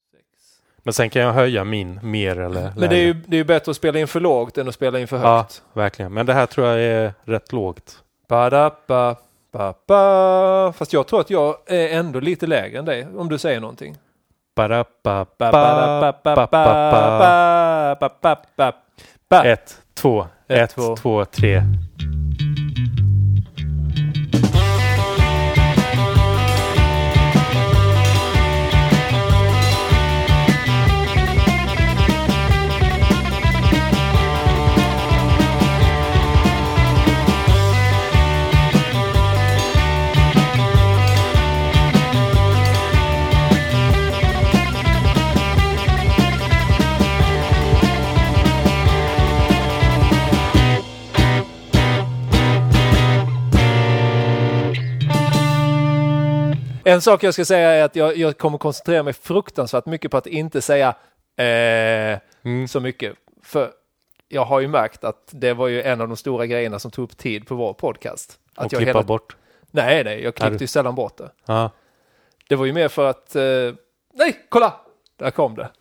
Men sen kan jag höja min mer eller lägre. Men det är ju bättre att spela in för lågt än att spela in för högt. Ja, verkligen. Men det här tror jag är rätt lågt. Ba-da-ba, ba-ba. Fast jag tror att jag är ändå lite lägre än dig, om du säger någonting. Ba-da-ba-ba-ba-ba-ba-ba-ba. 1, 2, 1, 2, 3. En sak jag ska säga är att jag kommer koncentrera mig fruktansvärt mycket på att inte säga så mycket. För jag har ju märkt att det var ju en av de stora grejerna som tog upp tid på vår podcast. Att och klippa bort? Nej, jag klippte ju sällan bort det. Ja. Det var ju mer för att... nej, kolla! Där kom det.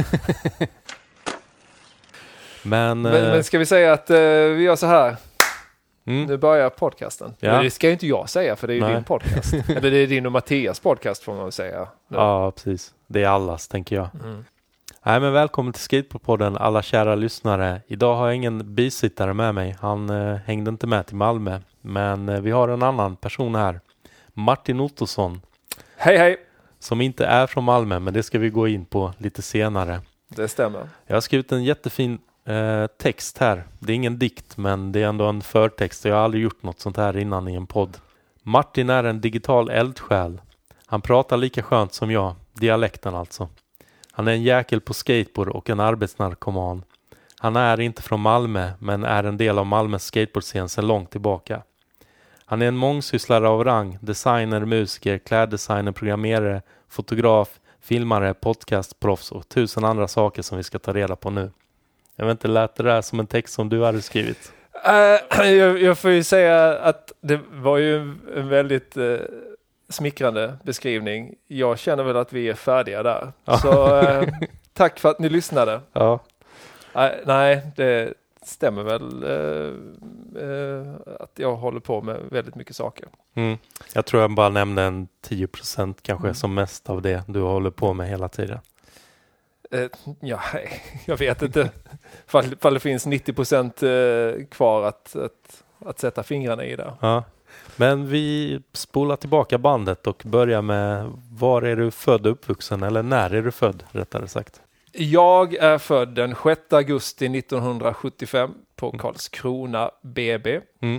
Men ska vi säga att vi gör så här? Nu börjar podcasten. Ja. Men det ska ju inte jag säga, för det är ju din podcast. Eller det är din och Mattias podcast, får man väl säga. Nu. Ja, precis. Det är allas, tänker jag. Nej, men välkommen till Skateboardpodden, alla kära lyssnare. Idag har jag ingen bisittare med mig. Han hängde inte med till Malmö. Men vi har en annan person här. Martin Ottosson. Hej, hej! Som inte är från Malmö, men det ska vi gå in på lite senare. Det stämmer. Jag har skrivit en jättefin text här. Det är ingen dikt, men det är ändå en förtext. Jag har aldrig gjort något sånt här innan i en podd. Martin är en digital eldsjäl. Han pratar lika skönt som jag, dialekten alltså. Han är en jäkel på skateboard och en arbetsnarkoman. Han är inte från Malmö, men är en del av Malmös skateboardscen sedan långt tillbaka. Han är en mångsysslare av rang, designer, musiker, kläddesigner, programmerare, fotograf, filmare, podcastproffs och 1000 andra saker som vi ska ta reda på nu. Jag vet inte, lät det där som en text som du hade skrivit? Jag får ju säga att det var ju en väldigt smickrande beskrivning. Jag känner väl att vi är färdiga där. Ja. Så tack för att ni lyssnade. Ja. Nej, det stämmer väl att jag håller på med väldigt mycket saker. Jag tror jag bara nämnde en 10% kanske som mest av det du håller på med hela tiden. Ja, jag vet inte. Fall det finns 90% kvar att sätta fingrarna i där. Ja. Men vi spolar tillbaka bandet och börjar med, var är du född och uppvuxen? Eller när är du född, rättare sagt? Jag är född den 6 augusti 1975 på Karlskrona BB.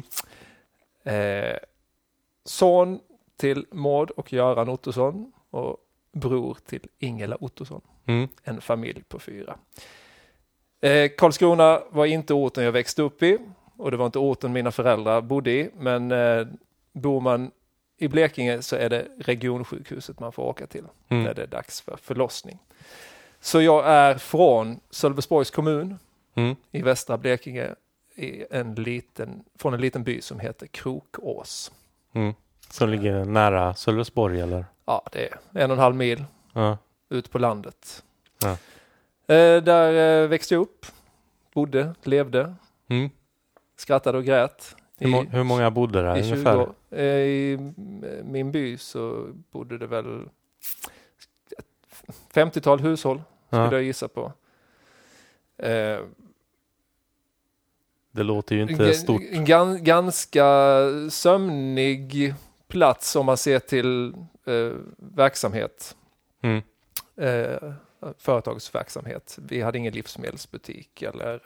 Son till Maud och Göran Ottosson och bror till Ingela Ottosson. En familj på 4. Karlskrona var inte orten jag växte upp i. Och det var inte orten mina föräldrar bodde i. Men bor man i Blekinge så är det regionsjukhuset man får åka till. När det är dags för förlossning. Så jag är från Sölvesborgs kommun i västra Blekinge. Från en liten by som heter Krokås. Som ligger nära Sölvesborg eller? Ja, det är 1,5 mil. Ja. Ut på landet. Ja. Där växte jag upp. Bodde, levde. Skrattade och grät. Hur många bodde där i ungefär? 20 år. I min by så bodde det väl 50-tal hushåll. Skulle jag gissa på. Det låter ju inte stort. Ganska sömnig plats om man ser till verksamhet. Företagsverksamhet. Vi hade ingen livsmedelsbutik eller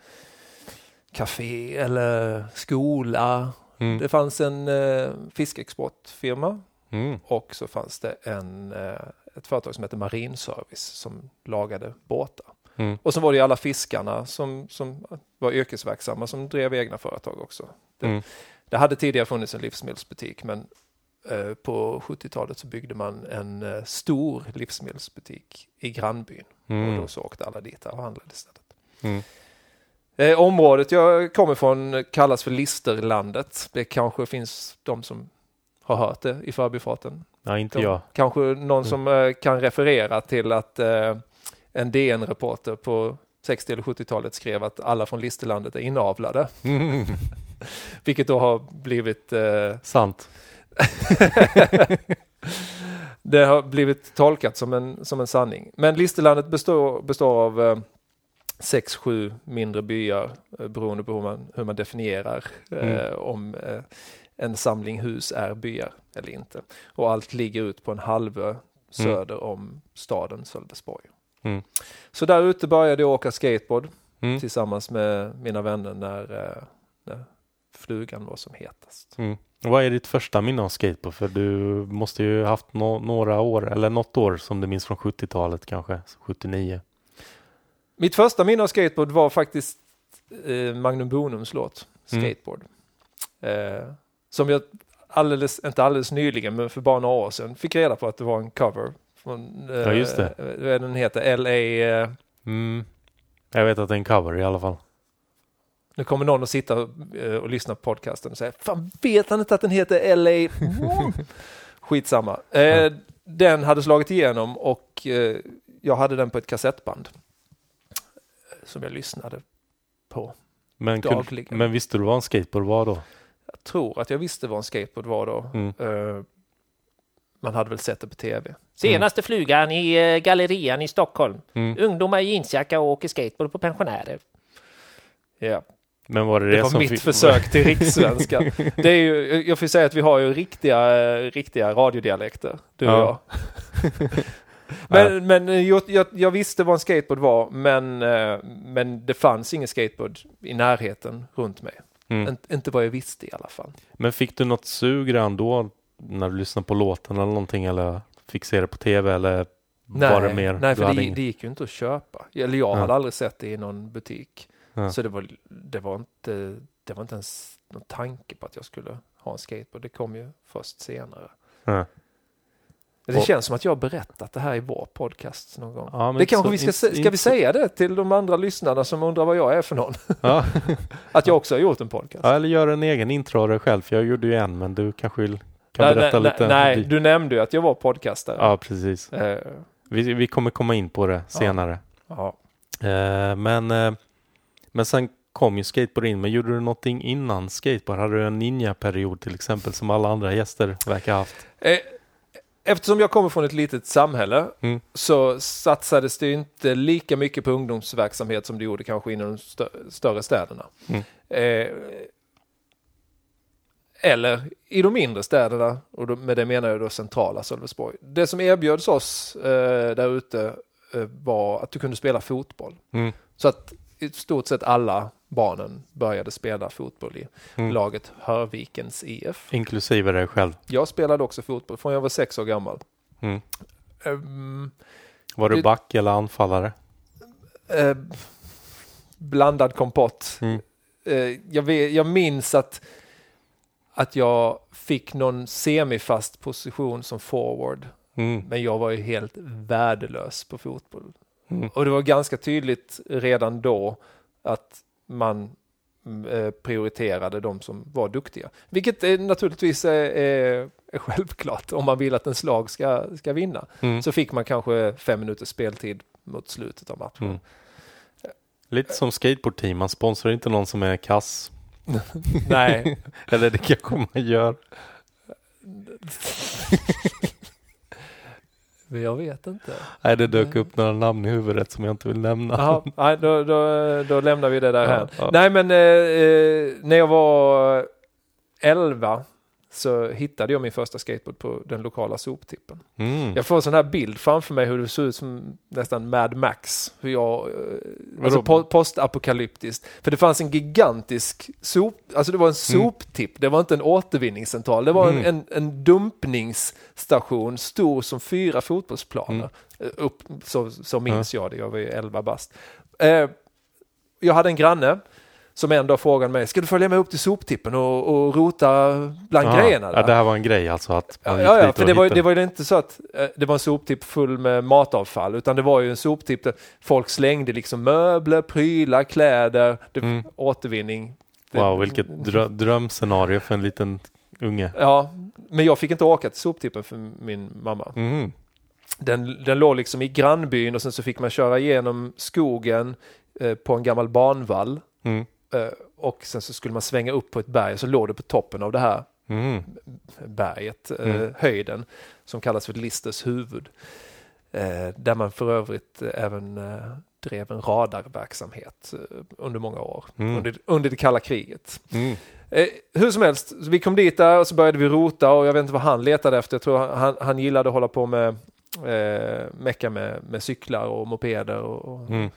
café eller skola. Det fanns en fiskexportfirma och så fanns det ett företag som heter Marinservice som lagade båtar. Och så var det alla fiskarna som var yrkesverksamma som drev egna företag också. Det hade tidigare funnits en livsmedelsbutik, men på 70-talet så byggde man en stor livsmedelsbutik i grannbyn. Och då så åkte alla dit och handlade istället. Området jag kommer från kallas för Listerlandet. Det kanske finns de som har hört det i förbifarten. Ja, inte jag. Kanske någon som kan referera till att en DN-reporter på 60- eller 70-talet skrev att alla från Listerlandet är inavlade. Vilket då har blivit... Sant. Det har blivit tolkat som en sanning. Men Listerlandet består av 6-7 mindre byar beroende på hur man definierar om en samling hus är byar eller inte. Och allt ligger ut på en halvö söder om staden Sölvesborg. Så där ute började jag åka skateboard tillsammans med mina vänner när flugan var som hetast. Vad är ditt första minne av skateboard? För du måste ju haft några år, eller något år som du minns från 70-talet kanske, 79. Mitt första minne av skateboard var faktiskt Magnum Bonums låt, Skateboard. Som jag inte alldeles nyligen, men för bara några år sedan fick reda på att det var en cover. Från, ja, just det. Den heter LA... Jag vet att det är en cover i alla fall. Nu kommer någon att sitta och lyssna på podcasten och säga, fan vet han inte att den heter LA? Skitsamma. Den hade slagit igenom och jag hade den på ett kassettband som jag lyssnade på dagligen. Men visste du vad en skateboard var då? Jag tror att jag visste vad en skateboard var då. Man hade väl sett det på tv. Senaste flugan i gallerian i Stockholm. Ungdomar i jeansjacka och åker skateboard på pensionärer. Ja. Men var det var mitt försök till rikssvenska. Det är ju, jag får säga att vi har ju riktiga radiodialekter, du och jag. Men jag visste vad en skateboard var, men det fanns ingen skateboard i närheten runt mig. Inte vad jag visste i alla fall. Men fick du något sug redan då när du lyssnade på låten eller någonting, eller fick se det på tv, eller var det mer? Nej, för det gick ju inte att köpa. Eller jag hade aldrig sett det i någon butik. Så det var inte ens någon tanke på att jag skulle ha en skateboard. Det kom ju först senare. Det känns som att jag har berättat det här i vår podcast någon gång. Ja, det kanske ska vi säga det till de andra lyssnarna som undrar vad jag är för någon. Ja. Att jag också har gjort en podcast. Ja, eller gör en egen intro av dig själv, för jag gjorde ju en, men du kanske kan berätta lite. Nej, du nämnde ju att jag var podcastare. Ja, precis. Vi kommer komma in på det senare. Ja. Men sen kom ju skateboard in. Men gjorde du någonting innan skateboard? Hade du en ninja-period till exempel som alla andra gäster verkar ha haft? Eftersom jag kommer från ett litet samhälle så satsades det inte lika mycket på ungdomsverksamhet som det gjorde kanske inom de större städerna. Eller i de mindre städerna, och med det menar jag då centrala Sölvesborg. Det som erbjöds oss där ute var att du kunde spela fotboll. Så att i stort sett alla barnen började spela fotboll i laget Hörvikens IF. Inklusive dig själv? Jag spelade också fotboll från jag var 6 år gammal. Var du back eller anfallare? Blandad kompott. Jag minns att jag fick någon semifast position som forward. Men jag var ju helt värdelös på fotboll. Och det var ganska tydligt redan då att man prioriterade de som var duktiga. Vilket naturligtvis är självklart om man vill att en slag ska vinna. Så fick man kanske 5 minuters speltid mot slutet av matchen. Lite som skateboardteam, man sponsrar inte någon som är kass. Nej. Eller det kanske man gör. Jag vet inte. Nej, det dök upp några namn i huvudet som jag inte vill nämna. Aha, nej, då lämnar vi det där här. Ja. Nej, men när jag var 11 så hittade jag min första skateboard på den lokala soptippen. Jag får en sån här bild framför mig hur det såg ut som nästan Mad Max. Hur jag, alltså postapokalyptiskt. För det fanns en gigantisk alltså det var en soptipp. Det var inte en återvinningscentral. Det var en dumpningsstation stor som 4 fotbollsplaner. Så minns jag det. Jag var ju 11 bast. Jag hade en granne som en dag frågade mig, ska du följa med upp till soptippen och rota bland grejerna där? Ja, det här var en grej alltså. För det var ju inte så att det var en soptipp full med matavfall, utan det var ju en soptipp där folk slängde liksom möbler, prylar, kläder, återvinning. Wow, vilket drömscenario för en liten unge. Ja, men jag fick inte åka till soptippen för min mamma. Den låg liksom i grannbyn och sen så fick man köra igenom skogen på en gammal banvall. Och sen så skulle man svänga upp på ett berg och så låg det på toppen av det här berget, höjden, som kallas för Listers huvud. Där man för övrigt även drev en radarverksamhet under många år, under det kalla kriget. Hur som helst, vi kom dit där och så började vi rota och jag vet inte vad han letade efter. Jag tror han gillade att hålla på med mecka med cyklar och mopeder och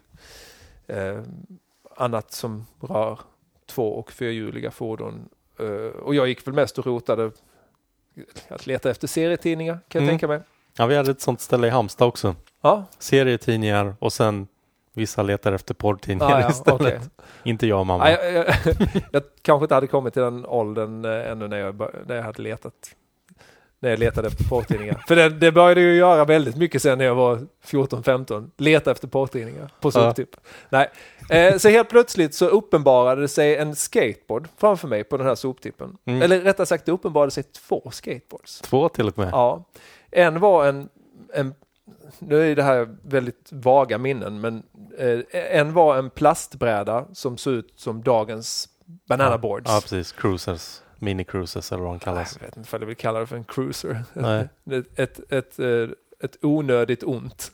annat som rör 2- och 4-hjuliga fordon. Och jag gick väl mest och rotade att leta efter serietidningar, kan jag tänka mig. Ja, vi hade ett sånt ställe i Halmstad också. Ja. Serietidningar och sen vissa letar efter porrtidningar istället. Okay. Inte jag och mamma. Jag kanske inte hade kommit till den åldern ännu när jag hade letat. När jag letade efter porrtidningar. För det började ju göra väldigt mycket sen när jag var 14-15. Leta efter porrtidningar på soptipp. Nej. Så helt plötsligt så uppenbarade det sig en skateboard framför mig på den här soptippen. Eller rättare sagt, det uppenbarade sig 2 skateboards. 2 till och med? Ja. En var en nu är det här väldigt vaga minnen, men en var en plastbräda som såg ut som dagens banana boards. Ja, precis. Cruisers. Mini-cruisers eller vad de kallas. Jag vet inte om jag vill kalla det för en cruiser. Nej. ett onödigt ont.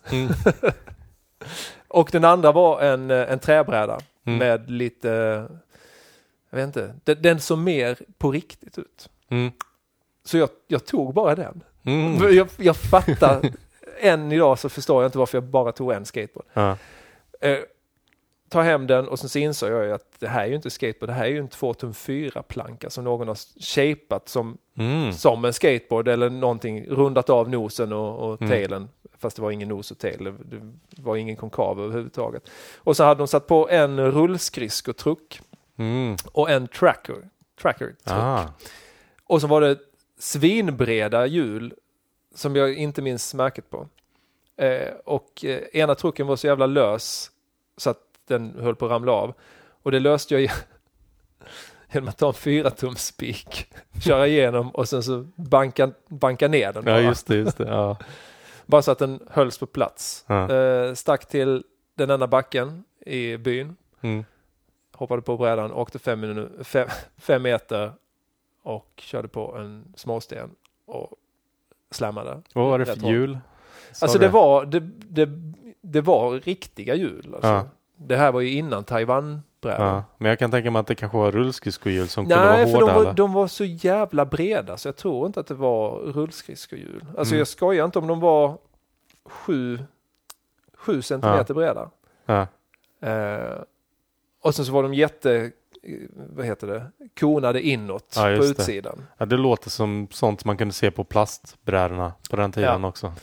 Och den andra var en träbräda med lite, jag vet inte, den såg mer på riktigt ut. Så jag tog bara den. Jag fattar, än idag så förstår jag inte varför jag bara tog en skateboard. Ta hem den och sen så insåg jag ju att det här är ju inte skateboard, det här är ju en 2,4 planka som någon har shapat som en skateboard eller någonting, rundat av nosen och tailen, fast det var ingen nos och tail, det var ingen konkav överhuvudtaget. Och så hade de satt på en rullskridskotruck och en tracker-truck. Och så var det svinbreda hjul som jag inte minns märket på. Och ena trucken var så jävla lös så att den höll på att ramla av. Och det löste jag genom att ta en 4-tums-spik, köra igenom och sen så banka ner den. Ja, just det. Ja. Bara så att den hölls på plats. Stack till den enda backen i byn. Hoppade på brädan, åkte 5 meter och körde på en småsten och slammade. Vad var det för hjul? Alltså det var riktiga hjul. Alltså. Det här var ju innan Taiwan-brädan. Ja, men jag kan tänka mig att det kanske var rullskridskohjul som kunde vara hårda. Nej, för de var så jävla breda så jag tror inte att det var rullskridskohjul. Alltså jag skojar inte om de var 7 centimeter breda. Och sen så var de konade inåt på utsidan. Ja, det låter som sånt man kunde se på plastbrädorna på den tiden också.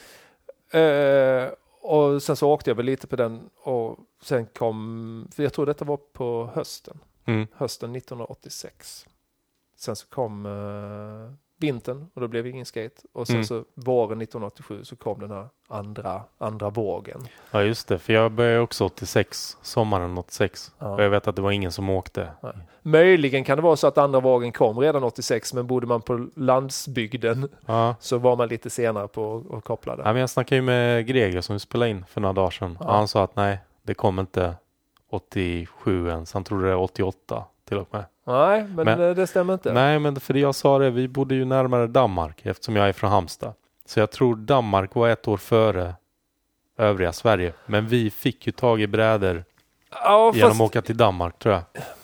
Och sen så åkte jag väl lite på den och sen för jag tror detta var på hösten. Hösten 1986. Sen så kom vintern och då blev det ingen skate. Och sen så våren 1987 så kom den här andra vågen. Ja, just det. För jag började också 86, sommaren 86. Och jag vet att det var ingen som åkte. Ja. Möjligen kan det vara så att andra vågen kom redan 86, men bodde man på landsbygden så var man lite senare på att koppla det. Ja, men jag snackade ju med Greger som vi spelade in för några dagar sedan. Och han sa att nej, det kom inte 87 ens. Han trodde det var 88 till och med. Nej, men det stämmer inte. Nej, men för det jag sa det, vi bodde ju närmare Danmark eftersom jag är från Halmstad. Så jag tror Danmark var 1 år före övriga Sverige. Men vi fick ju tag i brädor genom att åka till Danmark, tror jag.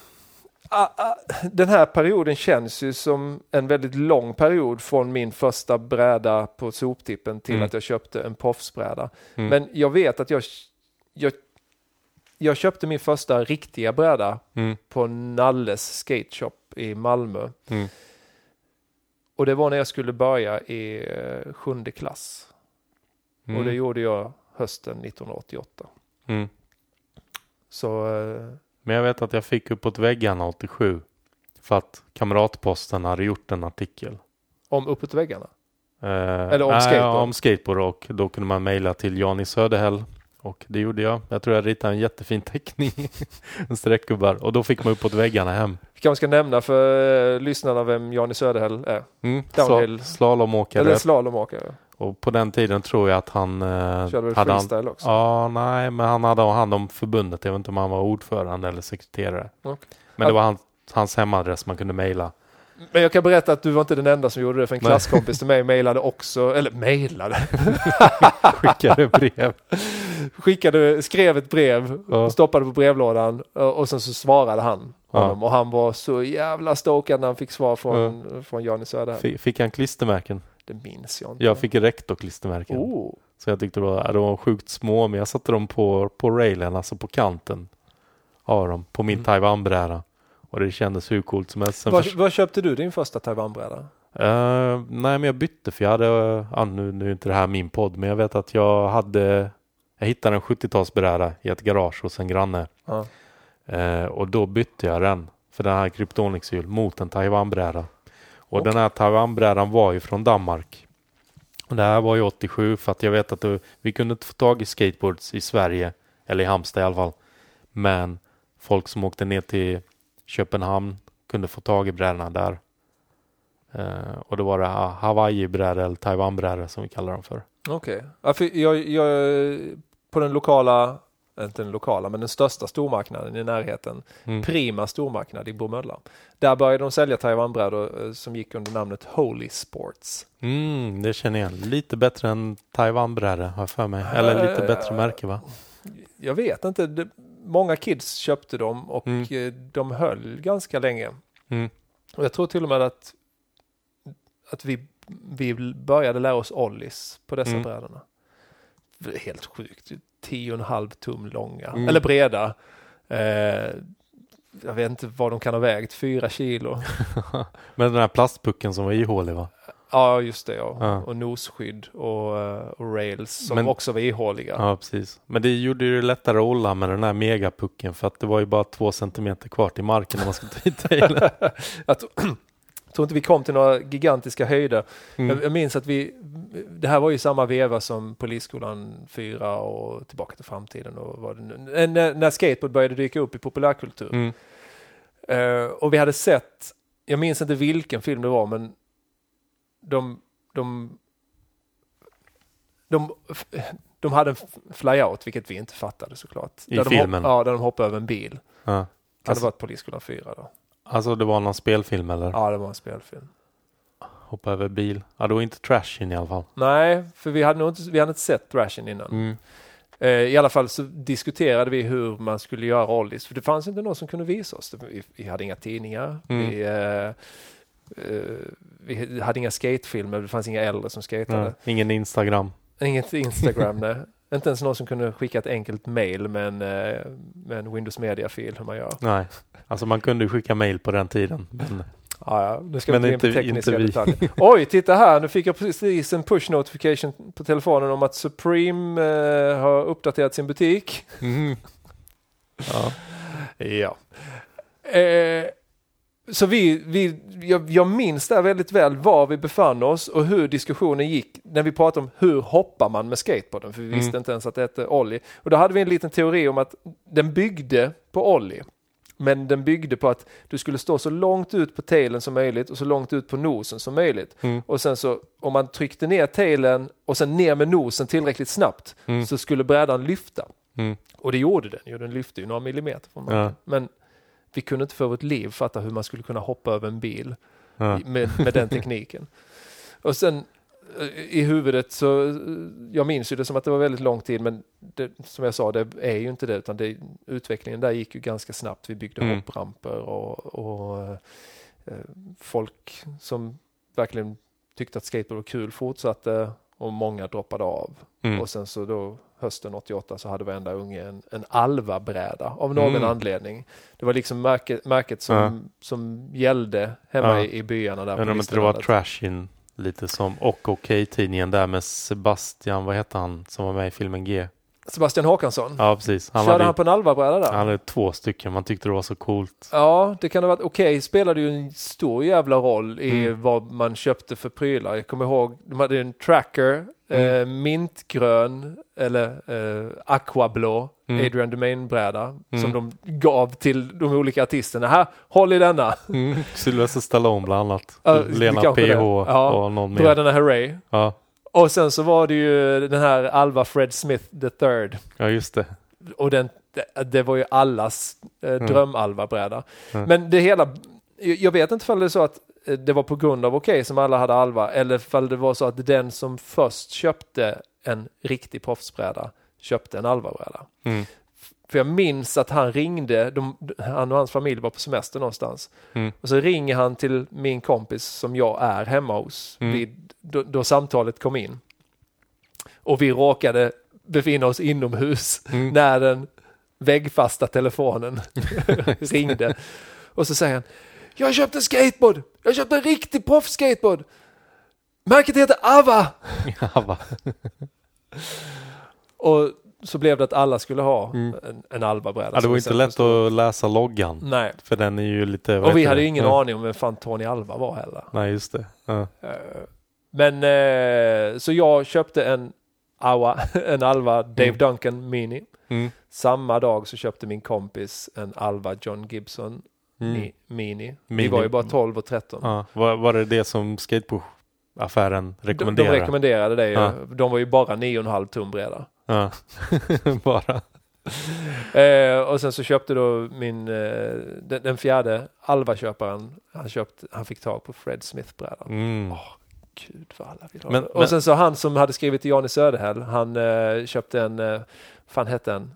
Den här perioden känns ju som en väldigt lång period från min första bräda på soptippen till att jag köpte en proffsbräda. Men jag vet att jag köpte min första riktiga bräda på Nalles Skate Shop i Malmö. Och det var när jag skulle börja i 7:e klass. Och det gjorde jag hösten 1988. Så... Men jag vet att jag fick uppåt väggarna 87 för att Kamratposten hade gjort en artikel. Om uppåt väggarna? Eller om skateboard? Om skateboard, och då kunde man mejla till Jan i Söderhäll Och det gjorde jag. Jag tror jag ritade en jättefin teckning. En streckgubbar. Och då fick man uppåt väggarna hem. Vi kanske ska nämna för lyssnarna vem Johnny Söderhäll är. Downhill. Slalomåkare. Eller slalomåkare. Och på den tiden tror jag att han... körde hade freestyle också? Ja, nej. Men han hade hand om förbundet. Jag vet inte om han var ordförande eller sekreterare. Okay. Men det var hans hemadress man kunde mejla. Men jag kan berätta att du var inte den enda som gjorde det, för en klasskompis till mig mejlade också, eller skrev ett brev och stoppade på brevlådan och sen så svarade han honom och han var så jävla stokad när han fick svar från Johnny Söderberg. Fick han klistermärken? Det minns jag inte. Jag fick rektorklistermärken. Så jag tyckte de var sjukt små, men jag satte dem på railen, alltså på kanten av dem, på min Taiwan-bräda. Och det kändes hur coolt som helst. Vad köpte du din första Taiwan-bräda? Nej, men jag bytte för jag hade, nu är inte det här min podd, men jag vet att jag hittade en 70-talsbräda i ett garage hos en granne. Och då bytte jag den för den här Kryptonixyl mot en Taiwan-bräda. Och den här Taiwan-brädan var ju från Danmark. Och det här var ju 87 för att jag vet att vi kunde inte få tag i skateboards i Sverige, eller i Halmstad i alla fall. Men folk som åkte ner till Köpenhamn kunde få tag i brädorna där. Och då var det Hawaii-brädor eller Taiwan-brädor som vi kallar dem för. Okej. Ja, för jag på den lokala, inte den lokala, men den största stormarknaden i närheten, Prima stormarknad i Bromölla. Där började de sälja Taiwan-brädor som gick under namnet Holy Sports. Det känner jag. Lite bättre än Taiwan-brädor har jag för mig. Eller lite bättre märke, va? Jag vet inte. Många kids köpte dem och de höll ganska länge. Och jag tror till och med att vi började lära oss ollies på dessa brädorna. Det är helt sjukt. 10,5 tum långa. Eller breda. Jag vet inte vad de kan ha vägt. 4 kilo. Men den här plastpucken som var ihålig, va? Ja, just det. Ja. Och nosskydd och rails som också var ihåliga. Ja, precis. Men det gjorde det lättare att hålla med den här megapucken för att det var ju bara 2 centimeter kvar till marken när man skulle ta hit tailen. Jag tror inte vi kom till några gigantiska höjder. Jag minns att det här var ju samma veva som Polisskolan 4 och Tillbaka till framtiden. Och när skateboard började dyka upp i populärkultur. Och vi hade sett, jag minns inte vilken film det var, men de hade en flyout, vilket vi inte fattade såklart. I filmen? Där de hoppade över en bil. Ja. Kan det vara Polisskolan 4 då? Alltså det var någon spelfilm eller? Ja, det var en spelfilm. Hoppa över bil. Ja, det var inte Trashin i alla fall. Nej, för vi hade inte sett Trashin innan. I alla fall så diskuterade vi hur man skulle göra ollies. För det fanns inte någon som kunde visa oss. Vi hade inga tidningar. Vi hade inga skatefilmer. Det fanns inga äldre som skatade. Ingen Instagram. Inget Instagram, nej. Inte ens någon som kunde skicka ett enkelt mail med en Windows Media-fil hur man gör. Nej, alltså man kunde skicka mail på den tiden. Men... Ja, nu ska vi gå in på tekniska detaljer. Oj, titta här. Nu fick jag precis en push notification på telefonen om att Supreme har uppdaterat sin butik. Ja. Så jag minns där väldigt väl var vi befann oss och hur diskussionen gick när vi pratade om hur hoppar man med skateboarden, för vi visste inte ens att det hette ollie. Och då hade vi en liten teori om att den byggde på ollie, men den byggde på att du skulle stå så långt ut på tailen som möjligt och så långt ut på nosen som möjligt. Och sen så om man tryckte ner tailen och sen ner med nosen tillräckligt snabbt så skulle brädan lyfta. Och det gjorde den. Jo, den lyfte ju några millimeter från marken. Men vi kunde inte för vårt liv fatta hur man skulle kunna hoppa över en bil med den tekniken. Och sen i huvudet så, jag minns ju det som att det var väldigt lång tid, men det, som jag sa, det är ju inte det, utan utvecklingen där gick ju ganska snabbt. Vi byggde hoppramper och folk som verkligen tyckte att skateboard var kul fortsatte och många droppade av. Och sen så då hösten 88 så hade varenda unge en Alva-bräda av någon anledning. Det var liksom märket som gällde hemma i byarna där. Men om inte det var Trashin lite som och Okej-tidningen där med Sebastian, vad heter han som var med i filmen G? Sebastian Håkansson. Ja, precis. Körde han på en Alva-bräda där? Han hade 2 stycken. Man tyckte det var så coolt. Ja, det kan ha varit okej. Spelade ju en stor jävla roll i vad man köpte för prylar. Jag kommer ihåg, de hade en tracker, mintgrön eller aquablå Adrian Domain-bräda som de gav till de olika artisterna. Här, håll i denna. Sylvester Stallone bland annat. Ja, Lena PH och någon mer. Bröderna Hooray. Ja. Och sen så var det ju den här Alva Fred Smith III. Ja, just det. Och det var ju allas dröm-Alva-bräda. Men det hela, jag vet inte om det är så att det var på grund av som alla hade Alva, eller om det var så att den som först köpte en riktig proffsbräda köpte en Alva-bräda. För jag minns att han ringde, han och hans familj var på semester någonstans. Och så ringer han till min kompis som jag är hemma hos då samtalet kom in. Och vi råkade befinna oss inomhus när den väggfasta telefonen ringde. Och så säger han, jag har köpt en skateboard. Jag har köpt en riktig proffs-skateboard. Märket heter Ava. Ava. Och så blev det att alla skulle ha en Alva-bräda. Ja, det var inte lätt att läsa loggan. Nej. För den är ju lite... Och vi hade ju ingen aning om vem fan Tony Alva var heller. Nej, just det. Ja. Men så jag köpte en Alva Dave Duncan Mini. Samma dag så köpte min kompis en Alva John Gibson Mini. Vi var ju bara 12 och 13. Ja. Var det som skateboardaffären rekommenderade? De rekommenderade det ju. Ja. De var ju bara 9,5 tum breda. Ja, bara. Och sen så köpte då den fjärde Alva-köparen, han fick tag på Fred Smith-brädan. Gud vad alla vill ha. Och sen så han som hade skrivit till Johnny Söderhäll, han köpte en, fan hette den?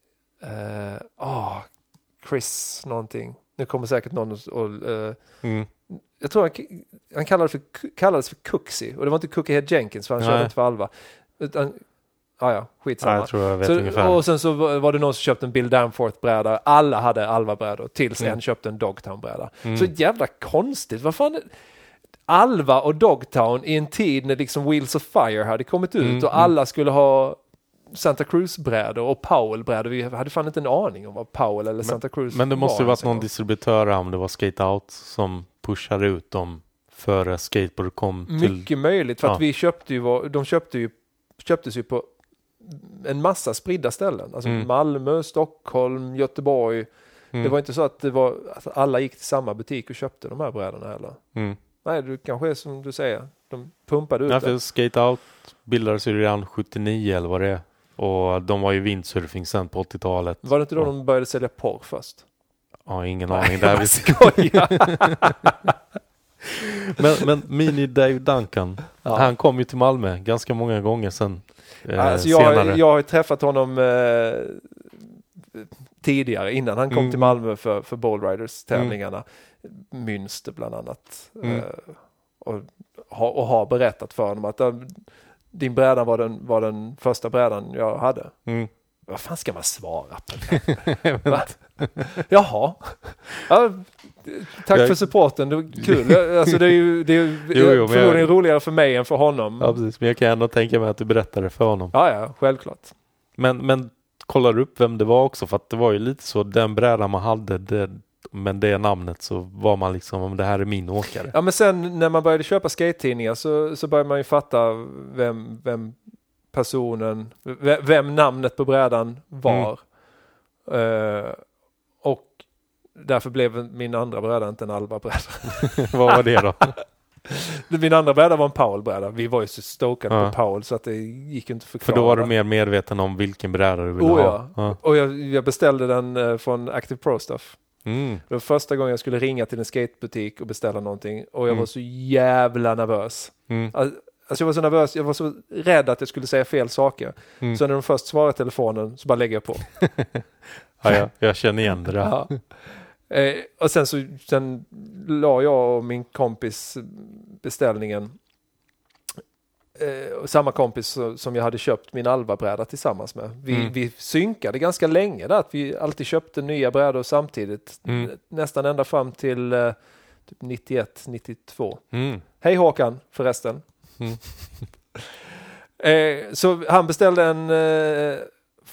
Chris någonting. Nu kommer säkert någon jag tror han kallades för Cooksy, och det var inte Cookiehead Jenkins, för han körde inte för Alva. Utan skitsamma. Jag tror jag vet ungefär. Och sen så var det någon som köpte en Bill Danforth-bräda. Alla hade Alva-brädor tills en köpte en Dogtown-bräda. Så jävla konstigt. Vad fan Alva och Dogtown i en tid när liksom Wheels of Fire hade kommit ut och alla skulle ha Santa Cruz-brädor och Powell-brädor. Vi hade fan inte en aning om vad Powell eller Santa Cruz var. Men det måste ju varit någon distributör, om det var Skate Out, som pushade ut dem före skateboard kom till... Mycket möjligt, för att vi köptes ju på en massa spridda ställen. Alltså Malmö, Stockholm, Göteborg. Det var inte så att att alla gick till samma butik och köpte de här brädorna heller. Nej, det kanske är som du säger. De pumpade ut för Skate Out bildades ju redan 79 eller vad det är. Och de var ju windsurfing sen på 80-talet. Var det inte då de började sälja porr först? Ja, ingen aning. Där vi skojar. men Mini Dave Duncan, han kom ju till Malmö ganska många gånger sen. Alltså jag har träffat honom tidigare, innan han kom till Malmö för Bold Riders tävlingarna. Münster bland annat. Och har berättat för honom att din bräda var den första brädan jag hade. Vad fan ska man svara på det? Jaha. Ja, tack för supporten, det var kul. Alltså det är ju förmodligen roligare för mig än för honom. Ja, precis. Men jag kan ändå tänka mig att du berättade för honom. Ja, självklart. Men kollar du upp vem det var också? För att det var ju lite så, den brädan man hade, men det namnet, så var man liksom, om det här är min åkare. Ja, men sen när man började köpa skate-tidningar så började man ju fatta vem personen, vem namnet på brädan var. Och därför blev min andra bräda inte en Alva-bräda. Vad var det då? Min andra bräda var en Powell-bräda. Vi var ju så stokade på Powell så att det gick inte att förklara. För då var du mer medveten om vilken bräda du ville ha. Ja. Och jag beställde den från Active Pro Stuff. Det var första gången jag skulle ringa till en skatebutik och beställa någonting. Och jag var så jävla nervös. Alltså jag var så nervös, jag var så rädd att jag skulle säga fel saker. Så när de först svarade telefonen så bara lägger jag på. Jag känner igen det där. Ja. Och sen la jag och min kompis beställningen. Samma kompis som jag hade köpt min Alva-bräda tillsammans med. Vi synkade ganska länge där, att vi alltid köpte nya brädor samtidigt. Nästan ända fram till typ 91, 92. Hej Håkan, förresten. Så han beställde en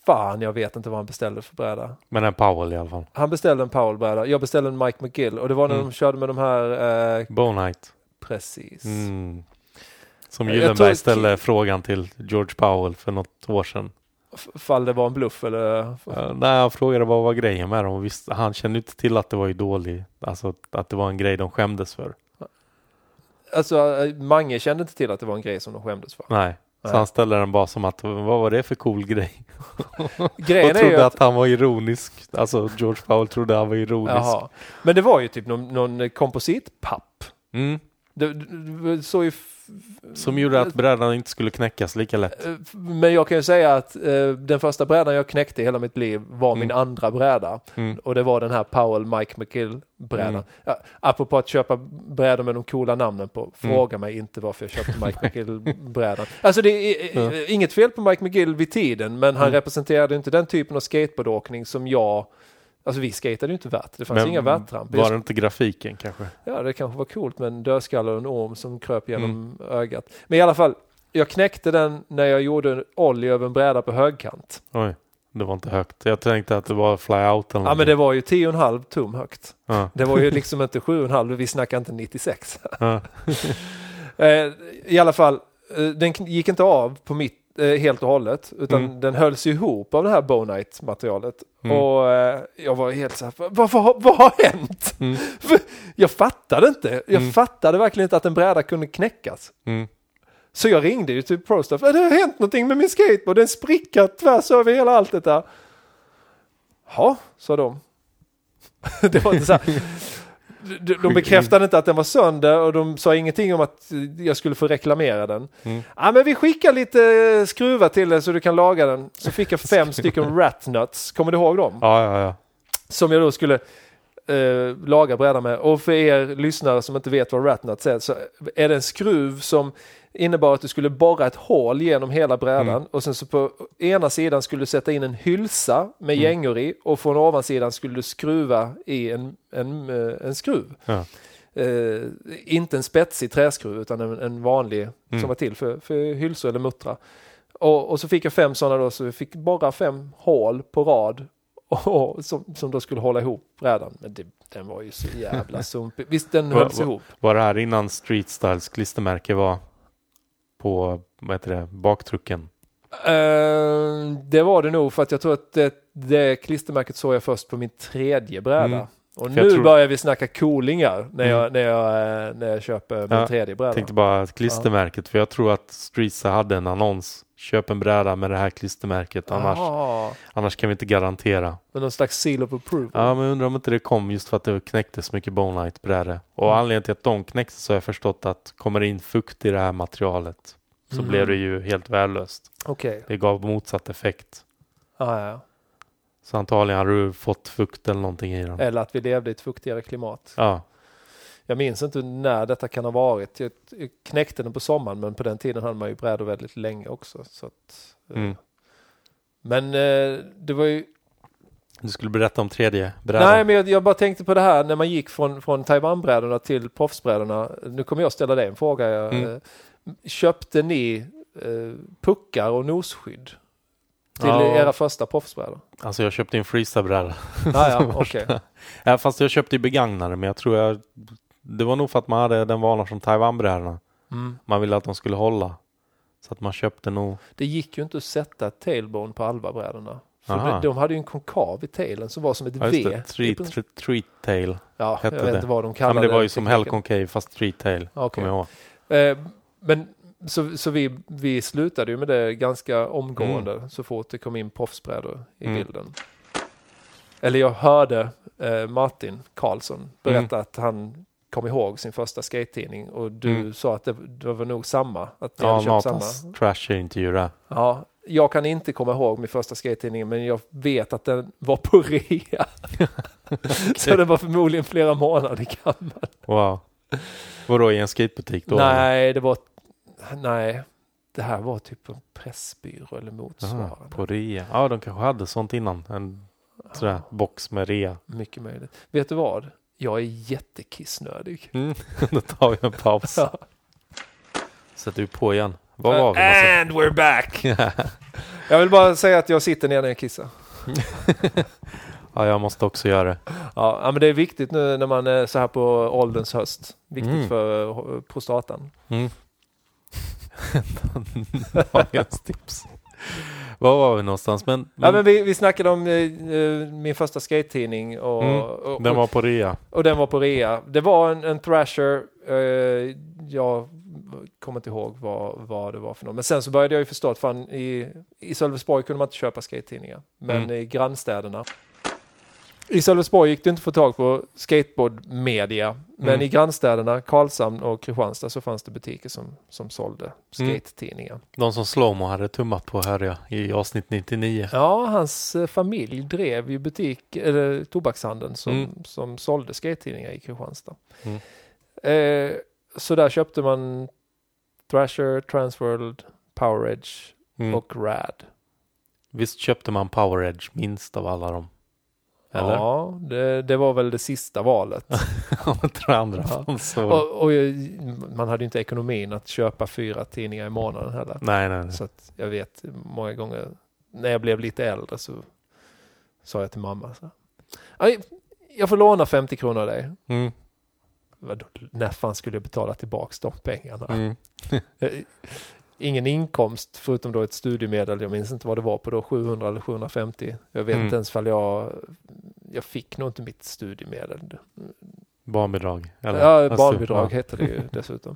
Fan, jag vet inte vad han beställde för bräda. Men en Powell i alla fall. Han beställde en Powell-bräda. Jag beställde en Mike McGill. Och det var när de körde med de här... Bonite. Precis. Som Gyllenberg ställde frågan till George Powell för något år sedan. Fall det var en bluff eller? Nej, han frågade vad var grejen med dem. Han kände inte till att det var ju dåligt. Alltså att det var en grej de skämdes för. Alltså, Mange kände inte till att det var en grej som de skämdes för. Nej. Så han ställde den bara som att, vad var det för cool grej? Grejen och trodde att han var ironisk. Alltså George Powell trodde han var ironisk. Jaha. Men det var ju typ någon kompositpapp. Det såg ju som gjorde att brädan inte skulle knäckas lika lätt. Men jag kan ju säga att den första brädan jag knäckte i hela mitt liv var min andra bräda. Och det var den här Powell Mike McGill brädan. Ja, apropå att köpa brädor med de coola namnen på. Fråga mig inte varför jag köpte Mike McGill brädan. Alltså det är inget fel på Mike McGill vid tiden, men han representerade inte den typen av skateboardåkning som jag. Alltså vi skatade ju inte värt. Det fanns inga värtramper. Var det inte grafiken kanske? Ja, det kanske var coolt med en dödskalle och en orm som kröp genom ögat. Men i alla fall, jag knäckte den när jag gjorde en ollie över en bräda på högkant. Oj, det var inte högt. Jag tänkte att det var fly out eller ja, men det var ju 10,5 tum högt. Ja. Det var ju liksom inte 7,5. Vi snackar inte 96. Ja. I alla fall, den gick inte av på mitt helt och hållet, utan den hölls ihop av det här Bonite-materialet. Och jag var helt så här, vad har hänt? Jag fattade inte. Jag fattade verkligen inte att en bräda kunde knäckas. Så jag ringde ju till ProStuff. Det har hänt någonting med min skateboard. Den sprickar tvärs över hela allt detta. Ja, sa de. Det var inte så här. De bekräftade inte att den var sönder och de sa ingenting om att jag skulle få reklamera den. Ja, men vi skickar lite skruvar till dig så du kan laga den. Så fick jag 5 stycken ratnuts. Kommer du ihåg dem? Ja. Som jag då skulle laga brädan med. Och för er lyssnare som inte vet vad ratnuts är, så är det en skruv som innebar att du skulle borra ett hål genom hela brädan och sen så på ena sidan skulle du sätta in en hylsa med gängor i och från ovansidan skulle du skruva i en skruv. Ja. Inte en spetsig träskruv utan en vanlig som var till för hylsor eller muttra. Och så fick jag 5 sådana då, så vi fick bara 5 hål på rad och som då skulle hålla ihop brädan. Men den var ju så jävla sumpig. Visst, den hölls ihop. Var det här innan Street Styles klistermärke var på, vad heter det, baktrucken? Det var det nog, för att jag tror att det klistermärket såg jag först på min 3:e bräda. Och för nu börjar vi snacka coolingar när jag köper min 3:e bräda. Jag tänkte bara klistermärket, för jag tror att Streets hade en annons. Köp en bräda med det här klistermärket, annars kan vi inte garantera. Men någon slags seal of approval. Ja, men undrar om inte det kom just för att det knäcktes mycket Bonite-brädor. Och anledningen till att de knäcktes så har jag förstått att kommer det in fukt i det här materialet så blev det ju helt värdelöst. Okay. Det gav motsatt effekt. Ja. Så antagligen har du fått fukt eller någonting i den. Eller att vi levde i ett fuktigare klimat. Ja. Jag minns inte när detta kan ha varit. Jag knäckte den på sommaren, men på den tiden hade man ju brädor väldigt länge också. Så att, men det var ju... Du skulle berätta om 3:e brädan. Nej, men jag bara tänkte på det här när man gick från Taiwan-brädorna till proffsbrädorna. Nu kommer jag ställa dig en fråga. Köpte ni puckar och nosskydd till era första proffsbrädor? Alltså jag köpte en freestyle-bräda. Okej. Ja, fast jag köpte begagnade, men jag tror det var nog för att man hade den vanan från Taiwan-brädorna. Man ville att de skulle hålla. Så att man köpte nog... Det gick ju inte att sätta tailbone på Alva-brädorna. För de hade ju en konkav i tailen som var som ett V. Treat tail. Ja, jag vet inte vad de kallade det. Men det var ju som Hell Concave fast treat tail. Okay. Kommer jag ihåg. Men så vi slutade ju med det ganska omgående så fort det kom in proffsbrädor i bilden. Eller jag hörde Martin Karlsson berätta att han kom ihåg sin första skate-tidning och du sa att det var nog samma. Att ni hade köpt samma. Trash-intervju där. Ja, jag kan inte komma ihåg min första skate-tidning, men jag vet att den var på rea. Så den var förmodligen flera månader gammal. Wow. Vadå, i en skatebutik då? Nej, det här var typ en pressbyrå eller motsvarande. På rea. Ja, de kanske hade sånt innan. En sådär box med rea. Mycket möjligt. Vet du vad? Jag är jättekissnödig. Då tar vi en paus. Sätter vi på igen. Vad var vi? And we're back! Jag vill bara säga att jag sitter ner när jag kissar. Ja, jag måste också göra det. Ja, men det är viktigt nu när man är så här på ålderns höst. Viktigt för prostatan. Dagens tips. Var var vi någonstans? Men vi snackade om min första skate-tidning. Den var på rea. Och den var på rea. Det var en Thrasher. Jag kommer inte ihåg vad det var för något. Men sen så började jag ju förstå att fan, i Sölvesborg kunde man inte köpa skate-tidningar. Men i grannstäderna. I Sölvesborg gick det inte att få tag på skateboardmedia. Men i grannstäderna, Karlshamn och Kristianstad, så fanns det butiker som sålde skate-tidningar. De som Slowmo hade tummat på, hör jag, i avsnitt 99. Ja, hans familj drev ju tobakshandeln som sålde skate-tidningar i Kristianstad. Så där köpte man Thrasher, Transworld, Power Edge och Rad. Visst köpte man Power Edge minst av alla dem? Eller? Ja, det var väl det sista valet. Jag tror andra fanns. Och man hade ju inte ekonomin att köpa 4 tidningar i månaden heller. Nej. Så att jag vet många gånger när jag blev lite äldre så sa jag till mamma så här, jag får låna 50 kronor av dig. När fan skulle jag betala tillbaka de pengarna? Ingen inkomst förutom då ett studiemedel. Jag minns inte vad det var på då, 700 eller 750. Jag vet inte ens fall jag fick nog inte mitt studiemedel. Barnbidrag. Eller? Ja, barnbidrag heter det ju dessutom.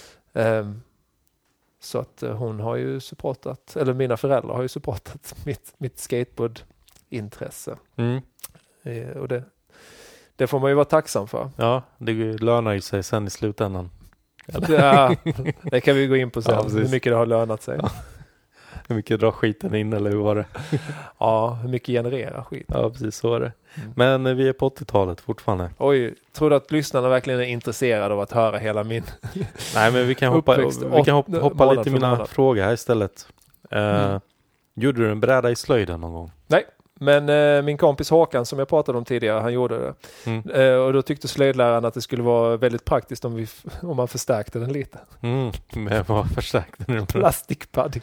Så att hon har ju supportat, eller mina föräldrar har ju supportat mitt skateboardintresse. Och det får man ju vara tacksam för. Ja, det lönar ju sig sen i slutändan. Ja, det kan vi gå in på sen. Ja, hur mycket det har lönat sig. Ja. Hur mycket drar skiten in, eller hur var det? Ja, hur mycket genererar skit. Ja, precis så är det. Men vi är på 80-talet fortfarande. Oj, tror du att lyssnarna verkligen är intresserade av att höra hela min Nej, men vi kan hoppa lite i mina frågor här istället. Gjorde du en bräda i slöjden någon gång? Nej. Men min kompis Håkan som jag pratade om tidigare, han gjorde det. Och då tyckte slöjdläraren att det skulle vara väldigt praktiskt om man förstärkte den lite. Men vad förstärkte den? Plastikpadding.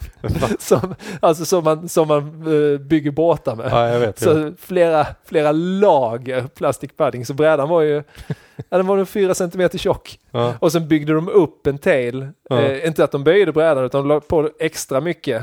som man bygger båtar med. Ja, jag vet. Så flera lager plastikpadding. Så brädan var ju den var 4 centimeter tjock. Ja. Och sen byggde de upp en tail. Inte att de böjde brädan utan de la på extra mycket.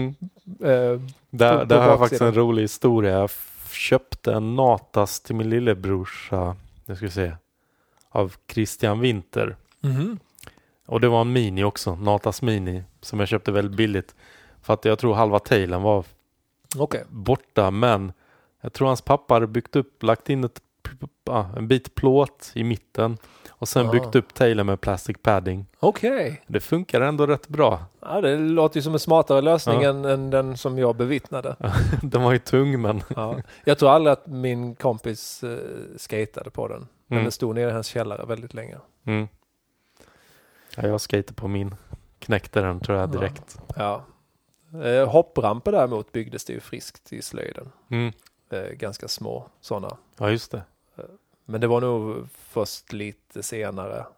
Där har jag faktiskt en rolig historia. Jag köpte en Natas till min lillebrorsa, av Christian Winter. Och det var en mini också, Natas mini, som jag köpte väldigt billigt. För att jag tror halva tailen var borta, men jag tror hans pappa hade lagt in en bit plåt i mitten. Och sen byggt upp tailen med plastic padding. Okej. Det funkar ändå rätt bra. Ja, det låter ju som en smartare lösning än den som jag bevittnade. Den var ju tung, men... Ja. Jag tror aldrig att min kompis skatade på den. Men den stod nere i hans källare väldigt länge. Ja, jag skatade på min. Knäckte den, tror jag, direkt. Ja. Hoppramper däremot byggdes det ju friskt i slöjden. Ganska små sådana. Ja, just det. Men det var nog först lite senare.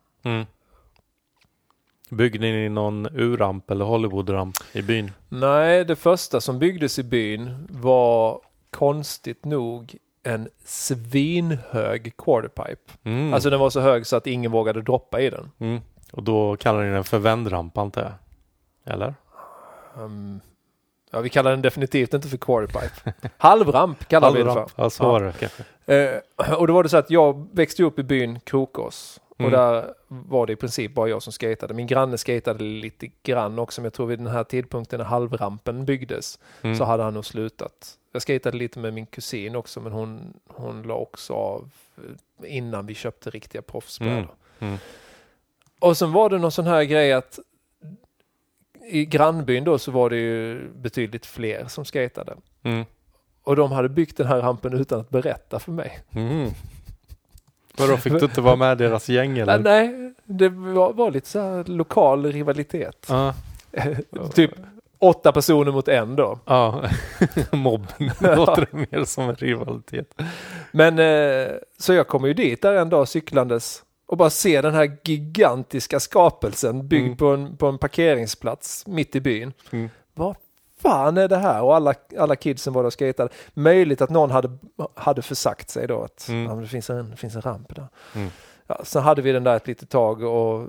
Byggde ni någon U-ramp eller Hollywood-ramp i byn? Nej, det första som byggdes i byn var konstigt nog en svinhög quarterpipe. Alltså den var så hög så att ingen vågade droppa i den. Och då kallar ni den för vändramp, antar jag? Eller? Ja, vi kallar den definitivt inte för quarterpipe. Halvramp kallar vi det för. Ja, så var det kanske. Och då var det så att jag växte upp i byn Krokås. Och där var det i princip bara jag som skatade. Min granne skatade lite grann också. Men jag tror vid den här tidpunkten när halvrampen byggdes så hade han nog slutat. Jag skatade lite med min kusin också. Men hon la också av innan vi köpte riktiga proffsbrädor. Och sen var det någon sån här grej att i grannbyn då så var det ju betydligt fler som skatade. Och de hade byggt den här rampen utan att berätta för mig. Vadå, fick du inte vara med deras gäng eller? Nej, det var lite så här lokal rivalitet. Typ 8 personer mot en då. Ja, mobbing låter det mer som en rivalitet. Men så jag kommer ju dit där en dag cyklandes och bara se den här gigantiska skapelsen byggd på en parkeringsplats mitt i byn. Vad fan är det här? Och alla kidsen var där och skatade. Möjligt att någon hade försagt sig då att det finns en ramp där. Ja, sen hade vi den där ett litet tag och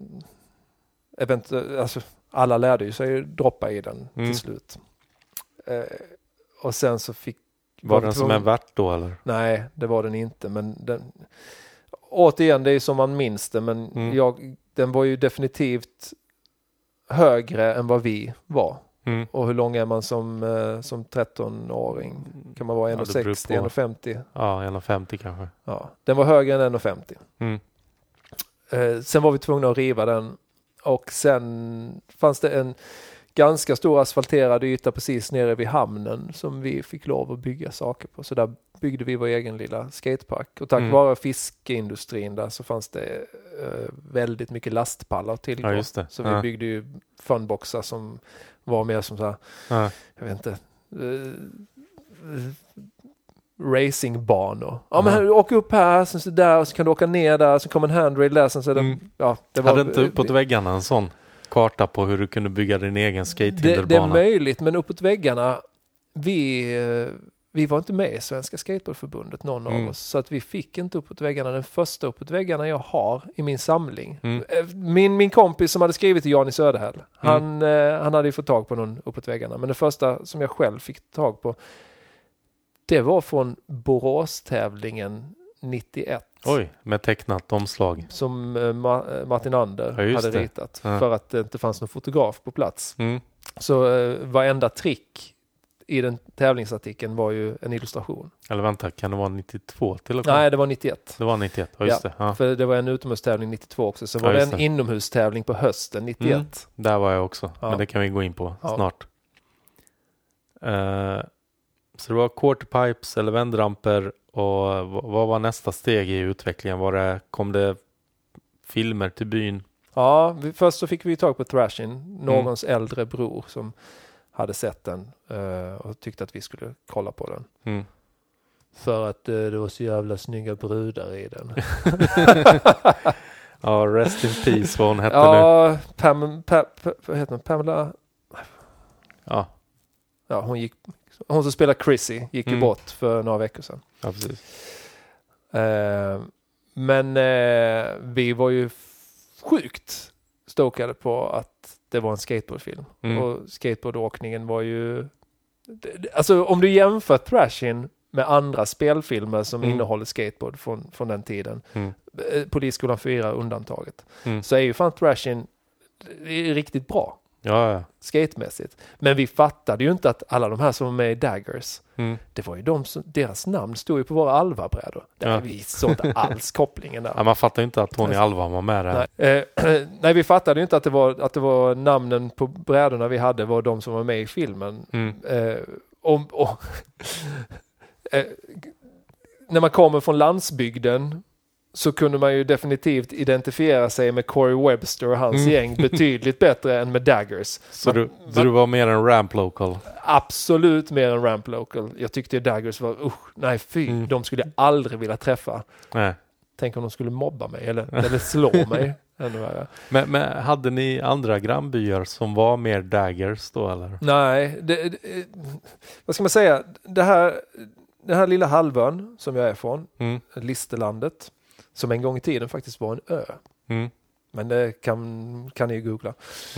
alltså, alla lärde ju sig droppa i den till slut. Och sen så var den som en värt då eller? Nej, det var den inte. Men återigen, det är som man minns det. Men den var ju definitivt högre än vad vi var. Och hur lång är man som 13-åring? Kan man vara 1,60, 1,50? Ja, 1,50 kanske. Ja, den var högre än 1,50. Sen var vi tvungna att riva den. Och sen fanns det en ganska stor asfalterad yta precis nere vid hamnen som vi fick lov att bygga saker på. Så där byggde vi vår egen lilla skatepark. Och tack vare fiskeindustrin där så fanns det väldigt mycket lastpallar att tillgå. Ja, så vi byggde ju funboxar som var mer som så här, jag vet inte, racingbanor. Ja, men åk upp här, sen så där, och så kan du åka ner där, så kommer en handrail där. Sen så det var, hade inte uppåt väggarna en sån karta på hur du kunde bygga din egen skatehinderbana? Det är möjligt, men uppåt väggarna, vi var inte med i Svenska Skateboardförbundet, någon av oss, så att vi fick inte uppåt väggarna. Den första uppåt väggarna jag har i min samling. Min kompis som hade skrivit till Johnny Söderhäll, han hade ju fått tag på någon uppåt väggarna, men den första som jag själv fick tag på, det var från Borås-tävlingen 91. Oj, med tecknat omslag. Som Martin Ander hade ritat. För att det inte fanns någon fotograf på plats. Så varenda trick i den tävlingsartikeln var ju en illustration. Eller vänta, kan det vara 92 till och med? Nej, det var 91. Det var 91, just det. Ja. För det var en utomhustävling 92 också. Så var det en inomhustävling på hösten 91. Där var jag också, men det kan vi gå in på snart. Så det var quarterpipes eller vändramper, och vad var nästa steg i utvecklingen? Kom det filmer till byn? Ja, först så fick vi tag på Thrashin, någons äldre bror som hade sett den och tyckte att vi skulle kolla på den. För att det var så jävla snygga brudar i den. Ja, rest in peace vad hon hette nu. Vad heter hon? Pamela? Ja. Ja, hon som spelar Chrissy gick ju bort för några veckor sedan. Ja, precis. Men vi var ju sjukt stokade på att det var en skateboardfilm. Och skateboardåkningen var ju... Alltså om du jämför Thrashin med andra spelfilmer som innehåller skateboard från den tiden. Polisskolan 4 undantaget. Så är ju fan Thrashin riktigt bra. Ja. Skatemässigt. Men vi fattade ju inte att alla de här som var med i Daggers, det var ju deras namn stod ju på våra Alva-brädor. Vi såg inte alls kopplingen där. Ja, man fattade ju inte att Tony Alva var med där. Nej, vi fattade ju inte att det var namnen på brädorna vi hade var de som var med i filmen. När man kommer från landsbygden så kunde man ju definitivt identifiera sig med Corey Webster och hans gäng betydligt bättre än med Daggers. Så du var mer en Ramp Local? Absolut mer en Ramp Local. Jag tyckte Daggers var, nej fy, de skulle jag aldrig vilja träffa. Nej. Tänk om de skulle mobba mig eller slå mig. Men hade ni andra grannbyar som var mer Daggers då eller? Nej, vad ska man säga? Det här lilla halvön som jag är från, Listerlandet, som en gång i tiden faktiskt var en ö. Men det kan ni ju googla.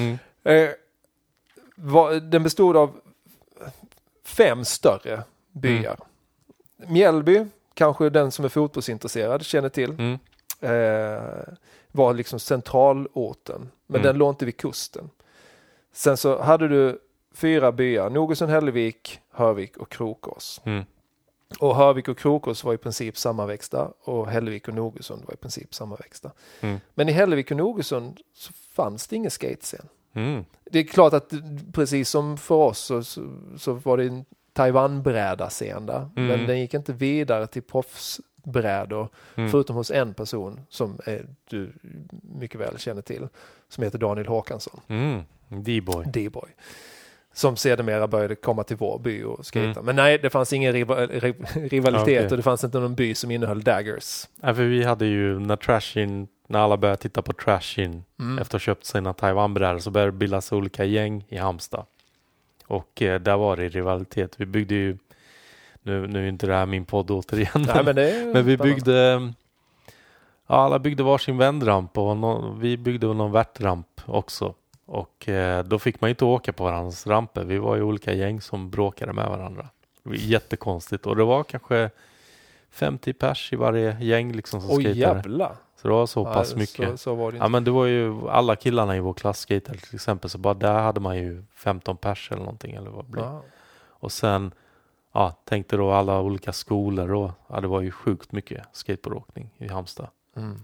Den bestod av 5 större byar. Mjällby, kanske den som är fotbollsintresserad känner till, var liksom centralorten. Men den låg inte vid kusten. Sen så hade du 4 byar. Nogersund, Hällevik, Hörvik och Krokås. Och Hörvik och Krokås var i princip sammanväxta. Och Hällevik och Nogersund var i princip sammanväxta. Men i Hällevik och Nogersund så fanns det ingen skatescen. Det är klart att precis som för oss så var det en Taiwan-bräda-scen där. Men den gick inte vidare till proffsbrädor. Förutom hos en person som du mycket väl känner till. Som heter Daniel Håkansson. D-boy. Som sedermera började komma till vår by och skata. Men nej, det fanns ingen rivalitet och det fanns inte någon by som innehöll Daggers. Ja, för vi hade ju när alla började titta på Thrashin efter att ha köpt sina Taiwan-brädor så började det bildas olika gäng i Halmstad. Och där var det rivalitet. Vi byggde ju, nu är inte det här min podd återigen. Nej, men vi byggde, alla byggde varsin vändramp och vi byggde någon värtramp också. Och då fick man inte åka på varandras ramper. Vi var ju olika gäng som bråkade med varandra. Det var jättekonstigt. Och det var kanske 50 pers i varje gäng liksom som skatade. Jävla. Så det var så pass mycket. Så var det inte. Ja, men det var ju alla killarna i vår klass skatade till exempel. Så bara där hade man ju 15 pers eller någonting. Eller vad det blir. Och sen tänkte då alla olika skolor då. Ja, det var ju sjukt mycket skateboardåkning i Halmstad. Mm.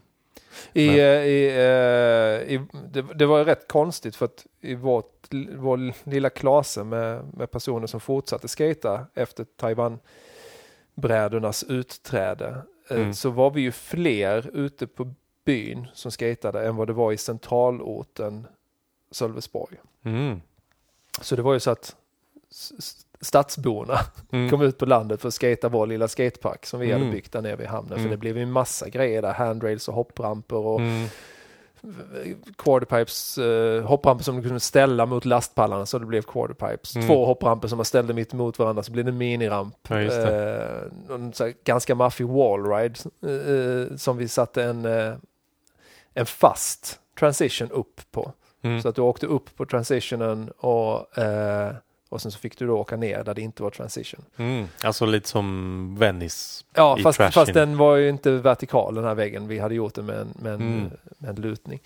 Det var rätt konstigt för att i vår lilla klass med personer som fortsatte skata efter Taiwan-brädornas utträde så var vi ju fler ute på byn som skatade än vad det var i centralorten Sölvesborg. Så det var ju så att stadsborna kom ut på landet för att skata vår lilla skatepark som vi hade byggt där nere vid hamnen. För det blev ju en massa grejer där. Handrails och hoppramper och quarterpipes, hoppramper som du kunde ställa mot lastpallarna så det blev quarterpipes. 2 hoppramper som man ställde mitt emot varandra så blev det en miniramp. Ja, just det. Ganska maffig wallride som vi satte en fast transition upp på. Så att du åkte upp på transitionen och sen så fick du då åka ner där det inte var transition. Alltså lite som Venice. Ja, fast den var ju inte vertikal den här väggen. Vi hade gjort det med en lutning.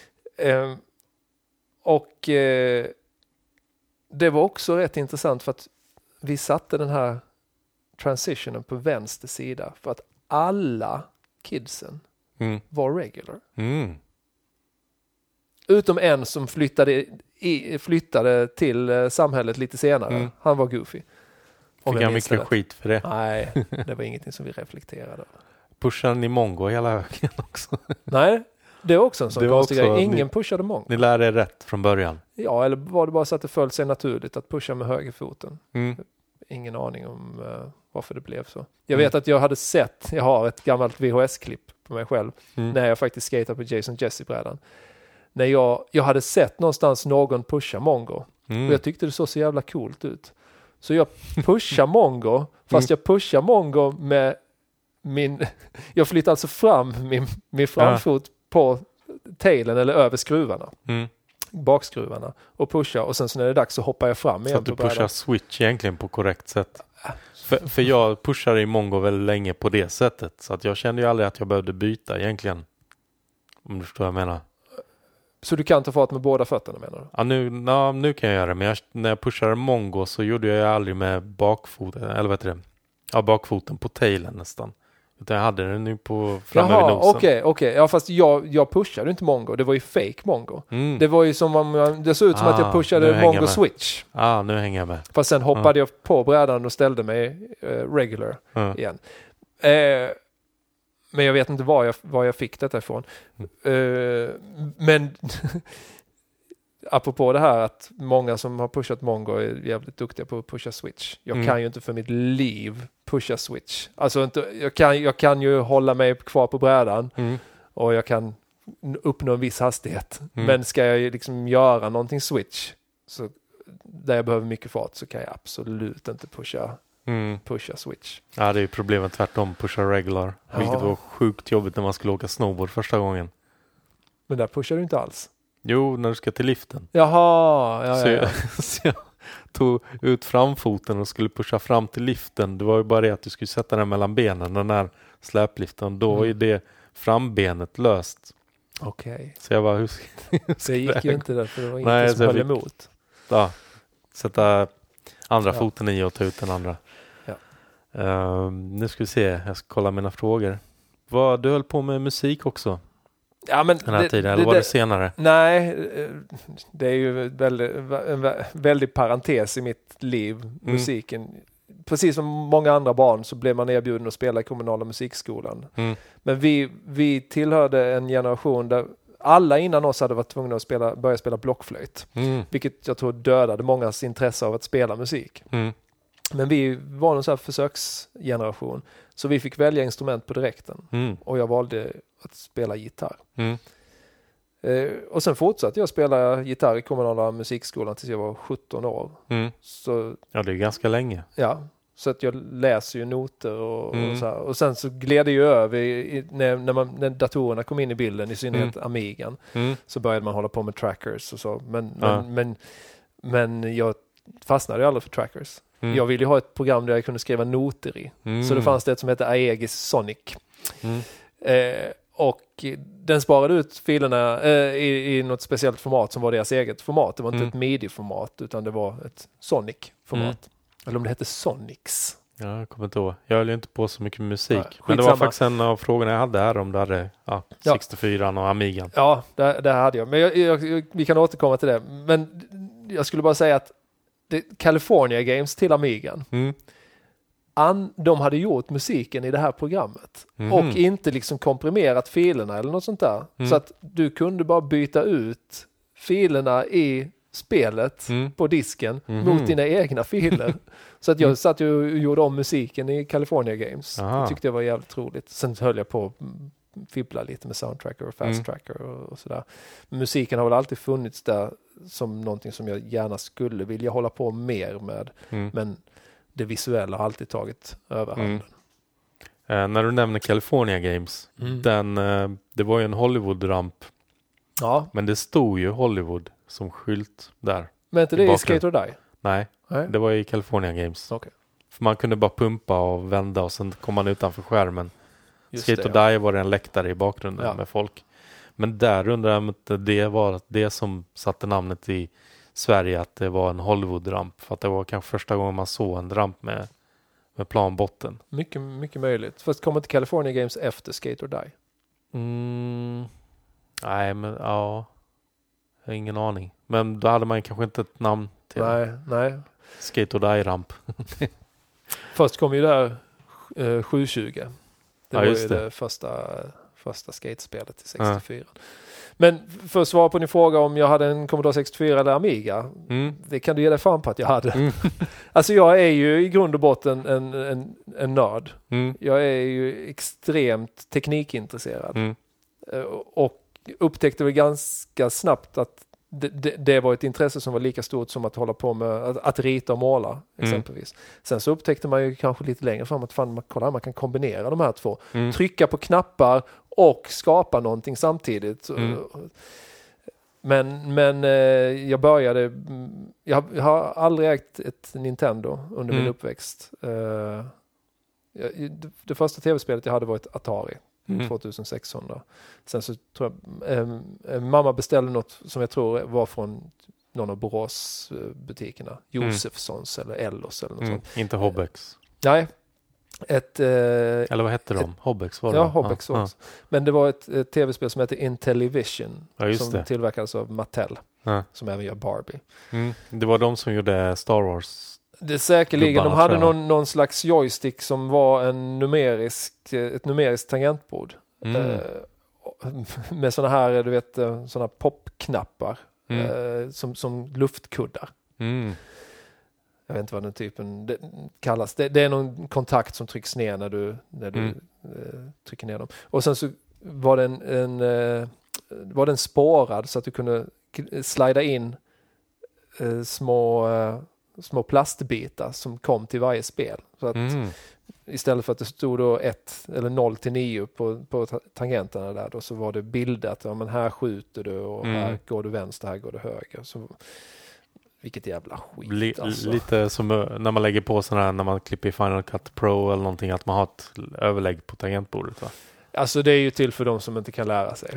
Det var också rätt intressant för att vi satte den här transitionen på vänster sida för att alla kidsen var regular. Utom en som flyttade till samhället lite senare. Han var goofy. Fick han mycket skit för det? Nej, det var ingenting som vi reflekterade. Pushade ni mongo hela vägen också? Nej, det är också en sån konstig grej. Ingen pushade mongo. Ni lärde er rätt från början? Ja, eller var det bara så att det föll sig naturligt att pusha med högerfoten? Ingen aning om varför det blev så. Jag vet att jag har ett gammalt VHS-klipp på mig själv när jag faktiskt skatade på Jason Jesse-brädan. När jag hade sett någonstans någon pusha mongo. Och jag tyckte det såg så jävla coolt ut. Så jag pushar mongo, fast jag pushar mongo med jag flyttar alltså fram min framfot på tailen eller över skruvarna. Bakskruvarna och pushar och sen så när det är dags så hoppar jag fram igen. Så att du pushar switch egentligen på korrekt sätt. För jag pushade i mongo väldigt länge på det sättet. Så att jag kände ju aldrig att jag behövde byta egentligen. Om du förstår vad jag menar. Så du kan ta fart med båda fötterna menar du? Ja, nu kan jag göra det. Men när jag pushade mongo så gjorde jag aldrig med bakfoten. Eller vad heter det? Ja, bakfoten på tailen nästan. Utan jag hade den nu på framme vid nosen. Okej. Ja, fast jag pushade inte mongo. Det var ju fake mongo. Det var ju som om det såg ut som att jag pushade mongo switch. Nu hänger jag med. Fast sen hoppade jag på brädan och ställde mig regular igen. Men jag vet inte var jag fick detta ifrån. Men apropå det här att många som har pushat mongo är jävligt duktiga på att pusha switch. Jag kan ju inte för mitt liv pusha switch. Alltså inte, jag kan ju hålla mig kvar på brädan och jag kan uppnå en viss hastighet. Men ska jag liksom göra någonting switch så där jag behöver mycket fart så kan jag absolut inte pusha switch. Ja, det är ju problemet tvärtom. Pusha regular. Vilket var sjukt jobbigt när man skulle åka snowboard första gången. Men där pushar du inte alls. Jo, när du ska till liften. Jaha, Så jag tog ut framfoten och skulle pusha fram till liften. Det var ju bara det att du skulle sätta den mellan benen, den här släpliften. Då är det frambenet löst. Okej. Så jag bara, det gick ju inte där för det var inte som höll emot. Ja, sätta andra foten i och ta ut den andra. Nu ska vi se, jag ska kolla mina frågor. Du höll på med musik också? Ja, men den här tiden, eller var det senare? Nej, det är ju en väldig parentes i mitt liv, musiken. Precis som många andra barn så blev man erbjuden att spela i kommunala musikskolan. Men vi tillhörde en generation där alla innan oss hade varit tvungna att börja spela blockflöjt. Vilket jag tror dödade mångas intresse av att spela musik. Men vi var en sån här försöksgeneration. Så vi fick välja instrument på direkten. Och jag valde att spela gitarr. Och sen fortsatte jag spela gitarr i kommunala musikskolan tills jag var 17 år. Så, ja, det är ganska länge. Ja, så att jag läser ju noter och så här. Och sen så gled det ju över när datorerna kom in i bilden, i synnerhet Amigan, så började man hålla på med trackers och så. Men jag fastnade ju aldrig för trackers. Jag ville ju ha ett program där jag kunde skriva noter i. Så det fanns det ett som heter Aegis Sonic. Och den sparade ut filerna i något speciellt format som var deras eget format. Det var inte ett MIDI-format utan det var ett Sonic-format. Eller om det hette Sonics. Ja, jag kommer inte ihåg. Jag höll ju inte på så mycket musik. Nej, men det var faktiskt en av frågorna jag hade här om det hade 64 och Amigan. Ja, det hade jag. Men vi kan återkomma till det. Men jag skulle bara säga att California Games till Amigan. De hade gjort musiken i det här programmet och inte liksom komprimerat filerna eller något sånt där. Så att du kunde bara byta ut filerna i spelet på disken mot dina egna filer. Så att jag satt ju och gjorde om musiken i California Games. Det tyckte jag var jävligt roligt. Sen höll jag på fippla lite med soundtracker och fast tracker och sådär. Musiken har väl alltid funnits där som någonting som jag gärna skulle vilja hålla på mer med. Men det visuella har alltid tagit överhanden. När du nämner California Games, det var ju en Hollywood-ramp. Ja. Men det stod ju Hollywood som skylt där. Men inte det i Skate or Die? Nej, det var i California Games. Okay. För man kunde bara pumpa och vända och sen kom man utanför skärmen. Just Skate or Die var det en läktare i bakgrunden med folk. Men där undrar jag om inte det var det som satte namnet i Sverige, att det var en Hollywood-ramp. För att det var kanske första gången man såg en ramp med planbotten. Mycket, mycket möjligt. Fast kommer inte California Games efter Skate or Die? Nej, men ja. Jag har ingen aning. Men då hade man kanske inte ett namn till Nej. Skate or Die-ramp. Först kom ju där 720. Det var ju det första skatespelet i 64. Men för att svara på din fråga om jag hade en Commodore 64 eller Amiga, det kan du ge dig fan på att jag hade. Alltså jag är ju i grund och botten en nörd. Jag är ju extremt teknikintresserad. Och upptäckte väl ganska snabbt att det var ett intresse som var lika stort som att hålla på med att rita och måla exempelvis. Sen så upptäckte man ju kanske lite längre fram att man kan kombinera de här två. Trycka på knappar och skapa någonting samtidigt. Men jag började... Jag har aldrig ägt ett Nintendo under min uppväxt. Det första tv-spelet jag hade var ett Atari. 2600. Sen så tror jag mamma beställde något som jag tror var från någon av Borås butikerna. Josefssons eller Ellos eller något sånt. Inte Hobbex. Nej. Eller vad hette de? Hobbex var det? Ja, Hobbex också. Men det var ett tv-spel som heter Intellivision som tillverkades av Mattel. Som även gör Barbie. Det var de som gjorde Star Wars. Det säkerligen. De hade någon slags joystick som var ett numeriskt tangentbord. Med såna här, du vet, såna popknappar som luftkuddar. Jag vet inte vad den typen kallas. Det är någon kontakt som trycks ner när du trycker ner dem. Och sen så var den spårad så att du kunde slida in små plastbitar som kom till varje spel. Så att istället för att det stod då 1 eller 0 till 9 på tangenterna där, då så var det bildat. Ja, men här skjuter du och här går du vänster, här går du höger. Så, vilket jävla skit alltså. Lite som när man lägger på sådana här, när man klipper i Final Cut Pro eller någonting, att man har ett överlägg på tangentbordet, va? Alltså det är ju till för de som inte kan lära sig.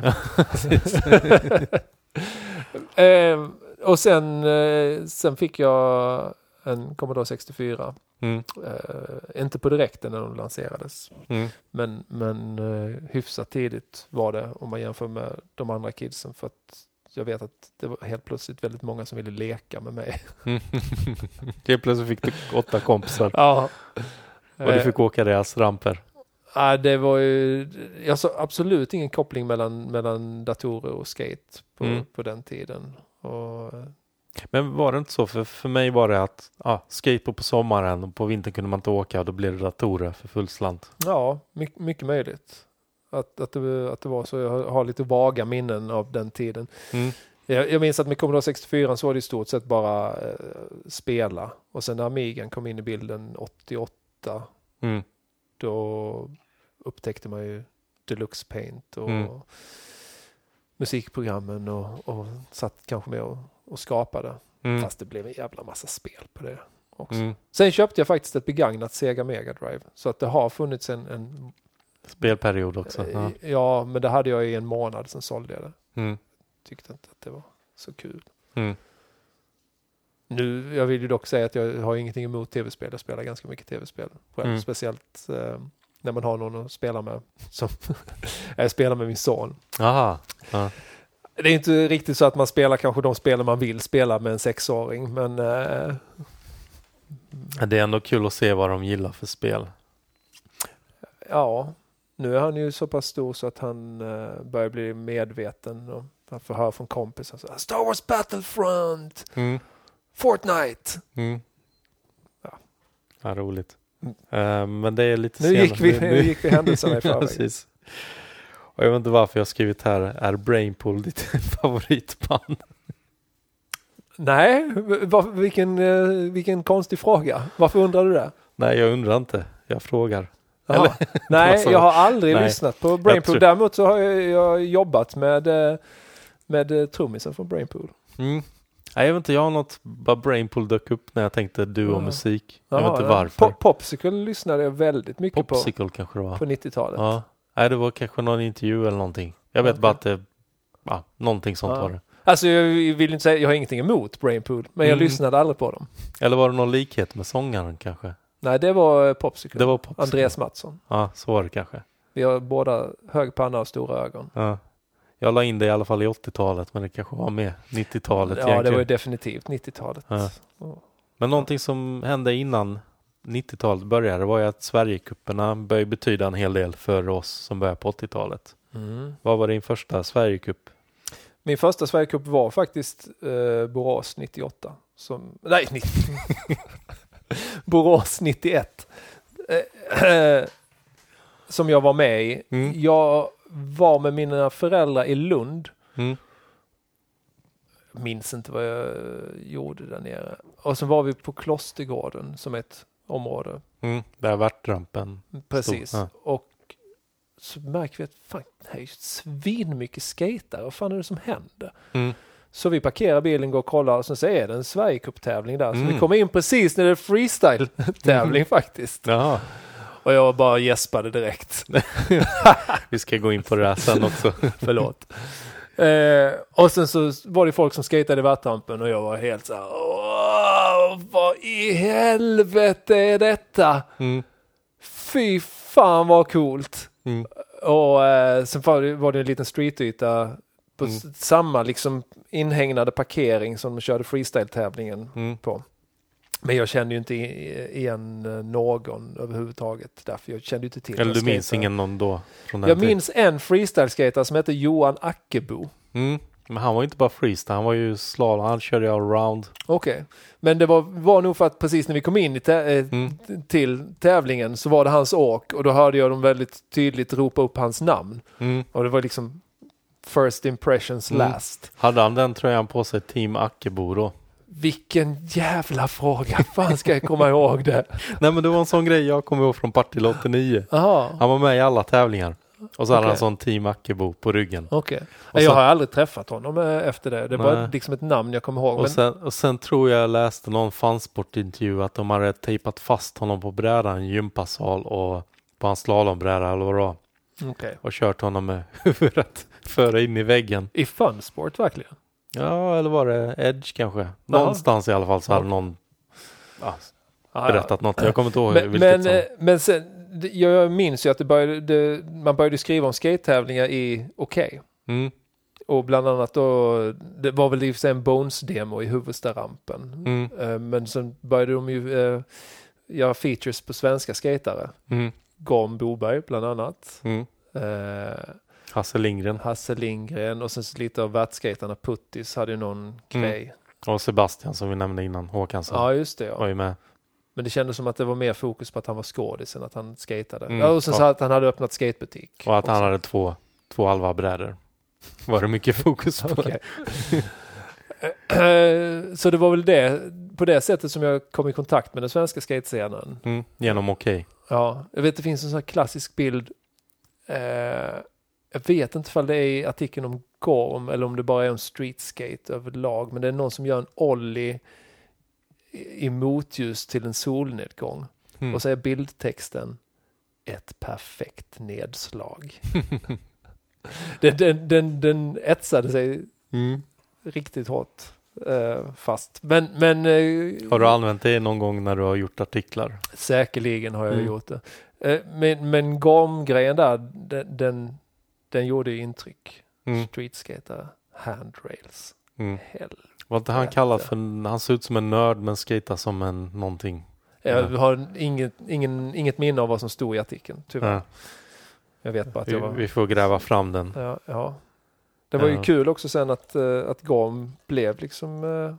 Och sen fick jag en Commodore 64. Inte på direkten när de lanserades. Men hyfsat tidigt var det, om man jämför med de andra kidsen, för att jag vet att det var helt plötsligt väldigt många som ville leka med mig. Helt plötsligt fick du 8 kompisar. Ja. Och du fick åka deras ramper. Det var ju absolut ingen koppling mellan datorer och skate på den tiden. Men var det inte så? För mig var det att skate på sommaren och på vintern kunde man inte åka och då blev det datorer för full slant. Ja, mycket möjligt. att det var så. Jag har lite vaga minnen av den tiden. Jag minns att med Commodore 64 så var det i stort sett bara spela. Och sen när Amigan kom in i bilden 88 då upptäckte man ju Deluxe Paint och musikprogrammen och satt kanske med och skapade. Fast det blev en jävla massa spel på det också. Sen köpte jag faktiskt ett begagnat Sega Mega Drive. Så att det har funnits en spelperiod också. Ja, men det hade jag i en månad, sen sålde jag det. Tyckte inte att det var så kul. Nu, jag vill ju dock säga att jag har ingenting emot tv-spel. Jag spelar ganska mycket tv-spel. Speciellt när man har någon att spela med. Som jag spelar med min son. Aha. Ja. Det är inte riktigt så att man spelar kanske de spel man vill spela med en 6-åring. Men det är ändå kul att se vad de gillar för spel. Ja, nu är han ju så pass stor så att han börjar bli medveten och han får höra från kompisar så, Star Wars Battlefront, Fortnite. Ja, roligt. Men det är lite nu gick vi händelserna i förväg. Precis. Och jag vet inte varför jag har skrivit här, är Brainpool ditt favoritband? Nej, vilken konstig fråga. Varför undrar du det? Nej, jag undrar inte. Jag frågar. Nej, jag har aldrig lyssnat på Brainpool. Däremot så har jag jobbat med trummisen från Brainpool. Nej, jag vet inte, jag har något, bara Brainpool dök upp när jag tänkte musik. Jag vet inte varför. Popsicle lyssnade jag väldigt mycket Popsicle kanske det var. På 90-talet. Ja. Nej, det var kanske någon intervju eller någonting. Jag vet bara att det, någonting sånt var det. Alltså jag vill inte säga, jag har ingenting emot Brainpool, men jag lyssnade aldrig på dem. Eller var det någon likhet med sångaren kanske? Nej, det var Popsicle. Det var Popsicle. Andreas Mattsson. Ja, så var det kanske. Vi har båda hög panna och stora ögon. Ja. Jag la in det i alla fall i 80-talet, men det kanske var med 90-talet. Ja, det var ju definitivt 90-talet. Ja. Men någonting som hände innan 90-talet började var ju att Sverigecuperna började betyda en hel del för oss som började på 80-talet. Vad var din första Sverigecup? Min första Sverigecup var faktiskt Borås 98. Borås 91. Som jag var med i. Jag var med mina föräldrar i Lund. Minns inte vad jag gjorde där nere. Och så var vi på Klostergården som ett område. Där värtrampen. Precis. Ja. Och så märker vi att fan, det här är ju svin mycket skater. Vad fan är det som händer? Så vi parkerar bilen, går och kollar och så är det en Sverigecup-tävling där. Så vi kommer in precis när det är freestyle-tävling faktiskt. Jaha. Och jag bara gäspade direkt. Vi ska gå in på det här sen också. Förlåt. Och sen så var det folk som skatade i värtrampen och jag var helt så här, vad i helvete är detta? Fy fan vad coolt. Och sen var det en liten streetyta på samma liksom inhägnade parkering som de körde freestyle-tävlingen på. Men jag kände ju inte igen någon överhuvudtaget. Därför jag kände ju inte till. Eller du minns ingen någon då? Jag minns en freestyle-skater som heter Johan Ackebo. Men han var inte bara freestyle, han var ju slalom, han körde allround. Okej. Men det var nog för att precis när vi kom in till tävlingen så var det hans åk. Och då hörde jag dem väldigt tydligt ropa upp hans namn. Och det var liksom first impressions last. Hade han den tröjan på sig, Team Ackebo då? Vilken jävla fråga. Fan ska jag komma ihåg det? Nej, men det var en sån grej jag kommer ihåg från Partille 89. Aha. Han var med i alla tävlingar. Och så hade han en sån Team Ackebo på ryggen. Okej. Jag har aldrig träffat honom efter det. Det var liksom ett namn jag kommer ihåg. Och sen tror jag läste någon fansportintervju att de hade tejpat fast honom på brädan i en gympasal och på hans slalombräda eller vad det var. Och kört honom med huvudet före in i väggen. I funsport verkligen? Ja, eller var det Edge kanske? Någonstans i alla fall så hade någon berättat något. Jag kommer inte ihåg vilket. Men sen, jag minns ju att man började skriva om skate-tävlingar i Okej. Och bland annat då, det var väl i och för sig en Bones-demo i Huvudstarampen. Men sen började de ju göra features på svenska skatare. Gorm Boberg bland annat. Hasse Lindgren och sen lite av världsskaterna. Puttis hade ju någon grej. Och Sebastian som vi nämnde innan, Håkansson. Ja, just det. Ja. Var ju med. Men det kändes som att det var mer fokus på att han var skådis än att han skatade. Och sen så att han hade öppnat skatebutik. Och att han hade två Alva-brädor. Var det mycket fokus på. Okay. Så det var väl det, på det sättet som jag kom i kontakt med den svenska skatescenen. Genom Okej. Ja, jag vet det finns en sån här klassisk bild. Jag vet inte om det är i artikeln om Gorm eller om det bara är om street skate överlag. Men det är någon som gör en ollie i motljus till en solnedgång. Och så är bildtexten ett perfekt nedslag. den etsade sig riktigt hårt fast. Men har du använt det någon gång när du har gjort artiklar? Säkerligen har jag gjort det. Men Gorm-grejen där, den gjorde ju intryck. Streetskater, handrails. Var inte han kallad för, han ser ut som en nörd men skater som en någonting. Jag har inget minne av vad som stod i artikeln, tyvärr. Jag vet bara att vi får gräva fram den. Ja. Det var ju kul också sen att Gorm blev liksom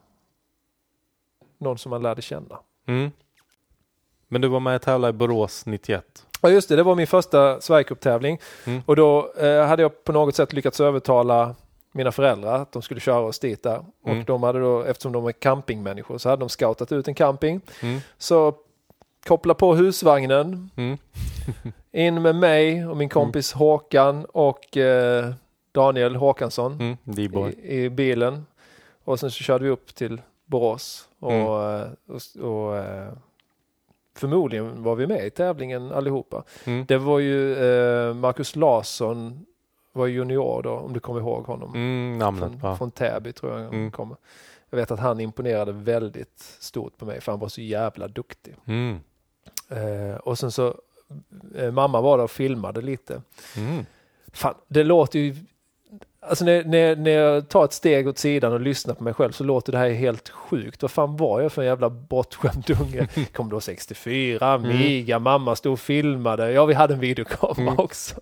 någon som man lärde känna. Men du var med och tävlade i Borås 91. Ja just det var min första Sverigecup-tävling. Och då hade jag på något sätt lyckats övertala mina föräldrar att de skulle köra oss dit där. Och de hade då, eftersom de är campingmänniskor, så hade de scoutat ut en camping. Så koppla på husvagnen. In med mig och min kompis Håkan och Daniel Håkansson i bilen. Och sen så körde vi upp till Borås. Och förmodligen var vi med i tävlingen allihopa. Det var ju Marcus Larsson var junior då, om du kommer ihåg honom. Från Täby tror jag han kommer. Jag vet att han imponerade väldigt stort på mig för han var så jävla duktig. Och sen så mamma var där och filmade lite. Fan, det låter ju alltså när jag tar ett steg åt sidan och lyssnar på mig själv så låter det här helt sjukt. Vad fan var jag för en jävla bortskämd unge? Kom då 64, Amiga, mamma stod och filmade. Ja, vi hade en videokamera också.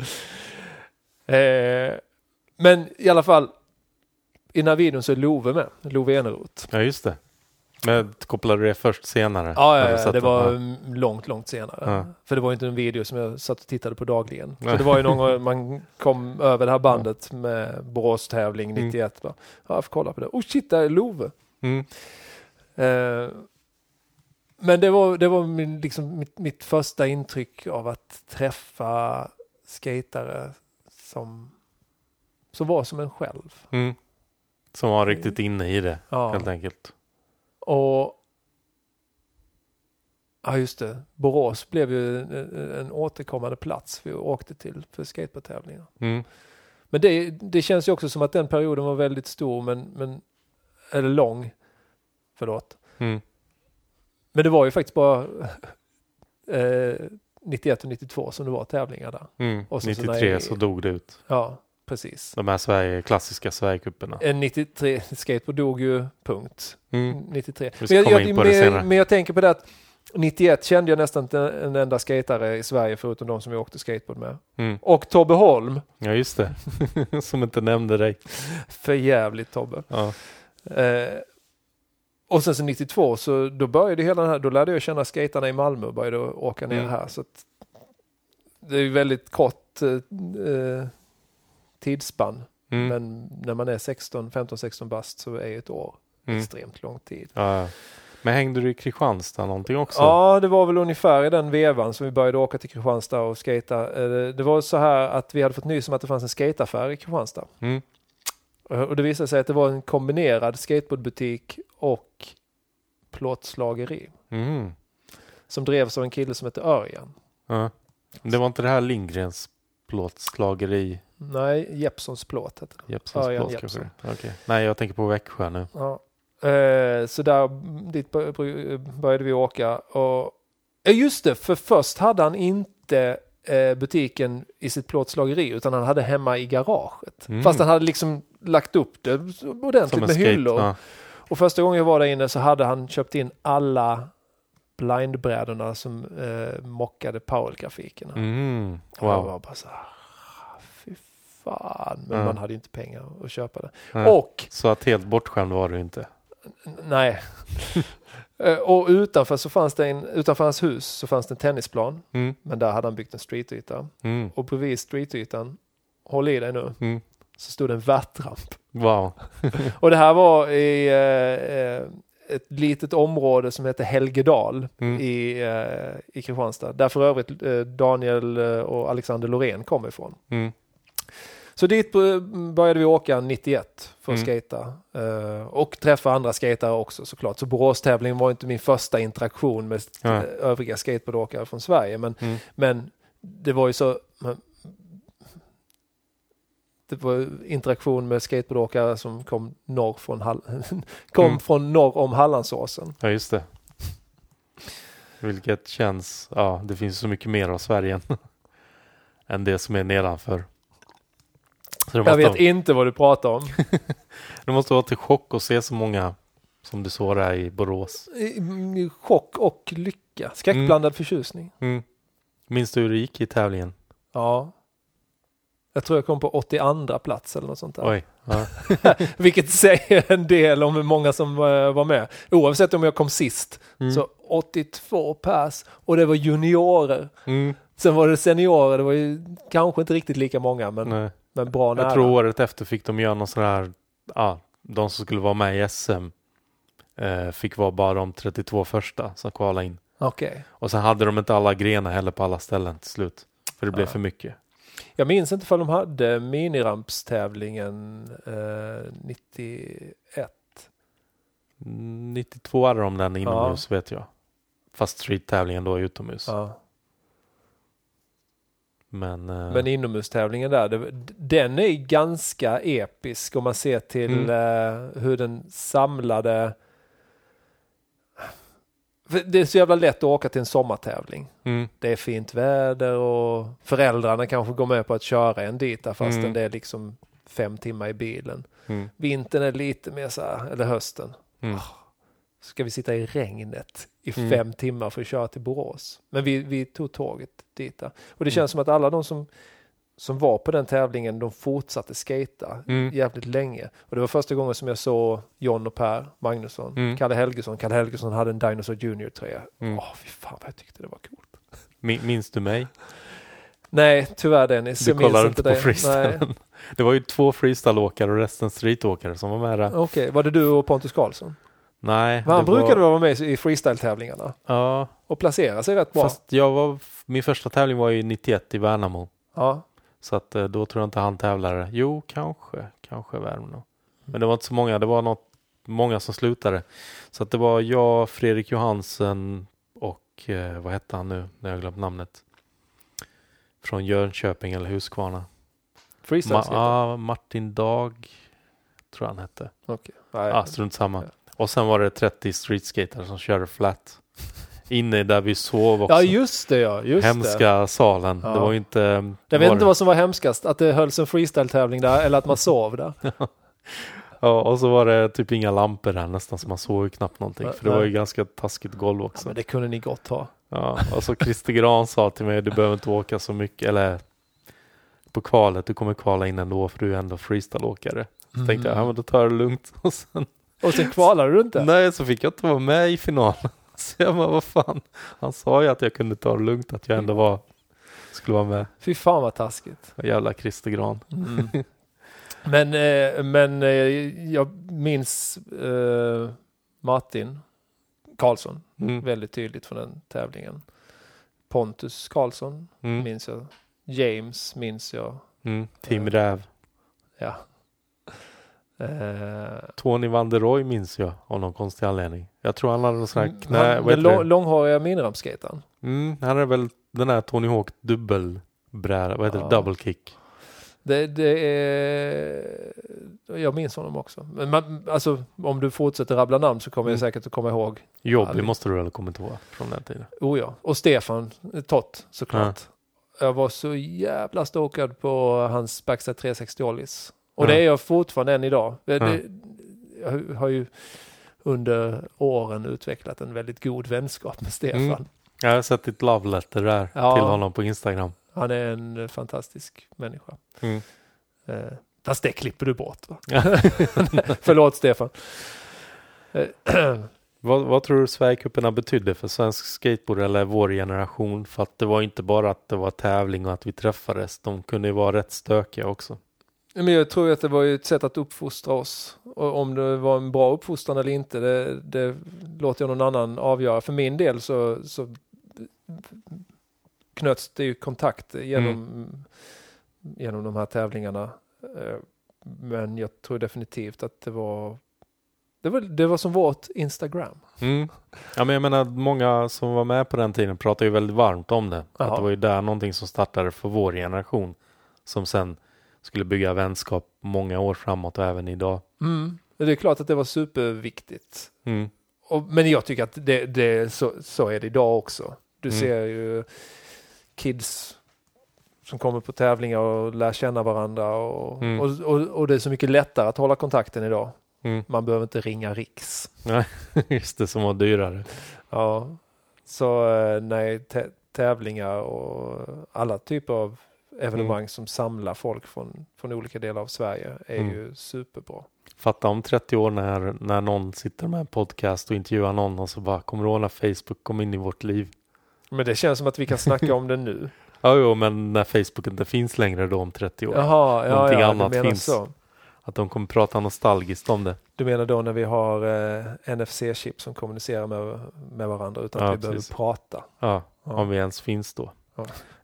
Men i alla fall i den här videon så är Love Eneroth. Ja, just det. Men kopplade du det först senare? Ja, det var långt senare. Ja. För det var inte en video som jag satt och tittade på dagligen. Så det var ju någon gång man kom över det här bandet med Borås tävling 91. Ja, jag får kolla på det. Shit, där är Love. Men det var mitt första intryck av att träffa skatare som var som en själv. Som var riktigt inne i det, helt enkelt. Och ja just det, Borås blev ju en återkommande plats vi åkte till för skateboardtävlingar. Men det känns ju också som att den perioden var väldigt stor eller lång. Förlåt. Men det var ju faktiskt bara 91 och 92 som det var tävlingar där. Och 93 så dog det ut. Ja, precis. De här klassiska Sverigecuperna. 93 skateboard dog ju punkt. 93. Men jag tänker på det att 91 kände jag nästan inte en enda skatare i Sverige förutom de som jag åkte skateboard med. Och Tobbe Holm. Ja, just det. Som inte nämnde dig. För jävligt Tobbe. Ja. Och sen så 92 så då började hela den här, då lärde jag känna skaterna i Malmö och började åka ner här. Så att det är ju väldigt kort tidsspann. Men när man är 15-16 bast så är ett år extremt lång tid. Ja. Men hängde du i Kristianstad någonting också? Ja, det var väl ungefär i den vevan som vi började åka till Kristianstad och skata. Det var så här att vi hade fått nys om att det fanns en skateaffär i Kristianstad. Och det visade sig att det var en kombinerad skateboardbutik och plåtslageri. Som drevs av en kille som hette Örjan. Ja. Det var inte det här Lindgrens plåtslageri? Nej, Jeppsons plåt hette det. Jeppsons Örjan plåt Jeppsson. Okay. Nej, jag tänker på Växjö nu. Ja. Så dit började vi åka. Och just det, för först hade han inte butiken i sitt plåtslageri utan han hade hemma i garaget. Fast han hade liksom lagt upp det ordentligt med hyllor. Ja. Och första gången jag var där inne så hade han köpt in alla blindbrädorna som mockade Powell-grafikerna. Wow. Och jag var bara så här, fy fan. Men man hade ju inte pengar att köpa det. Och så att helt bortskämd var du inte? Nej. Och utanför hans hus så fanns det en tennisplan. Men där hade han byggt en streetyta. Och bredvid streetytan, håll i dig nu, så stod det en värtramp. Wow. Och det här var i ett litet område som heter Helgedal i Kristianstad. Där för övrigt Daniel och Alexander Loreen kom ifrån. Så dit började vi åka 91 för att skata. Och träffa andra skatare också såklart. Så Borås-tävlingen var inte min första interaktion med övriga skateboardåkare från Sverige. Men det var ju så... Det var interaktion med skateboardåkare som kom från norr om Hallandsåsen. Ja, just det. Vilket känns... Ja, det finns så mycket mer av Sverige än det som är nedanför. Jag vet inte vad du pratar om. Det måste vara till chock att se så många som du såg där i Borås. Chock och lycka. Skräckblandad förtjusning. Minns du hur det gick i tävlingen? Ja. Jag tror jag kom på 82 plats eller något sånt där. Oj. Ja. Vilket säger en del om hur många som var med. Oavsett om jag kom sist. Så 82 pers. Och det var juniorer. Sen var det seniorer. Det var ju kanske inte riktigt lika många. Men bra nära. Jag tror året efter fick de göra någon sån här... de som skulle vara med i SM fick vara bara de 32 första som kvalade in. Okay. Och sen hade de inte alla grenar heller på alla ställen till slut. För det blev för mycket. Jag minns inte för de hade minirampstävlingen 91. 92 hade de den inomhus vet jag. Fast street-tävlingen då utomhus. Ja. Men inomhustävlingen där, den är ganska episk om man ser till hur den samlade... Det är så jävla lätt att åka till en sommartävling. Det är fint väder och föräldrarna kanske går med på att köra en dit där fastän det är liksom 5 timmar i bilen. Vintern är lite mer så här, eller hösten. Ska vi sitta i regnet i 5 timmar för att köra till Borås? Men vi tog tåget dit där. Och det känns som att alla de som var på den tävlingen, de fortsatte skata jävligt länge. Och det var första gången som jag såg John och Per Magnusson. Kalle Helgesson hade en Dinosaur Junior-tröja. Fy fan vad jag tyckte det var coolt. Minns du mig? Nej, tyvär Dennis. Du kollade inte på freestylen. Det var ju 2 freestyleåkare och resten streetåkare som var med där. Okej, var det du och Pontus Karlsson? Nej. Men han brukade vara med i freestyle-tävlingarna. Ja. Och placera sig rätt bra. Fast min första tävling var ju 91 i Värnamo. Ja. Så att då tror jag inte han tävlade. Jo, kanske Värnamo. Men det var inte så många. Det var många som slutade. Så att det var jag, Fredrik Johansen och vad hette han nu när jag glömt namnet? Från Jönköping eller Huskvarna. Freestyle Martin Dag tror han hette. Okej. Strunt samma. Ja. Och sen var det 30 streetskater som körde flat. Inne där vi sov också. Ja, just det. Hemska salen. Ja. Det var ju inte... Jag vet inte vad som var hemskast. Att det hölls en freestyle-tävling där eller att man sov där. Ja, och så var det typ inga lampor där nästan så man såg ju knappt någonting. För det var ju ganska taskigt golv också. Ja, men det kunde ni gott ha. Ja, och så Christer Gran sa till mig du behöver inte åka så mycket. Eller på kvalet, du kommer kvala in ändå för du är ändå freestyle-åkare. Så tänkte jag, men då tar jag det lugnt. Och sen kvalade du inte? Nej, så fick jag inte vara med i finalen. Så jag bara, vad fan. Han sa ju att jag kunde ta det lugnt, att jag ändå skulle vara med. Fy fan vad taskigt. Jävla Christer Gran. Men jag minns Martin Karlsson väldigt tydligt från den tävlingen. Pontus Karlsson minns jag. James minns jag. Team Räv. Ja. Tony Van der Roy minns jag av någon konstig anledning. Jag tror han hade någon sån här knä... Den långhåriga minirampskejtaren. Han är väl den här Tony Hawk dubbelbräda. Vad heter det? Double kick. Det är... Jag minns honom också. Men alltså, om du fortsätter rabbla namn så kommer jag säkert att komma ihåg. Jobby måste du väl komma ihåg från den tiden. Oh ja. Och Stefan Tott såklart. Jag var så jävla stokad på hans Backside 360 Ollies. Och det är jag fortfarande än idag. Jag har ju under åren utvecklat en väldigt god vänskap med Stefan. Jag har sett ditt love letter där till honom på Instagram. Han är en fantastisk människa. Fast det klipper du bort va? Förlåt Stefan. Vad tror du Sverigecuperna betydde för svensk skateboard eller vår generation? För att det var inte bara att det var tävling och att vi träffades. De kunde ju vara rätt stökiga också. Men jag tror att det var ett sätt att uppfostra oss. Och om det var en bra uppfostran eller inte, det låter jag någon annan avgöra. För min del så knöts det ju kontakt genom de här tävlingarna. Men jag tror definitivt att det var som vårt Instagram. Ja, men jag menar, många som var med på den tiden pratade ju väldigt varmt om det. Att det var ju där någonting som startade för vår generation. Som sen skulle bygga vänskap många år framåt och även idag. Det är klart att det var superviktigt. Men jag tycker att så är det idag också. Du ser ju kids som kommer på tävlingar och lär känna varandra. Och det är så mycket lättare att hålla kontakten idag. Man behöver inte ringa Riks. Nej, just det, som var dyrare. Ja, så nej, tävlingar och alla typer av evenemang som samlar folk från olika delar av Sverige är ju superbra. Fatta om 30 år när någon sitter med en podcast och intervjuar någon och så bara kommer du ihåg när Facebook kom in i vårt liv. Men det känns som att vi kan snacka om det nu. Ja, men när Facebook inte finns längre då om 30 år. Jaha, någonting annat finns. Så. Att de kommer prata nostalgiskt om det. Du menar då när vi har NFC-chip som kommunicerar med varandra utan att vi behöver prata? Ja, om vi ens finns då. Ja.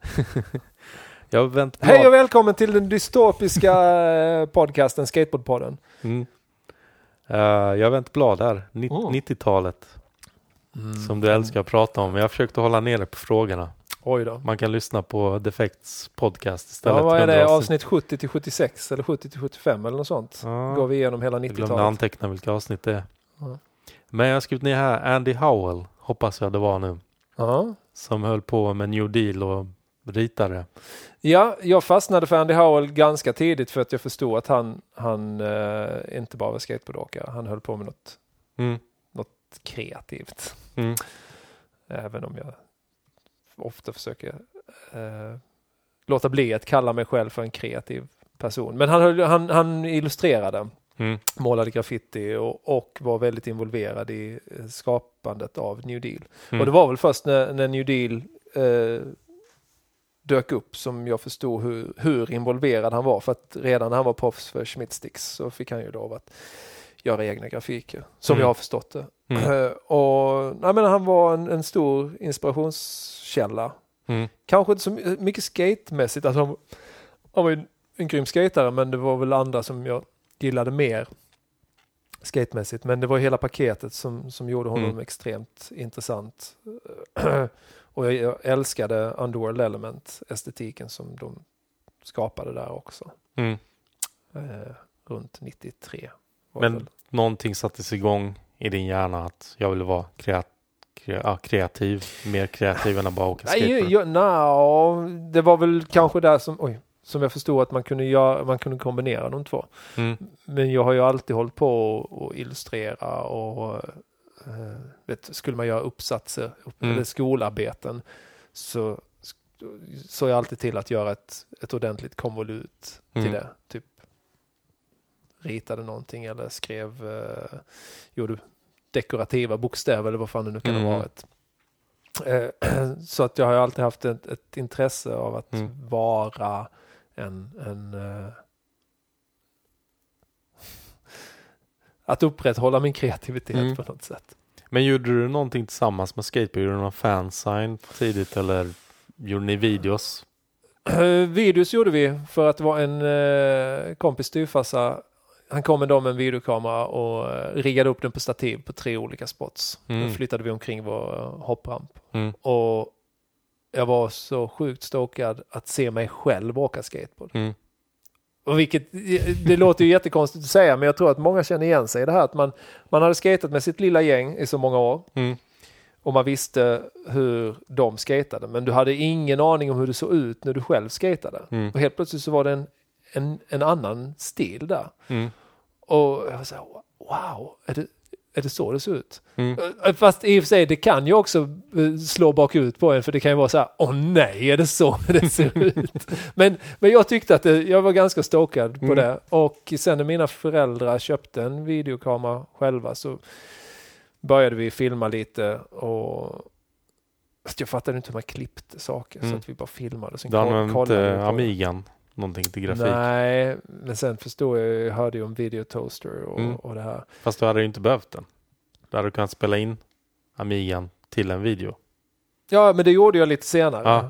Hej och välkommen till den dystopiska podcasten Skateboardpodden. Jag har vänt blad här. 90-talet. Som du älskar att prata om. Jag har försökt att hålla nere på frågorna. Oj då. Man kan lyssna på Defects podcast istället. Ja, vad är det? Avsnitt 70-76 eller 70-75 eller något sånt. Går vi igenom hela 90-talet. Jag glömde anteckna vilka avsnitt det är. Men jag har skrivit ner här Andy Howell, hoppas jag det var nu. Som höll på med New Deal och ritare. Ja, jag fastnade för Andy Howell ganska tidigt för att jag förstod att han inte bara var skateboardåkare. Han höll på med något kreativt. Även om jag ofta försöker låta bli att kalla mig själv för en kreativ person. Men han illustrerade, målade graffiti och var väldigt involverad i skapandet av New Deal. Och det var väl först när New Deal dök upp som jag förstod hur involverad han var. För att redan när han var proffs för Schmidtsticks så fick han ju lov att göra egna grafiker. Som jag har förstått det. Han var en stor inspirationskälla. Kanske inte så mycket skatemässigt. Alltså, han var en grym skatare, men det var väl andra som jag gillade mer skatemässigt. Men det var hela paketet som gjorde honom extremt intressant. Och jag älskade Underworld Element-estetiken som de skapade där också. Runt 93. Men någonting sattes igång i din hjärna att jag ville vara kreativ, mer kreativ än att bara åka skateboard? Det var väl kanske där som jag förstod att man kunde kombinera de två. Men jag har ju alltid hållit på och illustrera och skulle man göra uppsatser eller skolarbeten så jag alltid till att göra ett ordentligt konvolut till det. Typ ritade någonting eller gjorde dekorativa bokstäver eller vad fan det nu kan ha varit. Så att jag har alltid haft ett intresse av att vara att upprätthålla min kreativitet på något sätt. Men gjorde du någonting tillsammans med skateboard? Gjorde du någon fansign tidigt eller gjorde ni videos? Videos gjorde vi för att det var en kompis styrfarsa. Han kom med dem en videokamera och riggade upp den på stativ på 3 olika spots. Då flyttade vi omkring vår hoppramp. Och jag var så sjukt stokad att se mig själv åka skateboard. Och det låter ju jättekonstigt att säga, men jag tror att många känner igen sig i det här. Att man hade skatat med sitt lilla gäng i så många år. Och man visste hur de skatade. Men du hade ingen aning om hur det såg ut när du själv skatade. Och helt plötsligt så var det en annan stil där. Och jag var så här, wow, är det så det ser ut? Fast i och för sig, det kan ju också slå bakut på en, för det kan ju vara så här, nej, är det så det ser ut? Men jag tyckte att jag var ganska stokad på det. Och sen när mina föräldrar köpte en videokamera själva så började vi filma lite och jag fattade inte hur man klippte saker så att vi bara filmade. Sen du använde inte Amigan någonting till grafik? Nej, men sen förstod jag hörde ju om Video Toaster och det här. Fast du hade ju inte behövt den. Du hade kunnat spela in Amigan till en video. Ja, men det gjorde jag lite senare.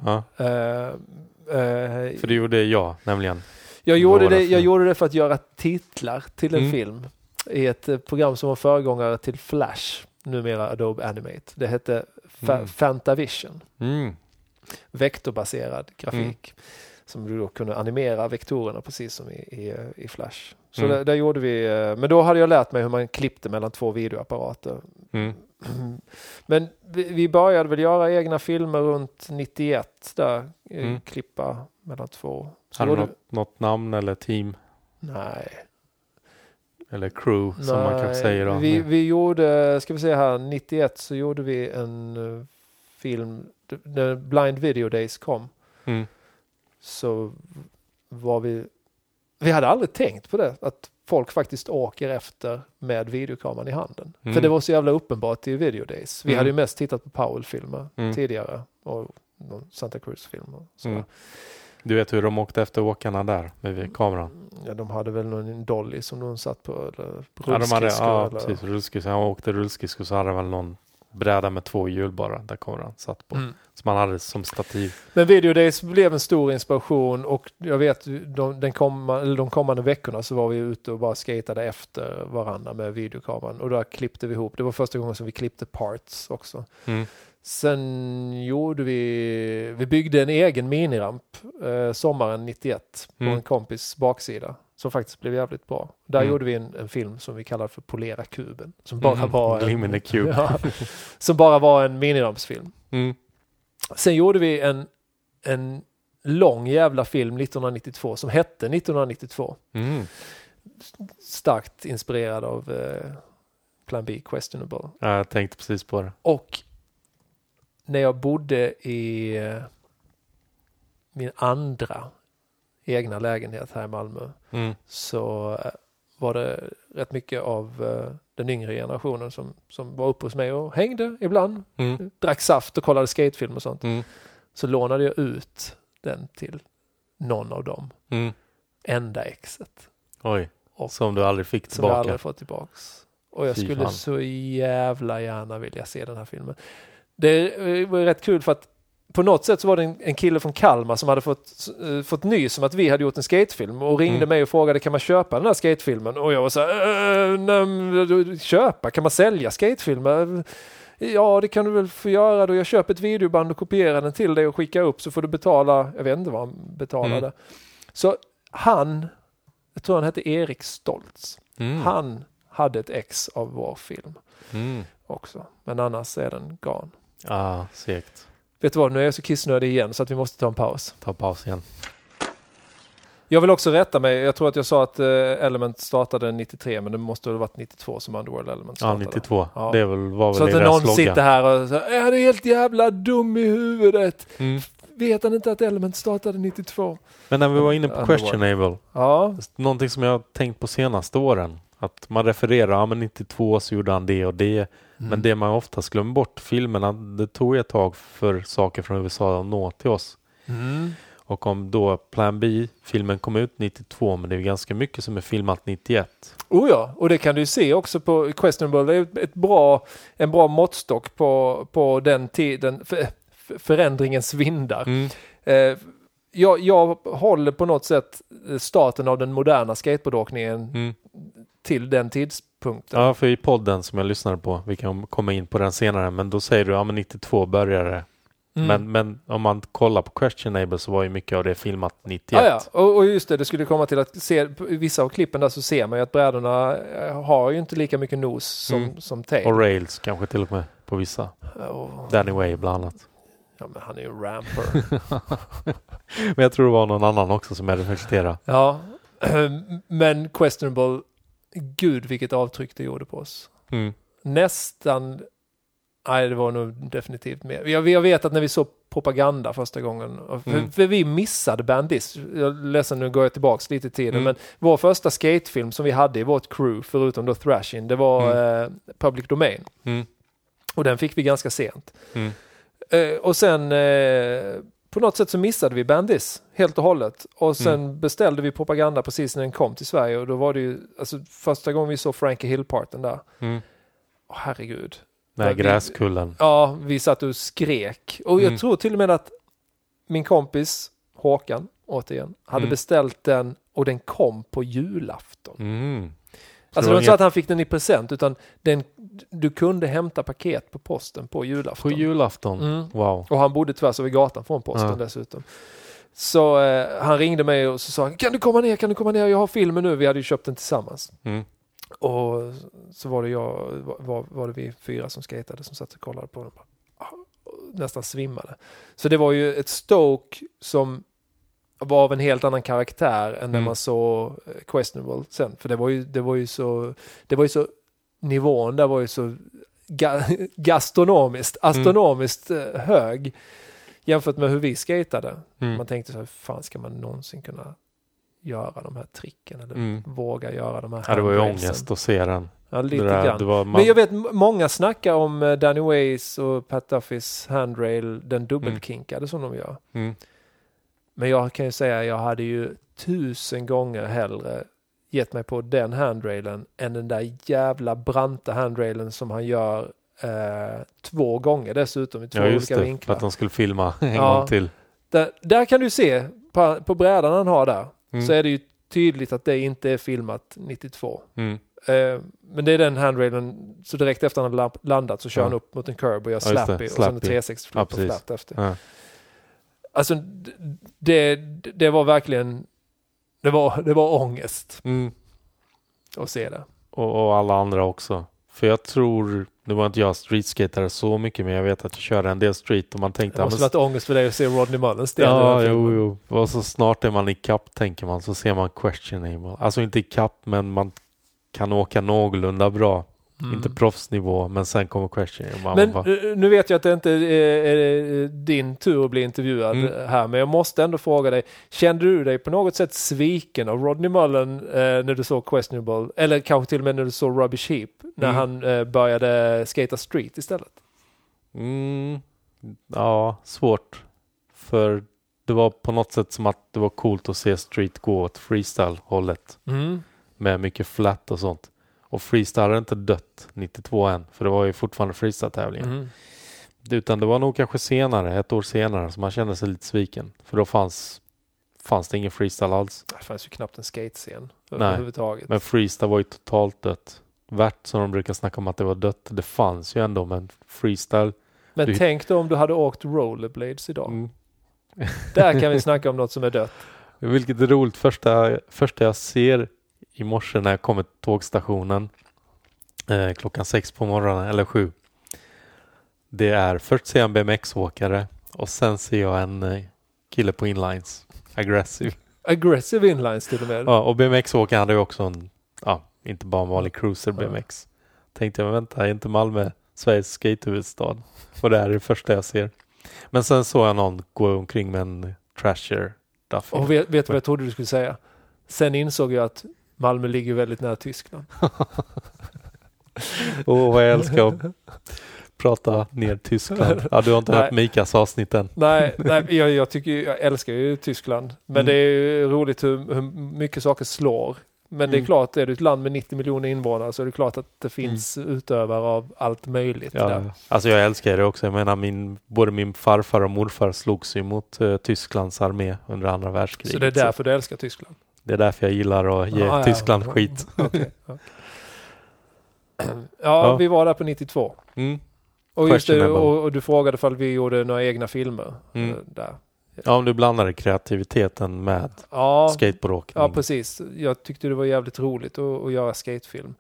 För det gjorde jag nämligen. Jag gjorde det för att göra titlar till en film i ett program som var föregångare till Flash, numera Adobe Animate. Det hette Fantavision. Vektorbaserad grafik som du då kunde animera vektorerna precis som i Flash. Så där gjorde vi, men då hade jag lärt mig hur man klippte mellan 2 videoapparater. Men vi började väl göra egna filmer runt 91 där, klippa mellan 2. Har du något namn eller team? Nej. Eller crew som man kanske säger då. Vi gjorde, ska vi se här, 91 så gjorde vi en film, när Blind Video Days kom. Så var vi hade aldrig tänkt på det, att folk faktiskt åker efter med videokameran i handen. För det var så jävla uppenbart i Video Days. Vi hade ju mest tittat på Powell-filmer tidigare och Santa Cruz-filmer. Du vet hur de åkte efter åkarna där med kameran? Ja, de hade väl någon dolly som de satt på, eller rullskridskor. Precis, rullskridskor. Han åkte rullskridskor så hade väl någon bräda med 2 hjul bara där kameran satt på. Som man hade som stativ. Men Video Days blev en stor inspiration och jag vet de kommande veckorna så var vi ute och bara skatade efter varandra med videokameran och då klippte vi ihop. Det var första gången som vi klippte parts också. Sen gjorde vi byggde en egen miniramp sommaren 91 på en kompis baksida som faktiskt blev jävligt bra. Där gjorde vi en film som vi kallade för Polera kuben. Som bara var som bara var en minirampsfilm. Sen gjorde vi en lång jävla film 1992 som hette 1992. Starkt inspirerad av Plan B Questionable. Ja, jag tänkte precis på det. Och när jag bodde i min andra egna lägenhet här i Malmö så var det rätt mycket av den yngre generationen som var uppe hos mig och hängde ibland. Drack saft och kollade skatefilm och sånt. Så lånade jag ut den till någon av dem. Enda exet. Oj, och som du aldrig fick tillbaka. Som jag aldrig fått tillbaks. Och jag skulle så jävla gärna vilja se den här filmen. Det var rätt kul för att på något sätt så var det en kille från Kalmar som hade fått nys om att vi hade gjort en skatefilm och ringde mig och frågade kan man köpa den här skatefilmen? Och jag var så här, köpa? Kan man sälja skatefilmer? Ja, det kan du väl få göra då. Jag köper ett videoband och kopierar den till dig och skickar upp så får du betala, jag vet inte vad han betalade. Så jag tror han hette Erik Stoltz. Han hade ett ex av vår film också. Men annars är den gone. Segt. Vet du vad, nu är jag så kissnödig igen så att vi måste ta en paus. Ta paus igen. Jag vill också rätta mig. Jag tror att jag sa att Element startade 93 men det måste ha varit 92 som Underworld Element startade. 92. Ja. Det var väl så att någon sitter här och säger han är helt jävla dum i huvudet. Vet han inte att Element startade 92? Men när vi var inne på Questionable. Någonting som jag har tänkt på senaste åren. Att man refererar, men 92 så gjorde han det och det. Men det man oftast glömmer bort, filmerna, det tog ett tag för saker från USA att nå till oss. Och om då Plan B-filmen kom ut 92, men det är ganska mycket som är filmat 91. Oh ja, och det kan du se också på Questionable. Det är en bra måttstock på den tiden, förändringens vindar. Jag håller på något sätt starten av den moderna skateboardåkningen till den tidspunkten. Ja, för i podden som jag lyssnade på, vi kan komma in på den senare, men då säger du, men 92 började. Men om man kollar på Questionable så var ju mycket av det filmat 91. Ja. Och just det skulle komma till att se vissa av klippen där så ser man ju att brädorna har ju inte lika mycket nos som tail. Och rails kanske till och med på vissa. Danny Way bland annat. Ja, men han är ju ramper. Men jag tror det var någon annan också som jag reflekterade. Ja, men Questionable, gud vilket avtryck det gjorde på oss. Nästan, nej det var nog definitivt mer. Jag vet att när vi såg propaganda första gången. För vi missade Bandis. Jag är ledsen, nu går jag tillbaka lite i tiden. Men vår första skatefilm som vi hade i vårt crew, förutom då Thrashing, det var Public Domain. Och den fick vi ganska sent. Och sen på något sätt så missade vi Bandis helt och hållet. Och sen beställde vi propaganda precis när den kom till Sverige. Och då var det ju, alltså första gången vi såg Frankie Hill-parten där. Herregud. Nej, gräskullen. Vi satt och skrek. Och jag tror till och med att min kompis Håkan, återigen, hade beställt den och den kom på julafton. Alltså det var inte så att han fick den i present, utan du kunde hämta paket på posten på julafton. På julafton? Wow. Och han bodde tvärs över gatan från posten dessutom. Så han ringde mig och så sa han, kan du komma ner, jag har filmen nu. Vi hade ju köpt den tillsammans. Och så var det var det vi 4 som skatade som satt och kollade på den. Nästan svimmade. Så det var ju ett Stoke som var av en helt annan karaktär än när man såg Questionable sen. För det var ju så nivån där var ju så astronomiskt hög jämfört med hur vi skatade. Man tänkte så här, fan ska man någonsin kunna göra de här tricken eller våga göra de här. Ja, det var ju ångest att se den. Ja, lite grann. Men jag vet, många snackar om Danny Ways och Pat Duffys handrail, den dubbelkinkade som de gör. Men jag kan ju säga, jag hade ju 1000 gånger hellre gett mig på den handrailen än den där jävla branta handrailen som han gör 2 gånger dessutom i 2 olika vinklar. För att de skulle filma en gång till. Där kan du se, på brädan han har där, så är det ju tydligt att det inte är filmat 92. Men det är den handrailen, så direkt efter han har landat så kör han upp mot en curb och gör slappy och sen en 360 flip och flat efter. Ja. Alltså det var verkligen det var ångest att se det. Och alla andra också. För jag tror, det var inte jag streetskatare så mycket, men jag vet att jag körde en del street och man tänkte... Det måste varit ångest för dig att se Rodney Mullen stel. Ja, jo. Och så snart är man i kapp, tänker man, så ser man questionable. Alltså inte i kapp, men man kan åka någorlunda bra. Inte proffsnivå, men sen kommer questionable. Men nu vet jag att det inte är din tur att bli intervjuad här, men jag måste ändå fråga dig, kände du dig på något sätt sviken av Rodney Mullen när du såg questionable, eller kanske till och med när du såg Rubbish Heap, när han började skata street istället? Ja, svårt. För det var på något sätt som att det var coolt att se street gå åt freestyle-hållet. Med mycket flat och sånt. Och freestyle hade inte dött 92 än, för det var ju fortfarande freestyle-tävlingen. Utan det var nog kanske senare, 1 år senare, som man kände sig lite sviken. För då fanns det ingen freestyle alls. Det fanns ju knappt en skate-scen överhuvudtaget. Men freestyle var ju totalt dött. Värt som de brukar snacka om att det var dött. Det fanns ju ändå, men freestyle... Men tänk då om du hade åkt rollerblades idag. Där kan vi snacka om något som är dött. Vilket är roligt. Första jag ser i morse när jag kommer till tågstationen klockan 6 på morgonen, eller 7. Det är först ser jag en BMX-åkare och sen ser jag en kille på inlines. Aggressive inlines till och med. Ja, och BMX-åkaren hade ju också inte bara en vanlig cruiser BMX. Tänkte jag, men vänta, är inte Malmö Sveriges skatehuvudstad? Och det är det första jag ser. Men sen såg jag någon gå omkring med en trasher. Och vet du vad jag trodde du skulle säga? Sen insåg jag att Malmö ligger väldigt nära Tyskland. Vad jag älskar att prata ner Tyskland. Ja, du har inte hört Mikas avsnitt än. Nej, jag älskar ju Tyskland. Men det är ju roligt hur mycket saker slår. Men det är klart, är det ett land med 90 miljoner invånare så är det klart att det finns utövare av allt möjligt. Ja, där. Alltså jag älskar det också. Jag menar, både min farfar och morfar slogs ju mot Tysklands armé under andra världskriget. Så det är därför du älskar Tyskland? Det är därför jag gillar att ge Tyskland skit. Okay. Ja, vi var där på 92. Och just det, och du frågade ifall vi gjorde några egna filmer där. Ja, om du blandade kreativiteten med skateboardåkning. Ja, precis. Jag tyckte det var jävligt roligt att göra skatefilm.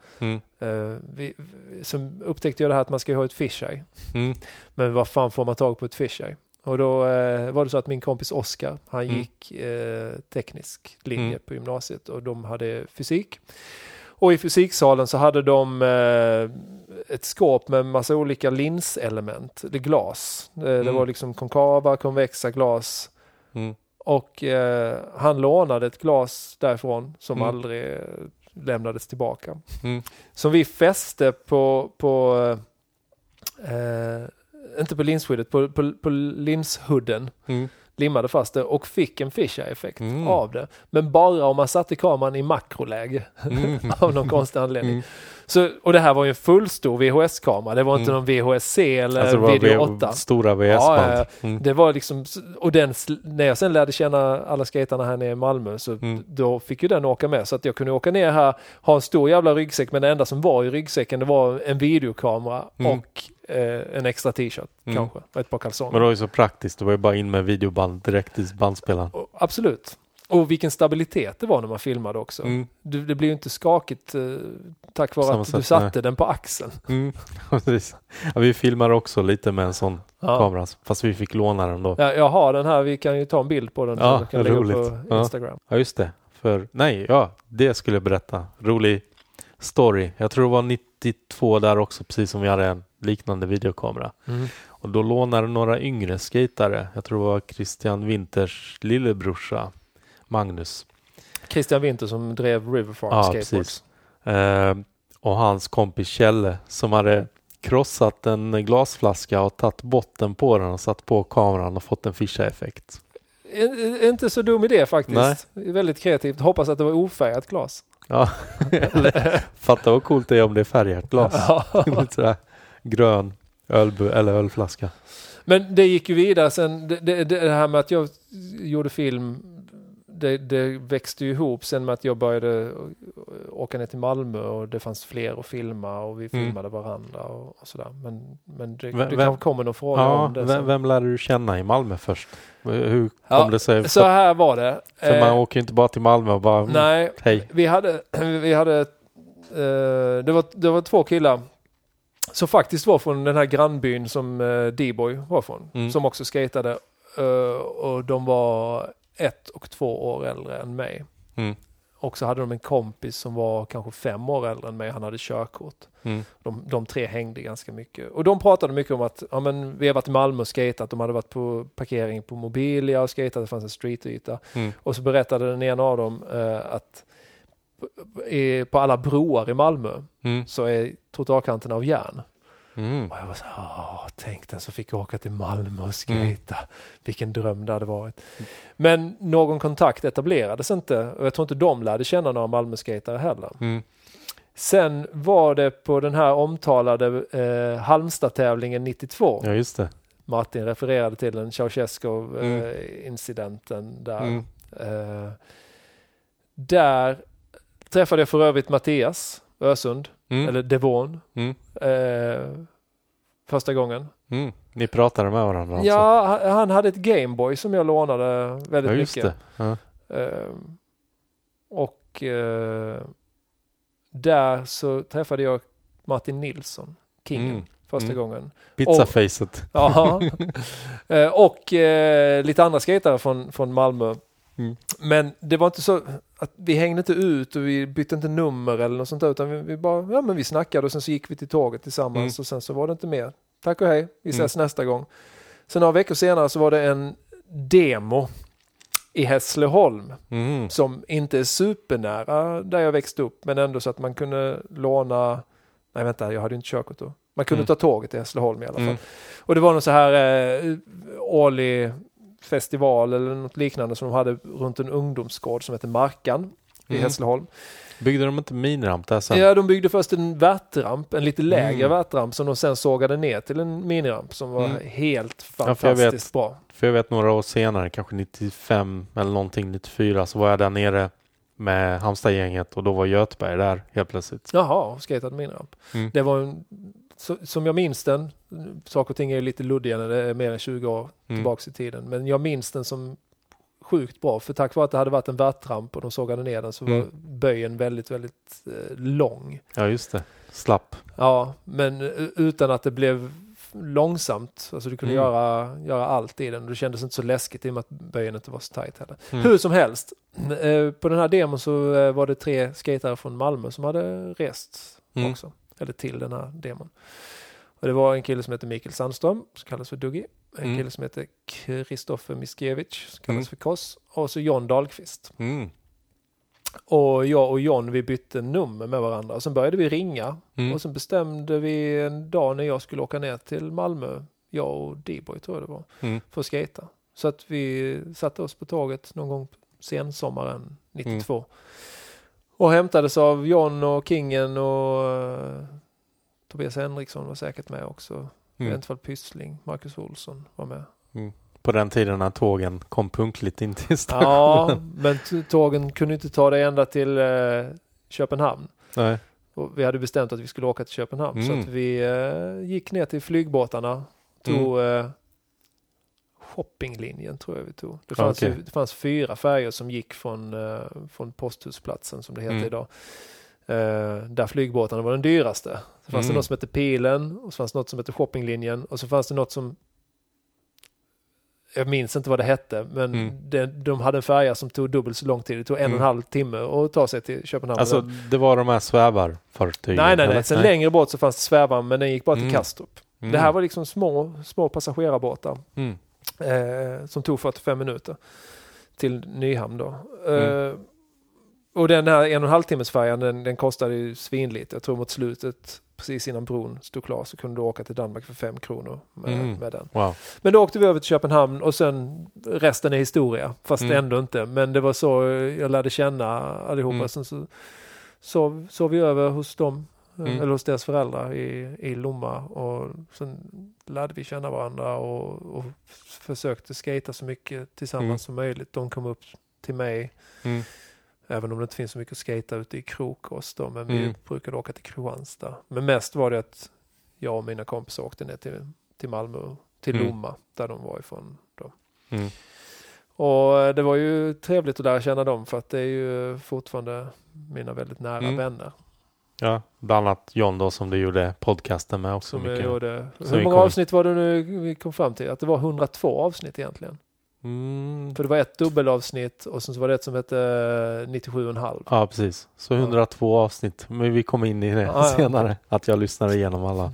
Som upptäckte jag det här att man ska ha ett fisheye. Men vad fan får man tag på ett fisheye? Och då var det så att min kompis Oskar, han gick teknisk linje på gymnasiet och de hade fysik. Och i fysiksalen så hade de ett skåp med massa olika linselement. Det glas. Det var liksom konkava, konvexa glas. Och han lånade ett glas därifrån som aldrig lämnades tillbaka. Som vi fäste på inte på linsskyddet, på linshudden. Limmade fast det och fick en fisheye-effekt av det. Men bara om man satte kameran i makroläge av någon konstig anledning. Så, och det här var ju en fullstor VHS-kamera. Det var inte någon VHS-C eller alltså Video 8. Stora VHS-band. Det var liksom, och den, när jag sen lärde känna alla skaterna här nere i Malmö så då fick ju den åka med. Så att jag kunde åka ner här, ha en stor jävla ryggsäck, men det enda som var i ryggsäcken det var en videokamera och en extra t-shirt kanske, och ett par kalsonger. Men det var ju så praktiskt, det var ju bara in med videoband direkt i bandspelaren. Absolut. Och vilken stabilitet det var när man filmade också. Det blir ju inte skakigt tack vare att du satte den på axeln. Ja, vi filmar också lite med en sån kamera, fast vi fick låna den då. Ja, jag har den här, vi kan ju ta en bild på den. Ja, så kan roligt. lägga på Instagram. Ja, just det. Det skulle jag berätta. Rolig story. Jag tror det var 92 där också, precis som vi hade en liknande videokamera. Och då lånade några yngre skatare. Jag tror det var Christian Winters lillebrorsa Magnus. Christian Winter som drev Riverfarm Skateboards. Och hans kompis Kjelle som hade krossat en glasflaska och tagit botten på den och satt på kameran och fått en fisheye-effekt. Inte så dum idé faktiskt. Nej. Väldigt kreativt. Hoppas att det var ofärgat glas. Ja, fatta vad coolt det är om det är färgat glas. Lite sådär grön ölflaska. Men det gick ju vidare sen. Det här med att jag gjorde film, det växte ju ihop sen med att jag började åka ner till Malmö och det fanns fler att filma och vi filmade varandra och sådär. Men det kommer nog fråga om det. Vem lärde du känna i Malmö först? Hur kom det sig? Så här var det. För man åker ju inte bara till Malmö och bara nej, hej. Vi hade det var två killar som faktiskt var från den här grannbyn som D-Boy var från. Som också skatade. Och de var 1 och 2 år äldre än mig. Och så hade de en kompis som var kanske 5 år äldre än mig. Han hade körkort. De 3 hängde ganska mycket. Och de pratade mycket om att vi har varit i Malmö och skatat. De hade varit på parkering på Mobilia och skatat. Det fanns en streetyta. Och så berättade den ena av dem att på alla broar i Malmö så är trottoarkanten av järn. Och jag var så tänk den så fick jag åka till Malmö och skata. Vilken dröm det hade varit. Men någon kontakt etablerades inte. Och jag tror inte de lärde känna några Malmö-skatare heller. Sen var det på den här omtalade Halmstad-tävlingen 92. Ja, just det. Martin refererade till den Ceausescu-incidenten där. Där träffade jag för övrigt Mattias Ösund. Eller Devon. Första gången. Ni pratade med varandra alltså? Ja, han hade ett Gameboy som jag lånade väldigt mycket. Ja. Och där så träffade jag Martin Nilsson, Kingen, första gången. Pizzafacet. Ja. Och lite andra skatare från Malmö. Men det var inte så att vi hängde inte ut och vi bytte inte nummer eller något sånt där, utan vi bara, men vi snackade och sen så gick vi till tåget tillsammans och sen så var det inte mer. Tack och hej, vi ses nästa gång. Sen några veckor senare så var det en demo i Hässleholm som inte är supernära där jag växte upp, men ändå så att man kunde låna, nej vänta, jag hade inte körkort då. Man kunde ta tåget till Hässleholm i alla fall. Och det var någon så här årlig festival eller något liknande som de hade runt en ungdomsgård som heter Markan i Hässleholm. Byggde de inte miniramp där sen? Ja, de byggde först en värtramp, en lite lägre värtramp som de sen sågade ner till en miniramp som var helt fantastiskt bra. För jag vet några år senare, kanske 95 eller någonting, 94, så var jag där nere med Halmstad-gänget och då var Göteborg där helt plötsligt. Jaha, skatade miniramp. Det var som jag minns den, saker och ting är lite luddiga när det är mer än 20 år tillbaka i tiden, men jag minns den som sjukt bra, för tack vare att det hade varit en värtramp och de sågade ner den så var böjen väldigt, väldigt lång. Ja, just det. Slapp. Ja, men utan att det blev långsamt. Alltså du kunde göra allt i den. Det kändes inte så läskigt i och med att böjen inte var så tajt heller. Hur som helst, på den här demon så var det 3 skatare från Malmö som hade rest också. Eller till den här demon. Och det var en kille som heter Mikael Sandström, som kallas för Dougie. En kille som heter Kristoffer Miskiewicz, som kallas för Koss. Och så John Dahlqvist. Och jag och John, vi bytte nummer med varandra. Och sen började vi ringa. Och sen bestämde vi en dag när jag skulle åka ner till Malmö. Jag och D-Boy tror jag det var. För att skata. Så att vi satte oss på tåget någon gång sensommaren 92. Och hämtades av John och Kingen och Tobias Henriksson var säkert med också. Eventuellt Pyssling, Marcus Olsson var med. På den tiden när tågen kom punktligt in till stationen. Ja, men tågen kunde inte ta det ända till Köpenhamn. Nej. Och vi hade bestämt att vi skulle åka till Köpenhamn. Så att vi gick ner till flygbåtarna. Tog shoppinglinjen tror jag vi tog. Det fanns 4 färger som gick från Posthusplatsen som det heter idag. Där flygbåtarna var den dyraste. Så fanns det något som hette Pilen och så fanns det något som hette shoppinglinjen och så fanns det något som jag minns inte vad det hette, men de hade en färja som tog dubbelt så lång tid. Det tog 1,5 timme att ta sig till Köpenhamn. Alltså det var de här svävarfartygen? Nej. Sen längre bort så fanns det svävaren, men den gick bara till Kastrup. Det här var liksom små passagerarbåtar som tog 45 minuter till Nyhamn då. Och den här 1,5 timmes färjan, den kostade ju svinligt. Jag tror mot slutet, precis innan bron stod klar, så kunde du åka till Danmark för 5 kronor med den. Wow. Men då åkte vi över till Köpenhamn och sen resten är historia. Fast ändå inte. Men det var så jag lärde känna allihopa. Sen så sov vi över hos dem, eller hos deras föräldrar i Lomma. Och sen lärde vi känna varandra och försökte skata så mycket tillsammans som möjligt. De kom upp till mig. Även om det inte finns så mycket att skata ute i Krokås då, men vi brukade åka till Kristianstad. Men mest var det att jag och mina kompisar åkte ner till Malmö, till Lomma, där de var ifrån då. Och det var ju trevligt att lära känna dem, för att det är ju fortfarande mina väldigt nära vänner. Ja, bland annat John då, som du gjorde podcasten med också. Som mycket. Hur många avsnitt var det nu vi kom fram till? Att det var 102 avsnitt egentligen. För det var ett dubbelavsnitt och sen så var det ett som hette 97,5. Ja, precis. Så 102 avsnitt. Men vi kom in i det senare. Att jag lyssnade igenom alla.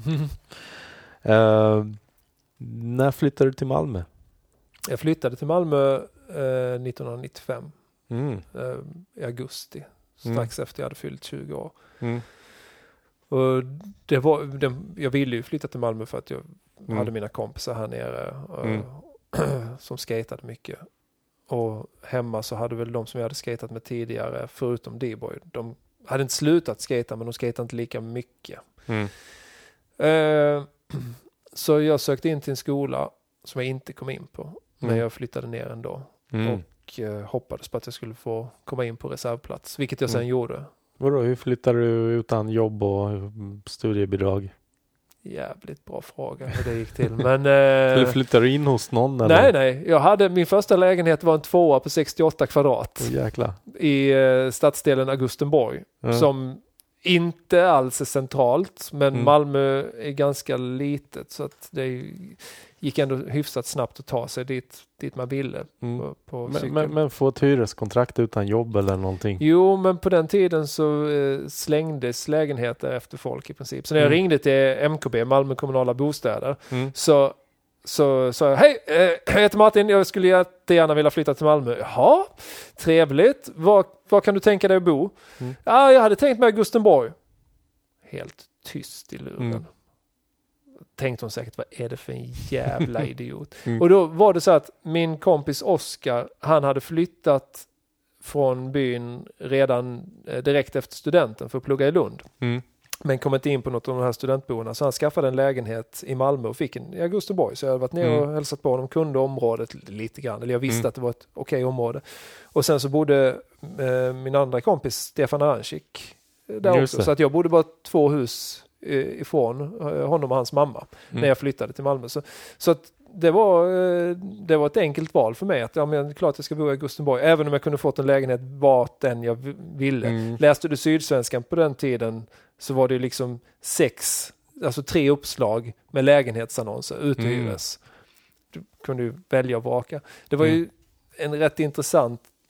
När flyttade du till Malmö? Jag flyttade till Malmö 1995. I augusti. Strax efter jag hade fyllt 20 år. Och jag ville ju flytta till Malmö för att jag hade mina kompisar här nere. Som skatade mycket. Och hemma så hade väl de som jag hade skatat med tidigare, förutom D-Boy, de hade inte slutat skata, men de skatade inte lika mycket. Så jag sökte in till en skola som jag inte kom in på. Men jag flyttade ner ändå. Och hoppades på att jag skulle få komma in på reservplats, vilket jag sen gjorde. Vadå, hur flyttade du utan jobb och studiebidrag? Jävligt bra fråga hur det gick till. Men, eller flyttade du in hos någon? Eller? Nej. Min första lägenhet var en 2 på 68 kvadrat. Jäklar. I stadsdelen Augustenborg. Som inte alls är centralt. Men Malmö är ganska litet. Så att det gick ändå hyfsat snabbt att ta sig dit man ville. På men få ett hyreskontrakt utan jobb eller någonting? Jo, men på den tiden så slängdes lägenheter efter folk i princip. Så när jag ringde till MKB, Malmö kommunala bostäder, så sa jag, hej, jag heter Martin, jag skulle jättegärna vilja flytta till Malmö. Jaha, trevligt. Var kan du tänka dig att bo? Ja, jag hade tänkt mig Augustenborg. Helt tyst i luren. Tänkte hon säkert, vad är det för en jävla idiot? Och då var det så att min kompis Oskar, han hade flyttat från byn redan direkt efter studenten för att plugga i Lund. Men kom inte in på något av de här studentboendena, så han skaffade en lägenhet i Malmö och fick en i Augustenborg. Så jag hade varit ner och hälsat på honom, kunde området lite grann, eller jag visste att det var ett okej område. Och sen så bodde min andra kompis Stefan Arancik där också, så att jag bodde bara 2 hus ifrån honom och hans mamma när jag flyttade till Malmö. Så att det var ett enkelt val för mig att klart jag ska bo i Augustenborg, även om jag kunde fått en lägenhet vart den jag ville. Läste du Sydsvenskan på den tiden så var det liksom 3 uppslag med lägenhetsannonser uthyres. Du kunde ju välja och vraka. Det var ju en rätt intressant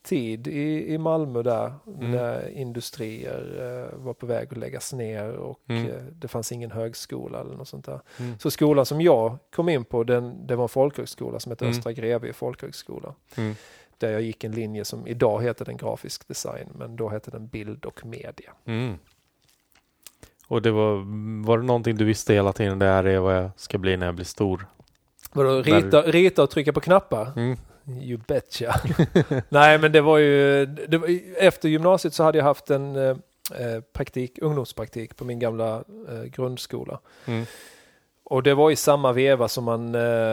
tid i Malmö där när industrier var på väg att läggas ner och det fanns ingen högskola eller något sånt där. Så skolan som jag kom in på, det var en folkhögskola som hette Östra Grevie folkhögskola. Där jag gick en linje som idag heter den grafisk design, men då hette den bild och media. Och det var det någonting du visste hela tiden, det här är vad jag ska bli när jag blir stor? Vadå, rita och trycka på knappar? You betcha. Nej, men det var ju efter gymnasiet så hade jag haft en ungdomspraktik på min gamla grundskola. Och det var i samma veva som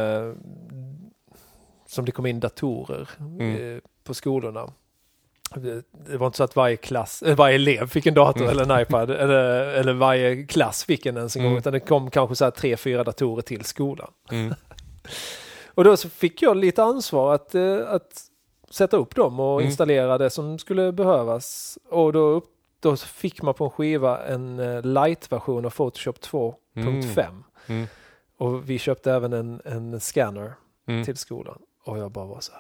det kom in datorer på skolorna. Det var inte så att varje elev fick en dator eller en iPad eller varje klass fick en ens en gång, utan det kom kanske så här 3-4 datorer till skolan. Och då så fick jag lite ansvar att sätta upp dem och installera det som skulle behövas. Och då fick man på en skiva en light-version av Photoshop 2.5. Och vi köpte även en scanner till skolan. Och jag bara var så här,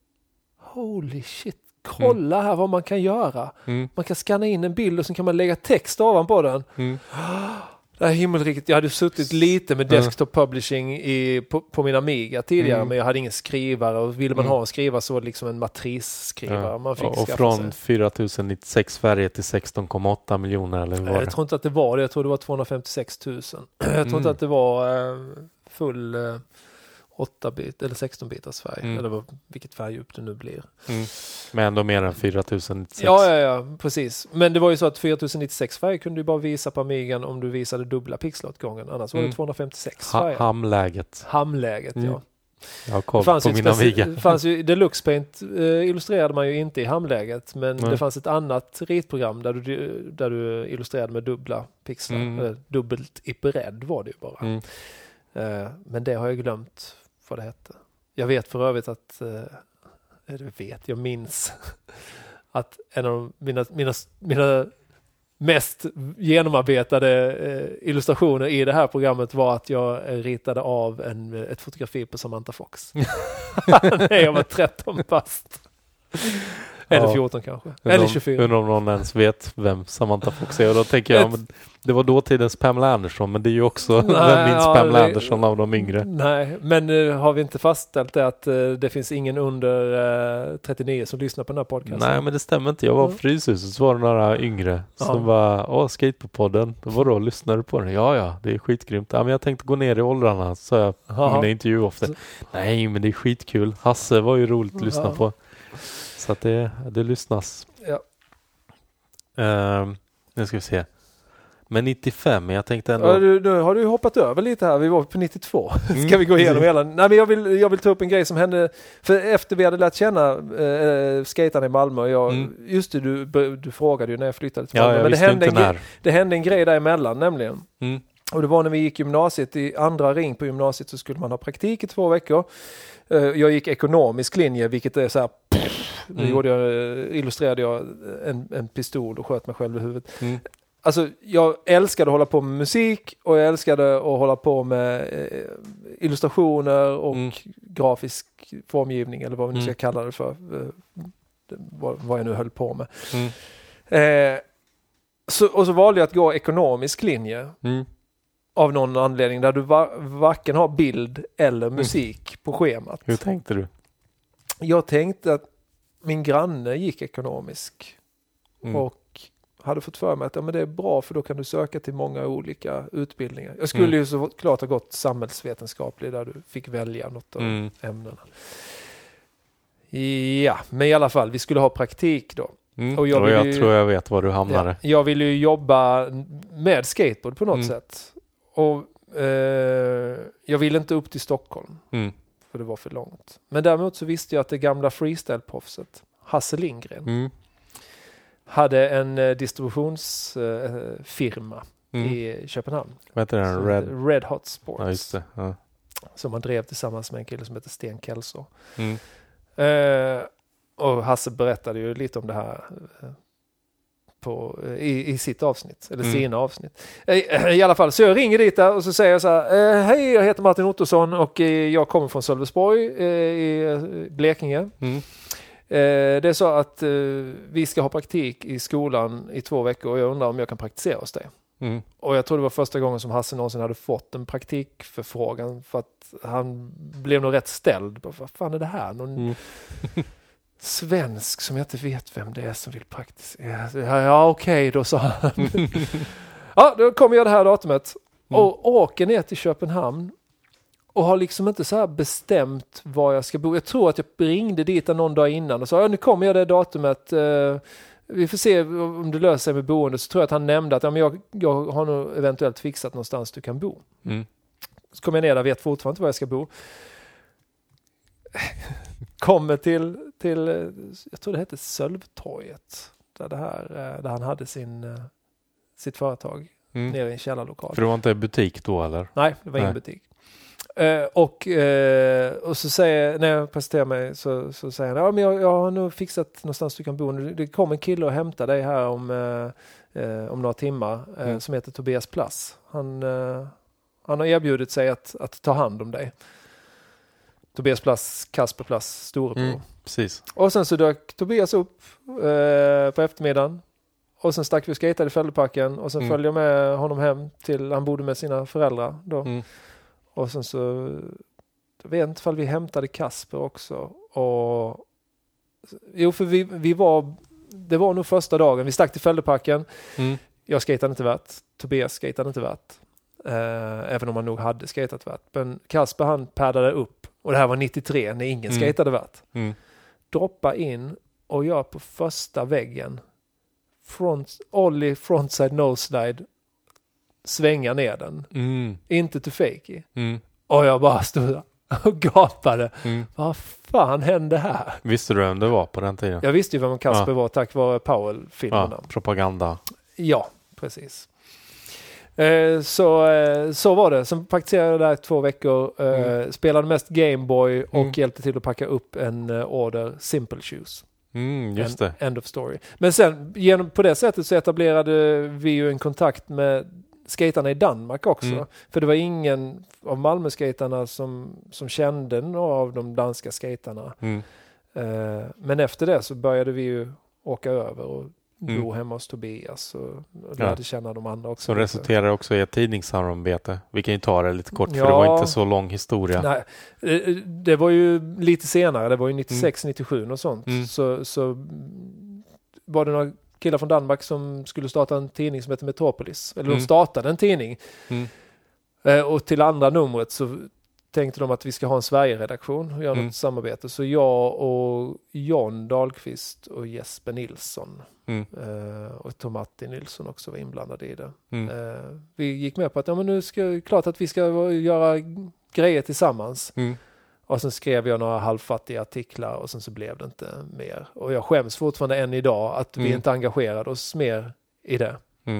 holy shit, kolla här vad man kan göra. Man kan scanna in en bild och sen kan man lägga text ovanpå den. Det här himmelriket. Jag hade suttit lite med desktop publishing på min Amiga tidigare, men jag hade ingen skrivare, och ville man ha en skrivare så var det liksom en matrisskrivare man fick och från 4096 färger till 16,8 miljoner eller vad? Jag tror inte att det var det. Jag tror det var 256 000. Jag tror inte att det var full 8-bit eller 16-bitars färg, eller vilket färgdjup det nu blir. Men ändå mer än 4096. Ja, precis. Men det var ju så att 4096 färger kunde du bara visa på Amigan om du visade dubbla pixlar åt gången. Annars var det 256 färger. Hamläget, ja. Jag har koll på min Amiga. Det fanns ju Deluxe Paint illustrerade man ju inte i hamläget, men det fanns ett annat ritprogram där du illustrerade med dubbla pixlar. Dubbelt i bredd var det ju bara. Men det har jag glömt vad det hette. Jag vet för övrigt att jag minns att en av mina mest genomarbetade illustrationer i det här programmet var att jag ritade av ett fotografi på Samantha Fox. Nej, jag var 13 bast. Eller 14 kanske. Eller 24. Undrar om någon ens vet vem Samantha Fox är. Och då tänker jag, det var dåtidens Pamela Anderson, men det är ju också vem minns Pamela Anderson av de yngre. Nej, men har vi inte fastställt det att det finns ingen under 39 som lyssnar på den här podcasten? Nej, men det stämmer inte. Jag var på Fryshuset, så var det några yngre som var, Skateboardpodden. Då lyssnar du på den? Ja, det är skitgrymt. Ja, men jag tänkte gå ner i åldrarna, så jag i mina intervju ofta. Nej, men det är skitkul. Hasse var ju roligt att lyssna på. Så att det lyssnas. Ja. Nu ska vi se. Men 95, jag tänkte ändå... Ja, nu har du hoppat över lite här. Vi var på 92. Ska vi gå igenom hela? Nej, men jag vill ta upp en grej som hände. För efter vi hade lärt känna skaterna i Malmö. Just det, du frågade ju när jag flyttade till Malmö. Men det hände en grej däremellan nämligen. Och det var när vi gick gymnasiet. I andra ring på gymnasiet så skulle man ha praktik i 2 veckor. Jag gick ekonomisk linje, vilket är så här... illustrerade jag en pistol och sköt mig själv i huvudet. Alltså, jag älskade att hålla på med musik och jag älskade att hålla på med illustrationer och grafisk formgivning, eller vad vi nu ska kalla det för. Vad jag nu höll på med. Och så valde jag att gå ekonomisk linje. Av någon anledning där du varken har bild eller musik på schemat. Hur tänkte du? Jag tänkte att min granne gick ekonomisk och hade fått för mig att men det är bra, för då kan du söka till många olika utbildningar. Jag skulle ju såklart ha gått samhällsvetenskaplig där du fick välja något av ämnena. Ja, men i alla fall, vi skulle ha praktik då. Och jag tror jag vet var du hamnade. Ja, jag ville ju jobba med skateboard på något sätt. Och jag ville inte upp till Stockholm. För det var för långt. Men däremot så visste jag att det gamla freestyle-proffset Hasse Lindgren hade en distributionsfirma i Köpenhamn. Vad heter den? Red Hot Sports. Ja, just det. Ja. Som han drev tillsammans med en kille som heter Sten Kelso. Och Hasse berättade ju lite om det här i sitt avsnitt, eller sina avsnitt. I alla fall, så jag ringer dit där och så säger jag så här: hej, jag heter Martin Ottosson och jag kommer från Sölvesborg i Blekinge. Det är så att vi ska ha praktik i skolan i 2 veckor och jag undrar om jag kan praktisera hos dig. Och jag tror det var första gången som Hasse någonsin hade fått en praktikförfrågan för att han blev nog rätt ställd. Vad fan är det här? Någon svensk som jag inte vet vem det är som vill praktisera. Ja, okej, då sa han. Ja, då kommer jag det här datumet och åker ner till Köpenhamn och har liksom inte så här bestämt var jag ska bo. Jag tror att jag ringde dit någon dag innan och sa, nu kommer jag det datumet. Vi får se om det löser sig med boende. Så tror jag att han nämnde att jag har nog eventuellt fixat någonstans du kan bo. Så kommer jag ner där, vet fortfarande inte var jag ska bo. Kommer till jag tror det heter Sölvtorget. Där han hade sitt företag nere i en källarlokal. För det var inte en butik då eller? Nej, det var ingen butik. Och så säger när jag presenterar mig så säger han, men jag har nog fixat någonstans du kan bo. Det kommer en kille och hämtar dig här om några timmar som heter Tobias Plass. Han har erbjudit sig att ta hand om dig. Tobias Plass, Kasper Plass, storebror. Precis. Och sen så dök Tobias upp på eftermiddagen. Och sen stack vi och skatade i Fälleparken. Och sen följde jag med honom hem till, han bodde med sina föräldrar då. Och sen så, jag vet inte ifall vi hämtade Kasper också. Och, jo, för det var nog första dagen. Vi stack till Fälleparken. Jag skatade inte värt. Tobias skatade inte värt. Även om man nog hade skatat värt. Men Kasper han paddade upp. Och det här var 93 när ingen skatade värt. Droppa in och gör på första väggen. Ollie frontside noseslide. Svänga ner den. Inte to fake. Och jag bara stod och gapade. Vad fan hände här? Visste du vem det var på den tiden? Jag visste ju vem Kasper var tack vare Powell-filmerna. Ja, propaganda. Ja, precis. Så var det. Sen praktiserade jag där 2 veckor. Spelade mest Gameboy och hjälpte till att packa upp en order Simple Shoes. Just det. End of story. Men sen på det sättet så etablerade vi ju en kontakt med skaterna i Danmark också. För det var ingen av Malmö-skaterna som kände några av de danska skaterna. Men efter det så började vi ju åka över och bo hemma hos Tobias och lärde känna de andra också. Så resulterar också i ett tidningssamarbete. Vi kan ju ta det lite kort för det var inte så lång historia. Nej, det var ju lite senare. Det var ju 96-97 och sånt. Så var det några killar från Danmark som skulle starta en tidning som heter Metropolis. Eller de startade en tidning. Och till andra numret så tänkte de att vi ska ha en Sverige-redaktion och göra något samarbete. Så jag och John Dahlqvist och Jesper Nilsson och Tomatti Nilsson också var inblandade i det. Vi gick med på att men klart att vi ska göra grejer tillsammans. Och sen skrev jag några halvfattiga artiklar och sen så blev det inte mer. Och jag skäms fortfarande än idag att vi inte engagerade oss mer i det.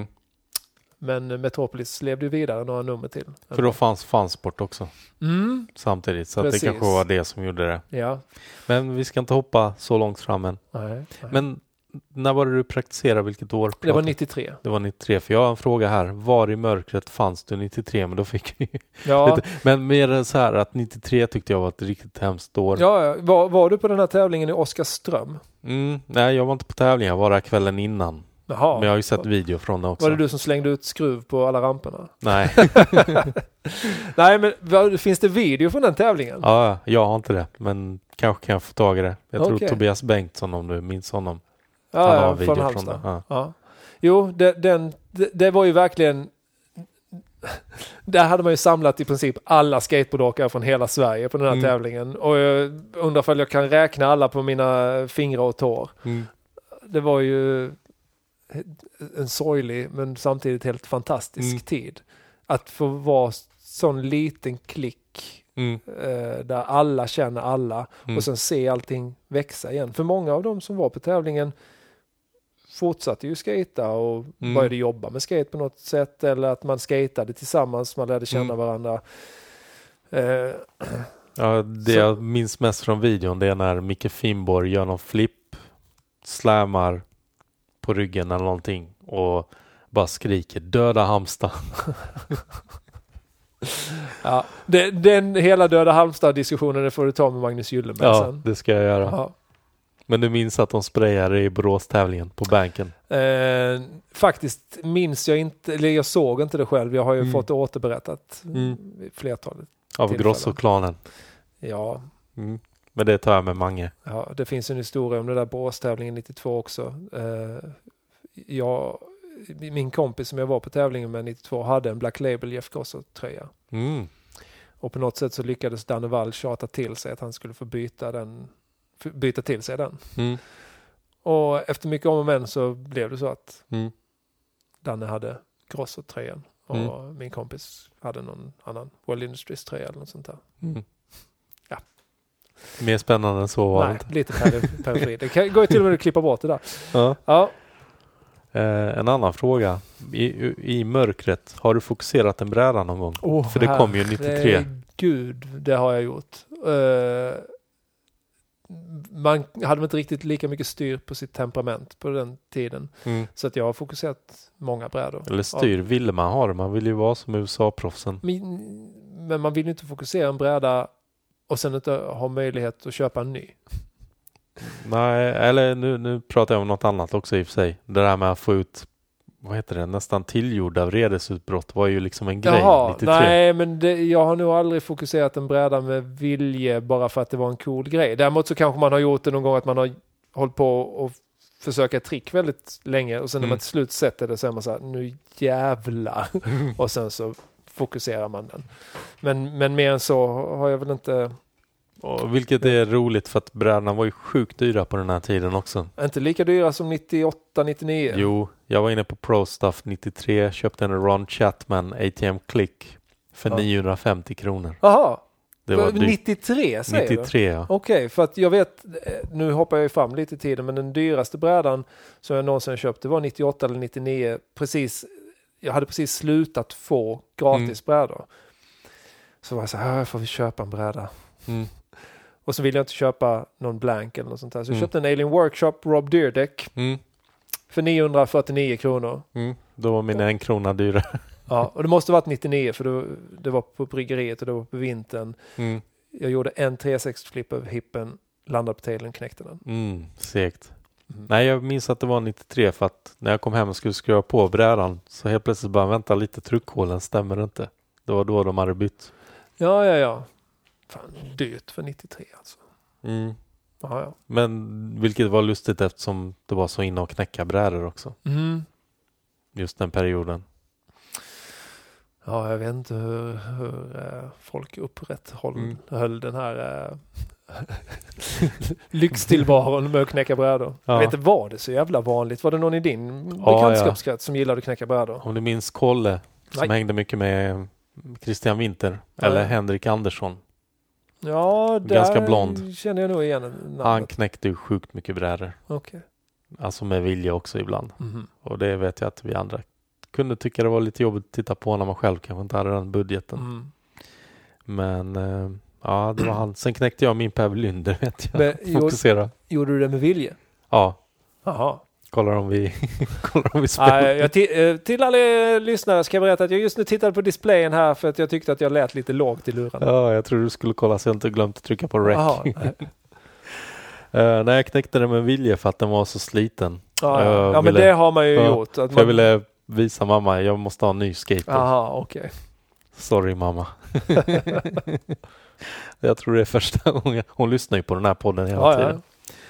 Men Metropolis levde ju vidare några nummer till. För då fanns fansport också. Samtidigt. Så att det kanske var det som gjorde det. Ja. Men vi ska inte hoppa så långt fram än. Nej. Men när var det du praktiserade? Vilket år? Det var 93. Det var 93. För jag har en fråga här. Var i mörkret fanns du 93? Men då fick vi lite. Men mer så här att 93 tyckte jag var ett riktigt hemskt år. Ja, var du på den här tävlingen i Oskarström? Nej, jag var inte på tävlingen. Jag var där kvällen innan. Jaha. Men jag har ju sett video från det också. Var det du som slängde ut skruv på alla ramperna? Nej. Nej, men finns det video från den tävlingen? Ja, jag har inte det. Men kanske kan jag få tag i det. Jag tror Tobias Bengtsson, om du minns honom. Han har video från det. Ja. Jo, det var ju verkligen... Där hade man ju samlat i princip alla skateboardåkare från hela Sverige på den här tävlingen. Och jag undrar om jag kan räkna alla på mina fingrar och tår. Det var ju en sorglig men samtidigt helt fantastisk tid. Att få vara sån liten klick där alla känner alla och sen se allting växa igen. För många av dem som var på tävlingen fortsatte ju skata och började jobba med skate på något sätt, eller att man skatade tillsammans, man lärde känna varandra. Ja, det jag minns mest från videon, det är när Micke Finnborg gör någon flip, slammar på ryggen eller någonting och bara skriker döda Halmstad. Ja, den hela döda Halmstad-diskussionen får du ta med Magnus Gyllenberg sen. Ja, det ska jag göra. Ja. Men du minns att de sprayade i Borås-tävlingen på banken? Faktiskt minns jag inte, eller jag såg inte det själv. Jag har ju fått det återberättat flertalet av Grosso-klanen. Ja. Men det tar jag med Mange. Ja, det finns en historia om det där Borås-tävlingen 92 också. Min kompis som jag var på tävlingen med 92 hade en Black Label Jeff Grosso-tröja. Och på något sätt så lyckades Danne Wall tjata till sig att han skulle få byta till sig den. Och efter mycket om och men så blev det så att Danne hade Grosso-tröjan och min kompis hade någon annan World Industries-tröja eller något sånt där. Ja. Mer spännande än så var det inte. Lite periferi. Det går ju till och med att klippa bort det där. Ja. En annan fråga. I mörkret, har du fokuserat en bräda någon gång? För det kom ju 93. Gud, det har jag gjort. Man hade inte riktigt lika mycket styr på sitt temperament på den tiden. Så att jag har fokuserat många brädor. Eller styr ville man ha det. Man vill ju vara som USA-proffsen. Men man vill ju inte fokusera en bräda och sen inte ha möjlighet att köpa en ny. Nej, eller nu pratar jag om något annat också i och för sig. Det där med att få ut, vad heter det, nästan tillgjorda vredesutbrott var ju liksom en grej 93. Nej, men jag har nog aldrig fokuserat en bräda med vilje bara för att det var en cool grej. Däremot så kanske man har gjort det någon gång att man har hållit på och försöka ett trick väldigt länge och sen när man till slut sätter det så är man så här, nu jävlar. Och sen så fokuserar man den. Men mer än så har jag väl inte... Och vilket är roligt för att brädorna var ju sjukt dyra på den här tiden också. Inte lika dyra som 98-99. Jo, jag var inne på Pro Stuff 93, köpte en Ron Chapman ATM Click för 950 kronor. Jaha, det var 93 säger 93, du? Ja. Okej, för att jag vet, nu hoppar jag ju fram lite i tiden, men den dyraste brädan som jag någonsin köpte var 98 eller 99. Jag hade precis slutat få gratis brädor. Så var jag så här, jag får vi köpa en bräda. Och så ville jag inte köpa någon blank eller något sånt där. Så jag köpte en Alien Workshop Rob Dyrdek för 949 kronor. Då var min 1 krona dyrare. Ja, och det måste varit 99 för det var på bryggeriet och det var på vintern. Jag gjorde en 360-flip över hippen, landade på tailen, knäckte den. Segt. Nej, jag minns att det var 93 för att när jag kom hem och skulle skruva på brädan så helt plötsligt bara vänta lite, tryckhålen stämmer inte. Det var då de hade bytt. Ja. Fan, dyrt för 93 alltså. Ja. Men vilket var lustigt eftersom det var så inne och knäcka brädor också. Just den perioden. Ja, jag vet inte hur folk upprätthöll den här lyxtillvaron med att knäcka brädor. Ja. Jag vet inte, var det så jävla vanligt? Var det någon i din bekantskapskrets som gillade att knäcka brädor? Om du minns Kolle som hängde mycket med Christian Winter eller Henrik Andersson. Ja, ganska blond. Känner jag nog igen namnet. Han knäckte ju sjukt mycket brädor. Okay. Alltså med vilja också ibland. Och det vet jag att vi andra kunde tycka det var lite jobbigt att titta på när man själv kanske inte hade den budgeten. Men ja, det var han. Sen knäckte jag min Per Lynder, vet jag. Fokusera. Gjorde du det med vilje? Ja. Jaha. Kollar om vi spelar. Till alla lyssnare ska jag berätta att jag just nu tittade på displayen här för att jag tyckte att jag lät lite lågt i lurarna. Ja, jag tror du skulle kolla så jag inte glömt att trycka på rec. När jag knäckte den med vilje för att den var så sliten. Men det har man ju gjort. Att jag ville visa mamma, jag måste ha en ny skateboard. Jaha, okej. Sorry mamma. Jag tror det är första gången. Hon lyssnar ju på den här podden hela tiden.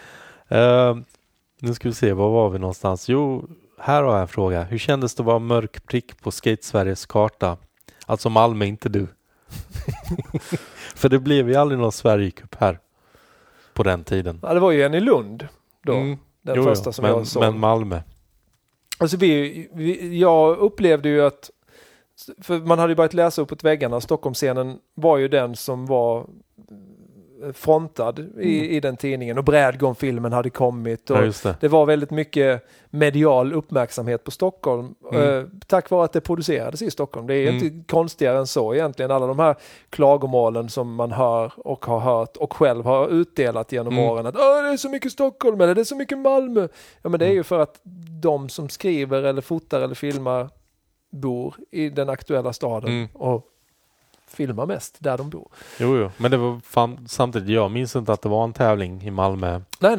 Nu ska vi se, var var vi någonstans? Jo, här har jag en fråga. Hur kändes det att vara mörk prick på Skate Sveriges karta? Alltså Malmö, inte du. För det blev ju aldrig någon Sverigecup här på den tiden. Ja, det var ju en i Lund då. Den första som jag såg. Men Malmö. Alltså jag upplevde ju att, för man hade ju börjat läsa uppåt väggarna. Stockholmsscenen var ju den som var frontad i den tidningen, och Bradgård-filmen hade kommit och det var väldigt mycket medial uppmärksamhet på Stockholm tack vare att det producerades i Stockholm. Det är inte konstigare än så egentligen. Alla de här klagomålen som man hör och har hört och själv har utdelat genom åren att det är så mycket Stockholm eller det är så mycket Malmö. Ja, men det är ju för att de som skriver eller fotar eller filmar bor i den aktuella staden och filmar mest där de bor. Jo, men det var samtidigt, jag minns inte att det var en tävling i Malmö. Nej.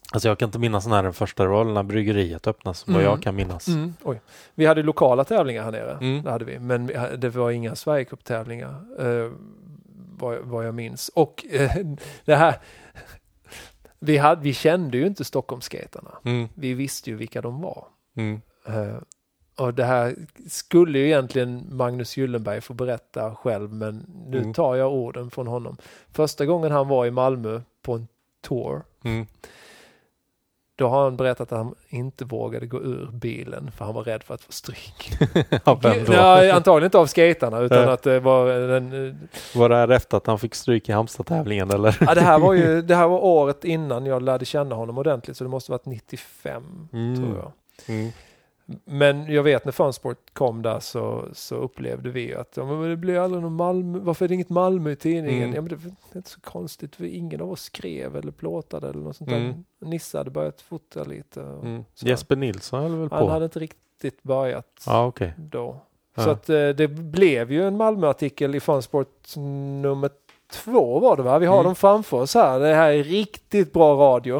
Alltså jag kan inte minnas när den första rollen när bryggeriet öppnas, vad jag kan minnas. Oj. Vi hade lokala tävlingar här nere, det hade vi. Men det var inga Sverigecup-tävlingar, vad jag minns. Och det här, vi kände ju inte Stockholmsskaterna. Vi visste ju vilka de var. Och det här skulle ju egentligen Magnus Gyllenberg få berätta själv, men nu tar jag orden från honom. Första gången han var i Malmö på en tour, då har han berättat att han inte vågade gå ur bilen för han var rädd för att få stryk. Nej, antagligen inte av skaterna utan att det var Var det här efter att han fick stryk i Halmstad-tävlingen eller? Ja, det här var året innan jag lärde känna honom ordentligt, så det måste varit 95 tror jag. Men jag vet när Funsport kom där så upplevde vi att men det blir aldrig någon Malmö. Varför är det inget Malmö i tidningen? Ja, men det är inte så konstigt, för ingen av oss skrev eller plåtade eller något sånt där. Nisse hade börjat fota lite. Jesper Nilsson höll väl på? Han hade inte riktigt börjat då. Ja. Så att det blev ju en Malmö-artikel i Funsport nummer 2 var det, va? Vi har dem framför oss här. Det här är riktigt bra radio.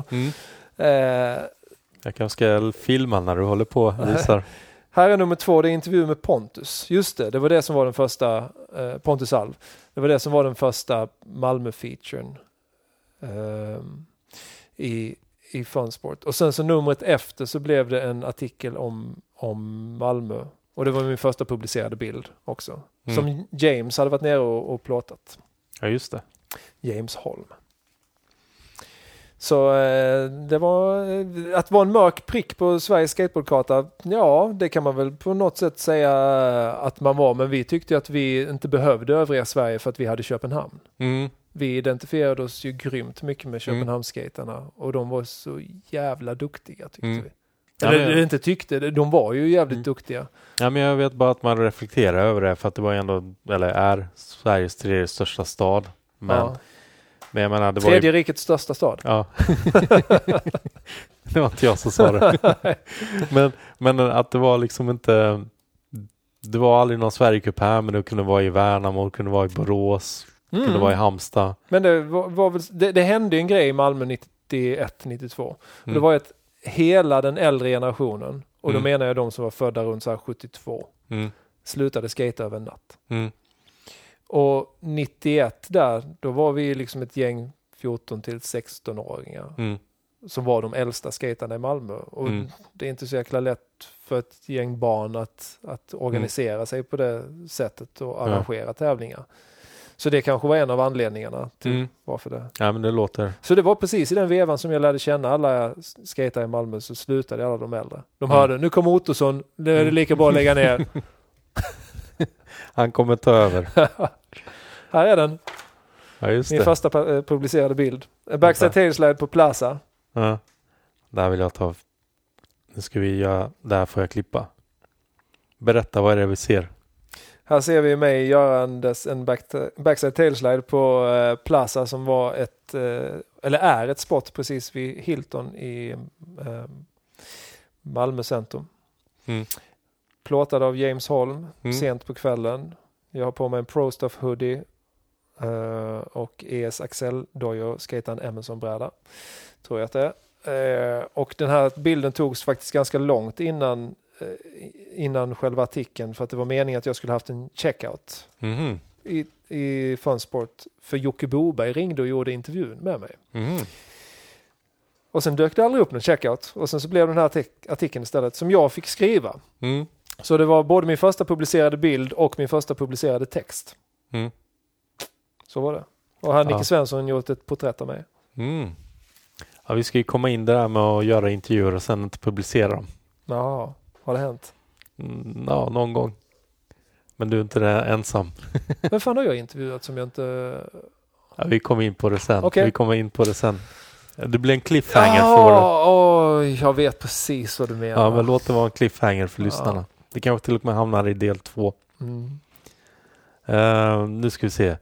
Jag kanske ska filma när du håller på och visar. Här är nummer 2, det är intervju med Pontus. Just det var det som var den första, Pontus Alv. Det var det som var den första Malmö-featuren i Funsport. Och sen så numret efter så blev det en artikel om Malmö. Och det var min första publicerade bild också. Som James hade varit nere och plåtat. Ja, just det. James Holm. Så det var att vara en mörk prick på Sveriges skateboardkarta. Ja, det kan man väl på något sätt säga att man var. Men vi tyckte att vi inte behövde övriga Sverige för att vi hade Köpenhamn. Vi identifierade oss ju grymt mycket med Köpenhamnsskaterna. Och de var så jävla duktiga tyckte vi. Eller inte tyckte, de var ju jävligt duktiga. Ja, men jag vet bara att man reflekterar över det för att det var ändå, eller är Sveriges 3:e största stad. Men jag menar, det Tredje rikets största stad. Ja. Det var inte jag som sa det. men att det var liksom inte, det var aldrig någon Sverigecup här, men det kunde vara i Värnamo, det kunde vara i Borås, det kunde vara i Halmstad. Men det var väl, det hände en grej i Malmö 91-92. Det var att hela den äldre generationen, och då menar jag de som var födda runt så här 72, slutade skata över en natt. Och 91 där, då var vi liksom ett gäng 14 till 16-åringar som var de äldsta skaterna i Malmö. Och det är inte så jäkla lätt för ett gäng barn att organisera sig på det sättet och arrangera tävlingar. Så det kanske var en av anledningarna till varför det... Ja, men det låter... Så det var precis i den vevan som jag lärde känna alla skater i Malmö, så slutade alla de äldre. De hörde, nu kommer Ottosson, det är lika bra att lägga ner. Han kommer ta över. Här är den. Ja, just min det. första publicerade bild. Backside tailslide på Plaza. Ja. Där vill jag ta... Nu ska vi göra... Där får jag klippa. Berätta, vad är det vi ser? Här ser vi mig görandes en backside tailslide på Plaza som var eller är ett spot precis vid Hilton i Malmö centrum. Plåtad av James Holm sent på kvällen. Jag har på mig en Pro Stuff hoodie och ES Axel Dojo skatan Emerson-bräda. Tror jag att det är. Och den här bilden togs faktiskt ganska långt innan själva artikeln, för att det var meningen att jag skulle haft en checkout i Funsport, för Jocke Boberg ringde och gjorde intervjun med mig. Och sen dök det aldrig upp någon checkout, och sen så blev den här artikeln istället som jag fick skriva. Så det var både min första publicerade bild och min första publicerade text. Så var det. Och här Nicke Svensson gjort ett porträtt av mig. Ja, vi ska ju komma in där med att göra intervjuer och sen inte publicera dem. Ja, har det hänt? Ja, någon gång. Men du är inte ensam. Men fan har jag intervjuat som jag inte... Ja, vi kommer in på det sen. Okay. Vi kommer in på det sen. Det blir en cliffhanger för det. Jag vet precis vad du menar. Ja, men låt det vara en cliffhanger för lyssnarna. Det kanske till och med hamnar i del 2. Nu ska vi se.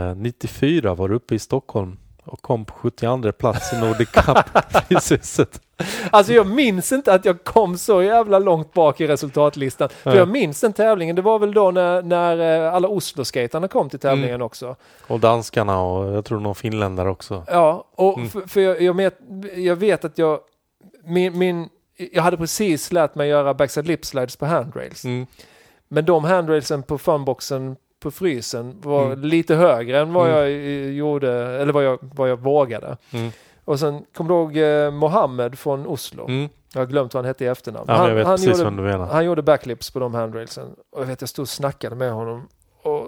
94 var du uppe i Stockholm och kom på 72 plats i Nordic Cup. Alltså jag minns inte att jag kom så jävla långt bak i resultatlistan. För jag minns den tävlingen. Det var väl då när alla Oslo-skaterna kom till tävlingen också. Och danskarna och jag tror någon finländare också. Ja, och för jag vet att jag hade precis lärt mig göra backside lip slides på handrails. Men de handrailsen på funboxen på frysen var lite högre än vad jag gjorde, eller vad jag vågade. Och sen kom du ihåg Mohammed från Oslo. Jag har glömt vad han hette i efternamn. Ja, han gjorde backlips på de handrailsen. Och jag stod och snackade med honom och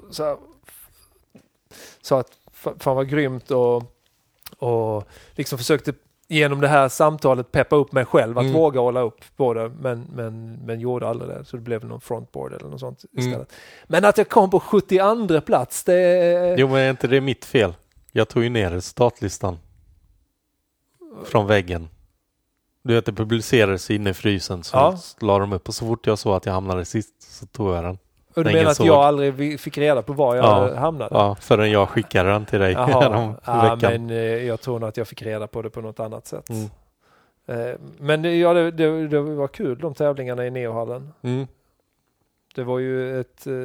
sa att fan var grymt och liksom försökte genom det här samtalet peppa upp mig själv att våga hålla upp på det, men gjorde aldrig det, så det blev någon frontboard eller något sånt istället. Men att jag kom på 72 plats, Jo, men är inte det mitt fel? Jag tog ju ner resultatlistan från väggen. Du vet, det publicerades inne i frysen, så la de upp, och så fort jag såg att jag hamnade sist så tog jag den. Och du menar att jag aldrig fick reda på var jag hamnade? Ja, förrän jag skickade den till dig veckan. Men jag tror nog att jag fick reda på det på något annat sätt. Men det var kul, de tävlingarna i Neohallen. Det var ju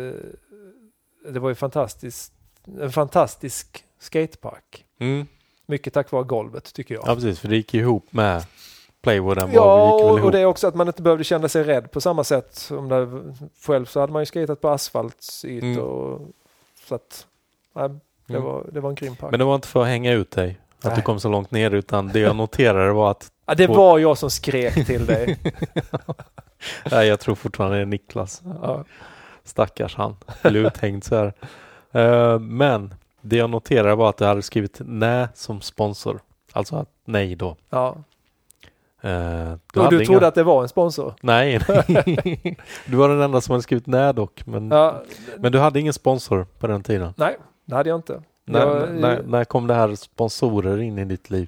en fantastisk skatepark. Mycket tack vare golvet, tycker jag. Ja, precis, för det gick ihop med playwooden. Och det är också att man inte behövde känna sig rädd på samma sätt. Själv så hade man ju skatat på asfaltsytor. Så att det var en grym park. Men det var inte för att hänga ut dig att du kom så långt ner, utan det jag noterade var att... Ja, det var jag som skrek till dig. Nej, jag tror fortfarande det är Niklas. Stackars han. Blev uthängd så här. Men det jag noterade var att du hade skrivit nej som sponsor. Alltså att nej då. Ja. Du trodde att det var en sponsor? Nej. Du var den enda som hade skrivit nej dock. Men du hade ingen sponsor på den tiden? Nej, det hade jag inte. När kom det här sponsorer in i ditt liv?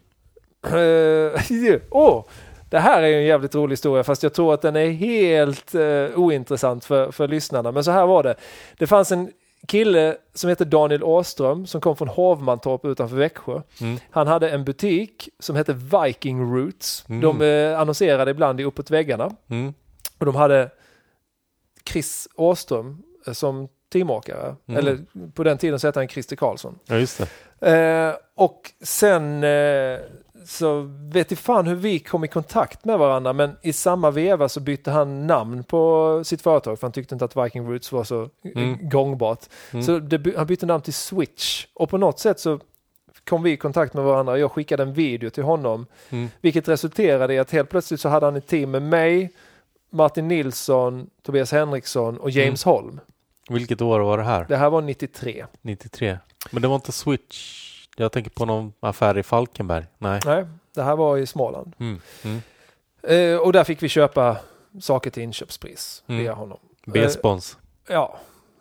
Det här är en jävligt rolig historia, fast jag tror att den är helt ointressant för lyssnarna. Men så här var det. Det fanns en kille som heter Daniel Åström som kom från Hovmantorp utanför Växjö. Han hade en butik som hette Viking Roots. De annonserade ibland i Uppåt väggarna. Och de hade Chris Åström som teamakare. Eller på den tiden så hette han Christer Karlsson. Ja, just det. Och sen så vet jag fan hur vi kom i kontakt med varandra, men i samma veva så bytte han namn på sitt företag, för han tyckte inte att Viking Roots var så gångbart. Så han bytte namn till Switch, och på något sätt så kom vi i kontakt med varandra. Jag skickade en video till honom, vilket resulterade i att helt plötsligt så hade han ett team med mig, Martin Nilsson, Tobias Henriksson och James Holm. Vilket år var det här? Det här var 93. 93. Men det var inte Switch. Jag tänker på någon affär i Falkenberg. Nej, det här var i Småland. Och där fick vi köpa saker till inköpspris via honom. B-spons. Ja.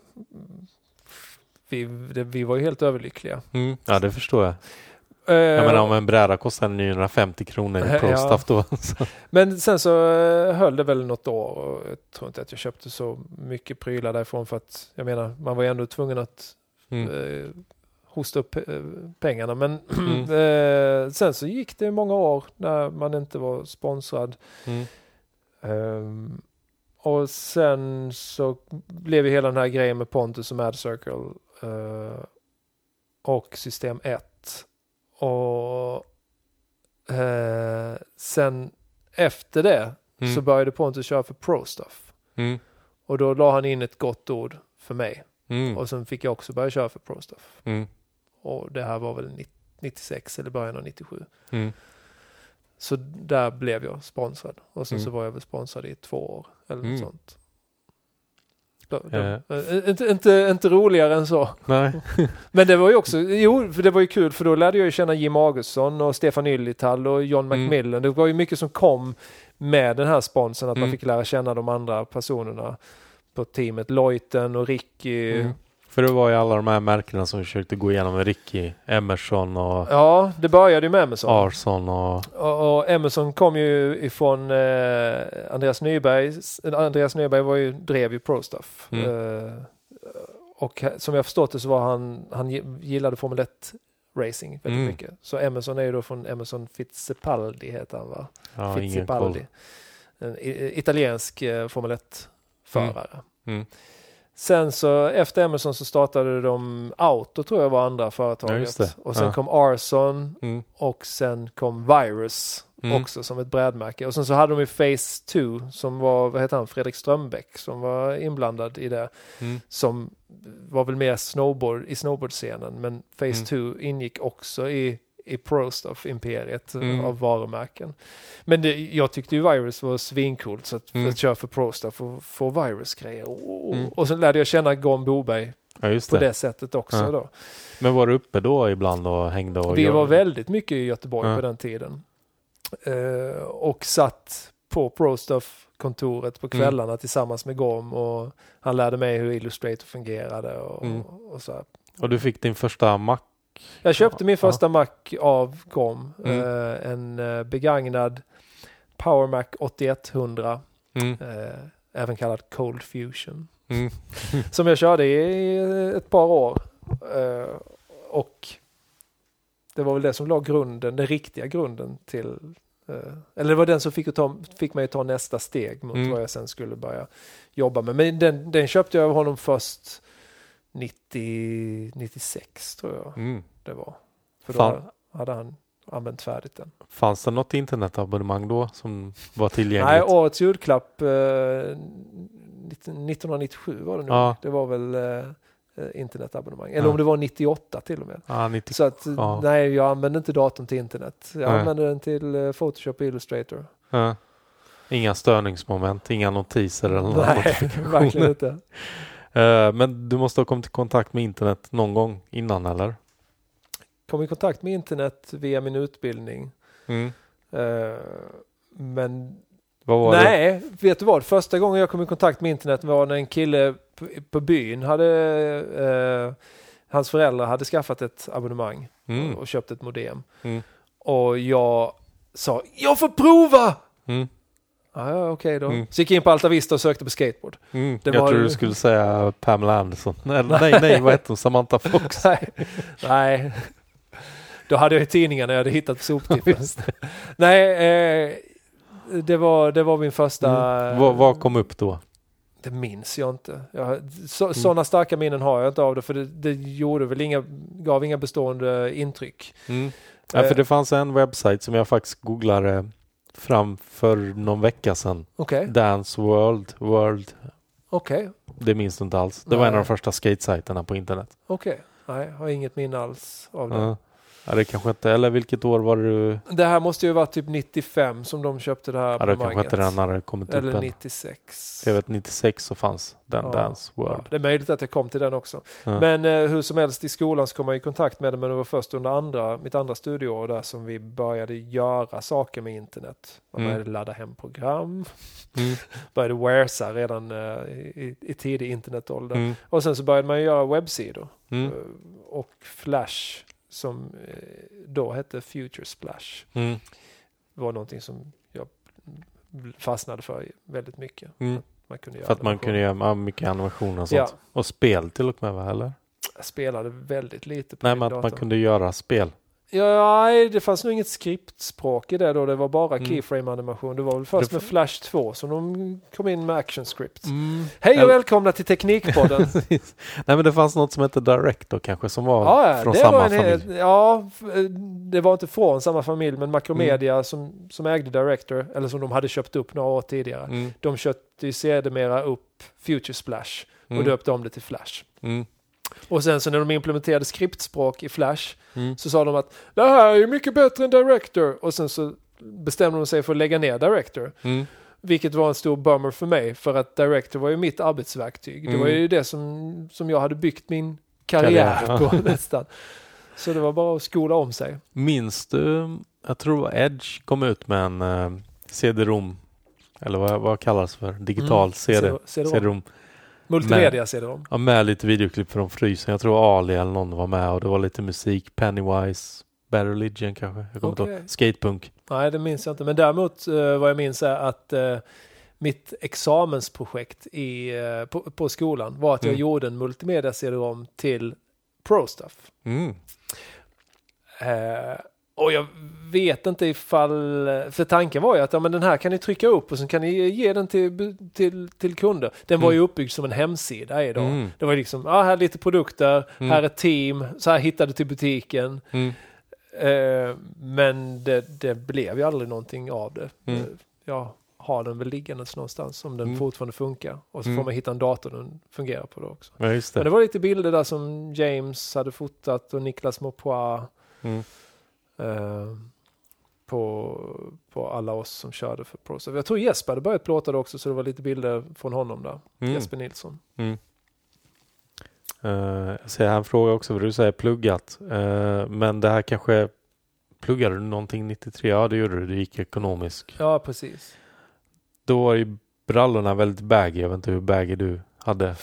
Vi var ju helt överlyckliga. Ja, det förstår jag. Jag menar, om en bräda kostar 950 kronor i ProStuff då. Men sen så höll det väl något år, och jag tror inte att jag köpte så mycket prylar därifrån, för att jag menar, man var ju ändå tvungen att hosta upp pengarna. Men sen så gick det många år när man inte var sponsrad. Och sen så blev ju hela den här grejen med Pontus och Mad Circle och System 1. Och sen efter det så började Pontus köra för ProStuff. Och då la han in ett gott ord för mig. Och sen fick jag också börja köra för ProStuff. Och det här var väl 96 eller början av 97. Så där blev jag sponsrad. Och sen så var jag väl sponsrad i 2 år eller något sånt. Inte roligare än så. Nej. Men det var ju också, för det var ju kul, för då lärde jag ju känna Jim Augustsson och Stefan Yllital och John McMillan. Det var ju mycket som kom med den här sponsorn, att man fick lära känna de andra personerna på teamet. Lojten och Ricky. För det var ju alla de här märkena som försökte gå igenom med Ricky, Emerson och... Ja, det började ju med Emerson. Arson och Emerson kom ju ifrån Andreas Nyberg. Andreas Nyberg drev ju ProStuff. Och som jag förstått det så var han gillade Formel 1 racing väldigt mycket. Så Emerson är ju då från Emerson Fittipaldi heter han, va? Ja, Fittipaldi. En italiensk Formel 1-förare. Sen så efter Emerson så startade de Auto, tror jag var andra företaget. Ja, och sen kom Arson och sen kom Virus också som ett brädmärke. Och sen så hade de ju Phase 2 som var, vad heter han, Fredrik Strömbäck som var inblandad i det. Som var väl mer i snowboardscenen. Men Phase 2 ingick också i Pro-Stuff-imperiet av varumärken. Men jag tyckte ju Virus var svincoolt, så att köra för Pro-Stuff och få Virus-grejer. Och så lärde jag känna Gon Boberg på det sättet också. Då. Men var du uppe då ibland och hängde? Och vi var väldigt mycket i Göteborg på den tiden. Och satt på Pro-Stuff-kontoret på kvällarna tillsammans med Gom, och han lärde mig hur Illustrator fungerade och så här. Och du fick din första Mac? Jag köpte min första Mac av Gom. En begagnad Power Mac 8100. Även kallad Cold Fusion. Som jag körde i ett par år. Och det var väl det som la grunden, den riktiga grunden till... eller det var den som fick mig att ta nästa steg mot vad jag sen skulle börja jobba med. Men den köpte jag av honom först 96 tror jag det var. För då hade han använt färdigt den. Fanns det något internetabonnemang då som var tillgängligt? Nej, årets julklapp 1997 var det nog. Ja. Det var väl internetabonnemang. Eller om det var 98 till och med. Ja, så att nej, jag använde inte datorn till internet. Jag använde den till Photoshop och Illustrator. Ja. Inga störningsmoment, inga notiser eller något. Nej, verkligen inte. Men du måste ha kommit i kontakt med internet någon gång innan, eller? Kom i kontakt med internet via min utbildning. Men vad var det? Vet du vad? Första gången jag kom i kontakt med internet var när en kille på byn hans föräldrar hade skaffat ett abonnemang och köpt ett modem. Och jag sa, jag får prova! Ja, okej då. Så gick jag in på Alta Vista och sökte på skateboard. Jag tror du skulle säga Pamela Anderson. Nej, vad heter hon? Samantha Fox. Nej. Då hade jag i tidningarna jag hade hittat på soptippen. Nej, det var min första... Vad kom upp då? Det minns jag inte. Sådana starka minnen har jag inte av det, för det gjorde väl gav inga bestående intryck. Ja, för det fanns en webbsajt som jag faktiskt googlade fram för någon vecka sedan. Dance World. Det minns du inte alls. Det var en av de första skate-sajterna på internet. Nej, jag har inget minne alls av det. Ja, det kanske inte, eller vilket år var det? Det här måste ju vara typ 95 som de köpte det här abonnemanget. Ja, det kanske inte den hade kommit upp. Eller 96. Jag vet, 96 så fanns den Dance World. Ja, det är möjligt att jag kom till den också. Men hur som helst, i skolan så kom jag i kontakt med det, men det var först under mitt andra studieår där som vi började göra saker med internet. Man började ladda hem program. Började waresa redan i tidig internetålder. Och sen så började man göra webbsidor. Och Flash, som då hette Future Splash, var någonting som jag fastnade för väldigt mycket. Man kunde göra för att man kunde göra mycket animationer och sånt. Ja. Och spel till och med, eller? Jag spelade väldigt lite på men att man kunde göra spel. Ja, det fanns nog inget skriptspråk i det då. Det var bara keyframe-animation. Det var väl först med Flash 2 som de kom in med action script. Hej och välkomna till Teknikpodden. Nej, men det fanns något som hette Director kanske, som var från samma familj. Det var inte från samma familj, men Macromedia som ägde Director, eller som de hade köpt upp några år tidigare. De köpte ju sedermera upp Future Splash och döpte om det till Flash. Och sen så när de implementerade skriptspråk i Flash så sa de att det här är mycket bättre än Director. Och sen så bestämde de sig för att lägga ner Director. Vilket var en stor bummer för mig, för att Director var ju mitt arbetsverktyg. Det var ju det som jag hade byggt min karriär på nästan. Så det var bara att skola om sig. Minns du, jag tror Edge kom ut med en CD-ROM, eller vad kallas för? Digital CD-ROM. Multimedia ser de. Ja, med lite videoklipp från Frysen. Jag tror Ali eller någon var med, och det var lite musik. Pennywise, Bad Religion kanske. Jag kommer inte ihåg. Skatepunk. Nej, det minns jag inte. Men däremot vad jag minns är att mitt examensprojekt på skolan var att jag gjorde en multimedia CD-ROM till Pro-Stuff. Och jag vet inte ifall... För tanken var ju att men den här kan ni trycka upp och sen kan ni ge den till kunder. Den var ju uppbyggd som en hemsida idag. Det var liksom, här är lite produkter, här är team, så här hittar du till butiken. Men det blev ju aldrig någonting av det. Jag har den väl liggandes någonstans om den fortfarande funkar. Och så får man hitta en dator den fungerar på det också. Ja, just det. Men det var lite bilder där som James hade fotat och Niklas Maupois på alla oss som körde för ProServe. Jag tror Jesper hade börjat plåta det också, så det var lite bilder från honom där. Jesper Nilsson. Jag ser här en fråga också, vad du säger pluggat. Men det här kanske, pluggade du någonting 93? Ja, det gjorde du. Det gick ekonomisk. Ja, precis. Då var ju brallorna väldigt baggy. Jag vet inte hur baggy du hade.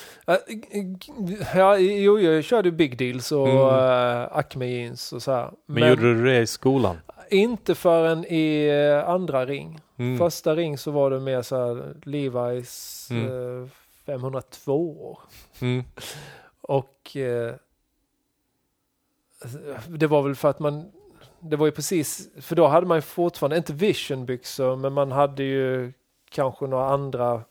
Jag körde Big Deals och Acme jeans och så här. Men gjorde du det i skolan? Inte förrän i andra ring. Första ring så var det mer så här Levi's 502. Och det var väl för att det var ju precis, för då hade man ju fortfarande inte Vision-byxor, men man hade ju kanske några andra.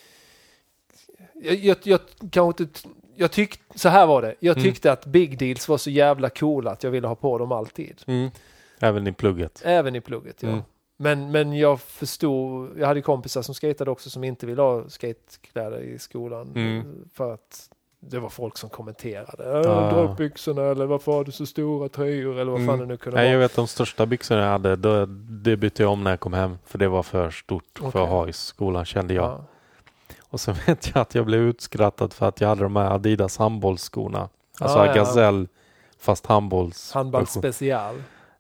Jag tyckte, så här var det. Jag tyckte att Big Deals var så jävla coola att jag ville ha på dem alltid. Även i plugget? Även i plugget, ja. Men jag förstod, jag hade kompisar som skatade också som inte ville ha skatekläder i skolan för att det var folk som kommenterade. Dra upp byxorna, eller varför har du så stora tröjor, eller vad fan det nu kunde vara. Jag vet de största byxorna jag hade, det bytte jag om när jag kom hem, för det var för stort för att ha i skolan, kände jag. Ja. Och så vet jag att jag blev utskrattad för att jag hade de här Adidas handbollsskorna. Alltså Gazelle, fast handbollsspecial.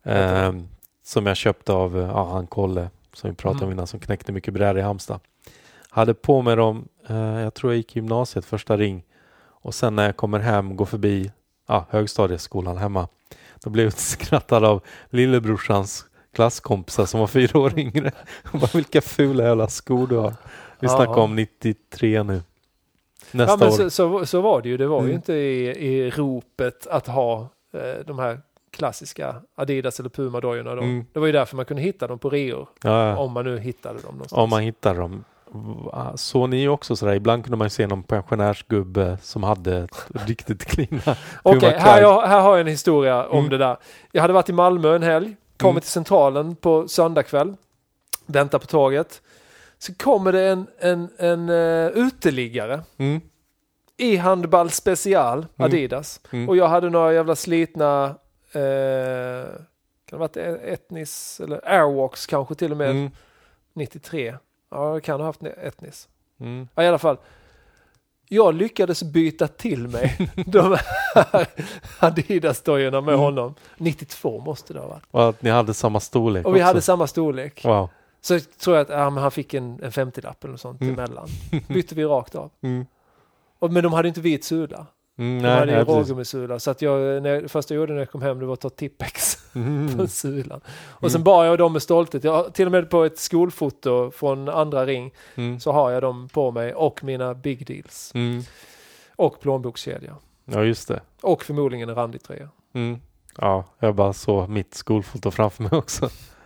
Som jag köpte av han Kolle, som vi pratade om innan, som knäckte mycket brädor i Halmstad. Hade på mig dem, jag tror jag gick i gymnasiet första ring. Och sen när jag kommer hem, går förbi högstadieskolan hemma, då blev jag utskrattad av lillebrorsans klasskompisar som var 4 år yngre. Bara, vilka fula jävla skor du har. Vi snackar om 93 nu. Nästa år. Så var det ju. Det var ju inte i ropet att ha de här klassiska Adidas eller Puma-dojorna. Det var ju därför man kunde hitta dem på reor. Om man nu hittade dem någonstans. Om man hittade dem. Så ni också sådär, ibland kunde man se någon pensionärsgubbe som hade ett riktigt klina. Okej, här har jag en historia om det där. Jag hade varit i Malmö en helg, kommit till Centralen på söndagkväll, väntar på tåget. Så kommer det en uteliggare i handboll special Adidas. Och jag hade några jävla slitna kan det ha varit Etnis eller Airwalks kanske till och med 93. Ja, jag kan ha haft Etnis. Ja, i alla fall. Jag lyckades byta till mig de här Adidas-dojorna med honom. 92 måste det ha varit. Och att ni hade samma storlek. Och vi hade samma storlek. Wow. Så jag tror att men han fick en 50-lapp eller något sånt emellan. Bytte vi rakt av. Men de hade inte vit sula. De hade ju rågummisula. Så att första jag gjorde när jag kom hem, det var att ta Tippex på sulan. Och sen bar jag dem med stolthet. Jag, till och med på ett skolfoto från andra ring så har jag dem på mig och mina Big Deals. Och plånbokskedja. Ja, just det. Och förmodligen en randig tröja. Ja, jag bara såg mitt skolfoto framför mig också.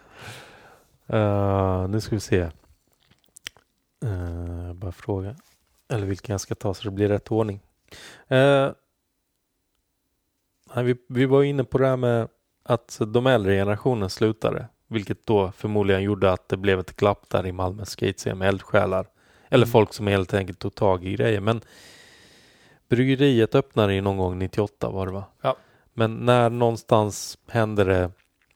Nu ska vi se. Bara fråga. Eller vilken jag ska ta så det blir rätt ordning. Vi var inne på det här med att de äldre generationen slutade. Vilket då förmodligen gjorde att det blev ett glapp där i Malmö skatescen med eldsjälar. Eller folk som helt enkelt tog tag i grejer. Men bryggeriet öppnade ju någon gång 98 var det va? Ja. Men när någonstans hände det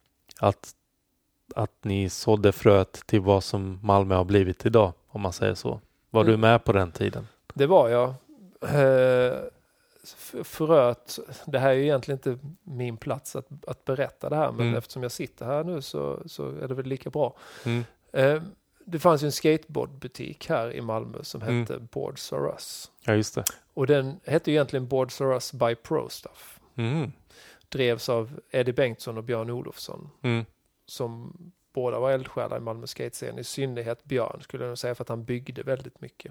att ni sådde fröet till vad som Malmö har blivit idag, om man säger så. Var du med på den tiden? Det var jag. Fröet, det här är ju egentligen inte min plats att berätta det här, men eftersom jag sitter här nu så är det väl lika bra. Det fanns ju en skateboardbutik här i Malmö som hette Boards R Us. Ja, just det. Och den hette ju egentligen Boards R Us by Pro Stuff. Drevs av Eddie Bengtsson och Björn Olofsson. Som båda var eldsjälar i Malmö skatescen. I synnerhet Björn skulle jag säga, för att han byggde väldigt mycket.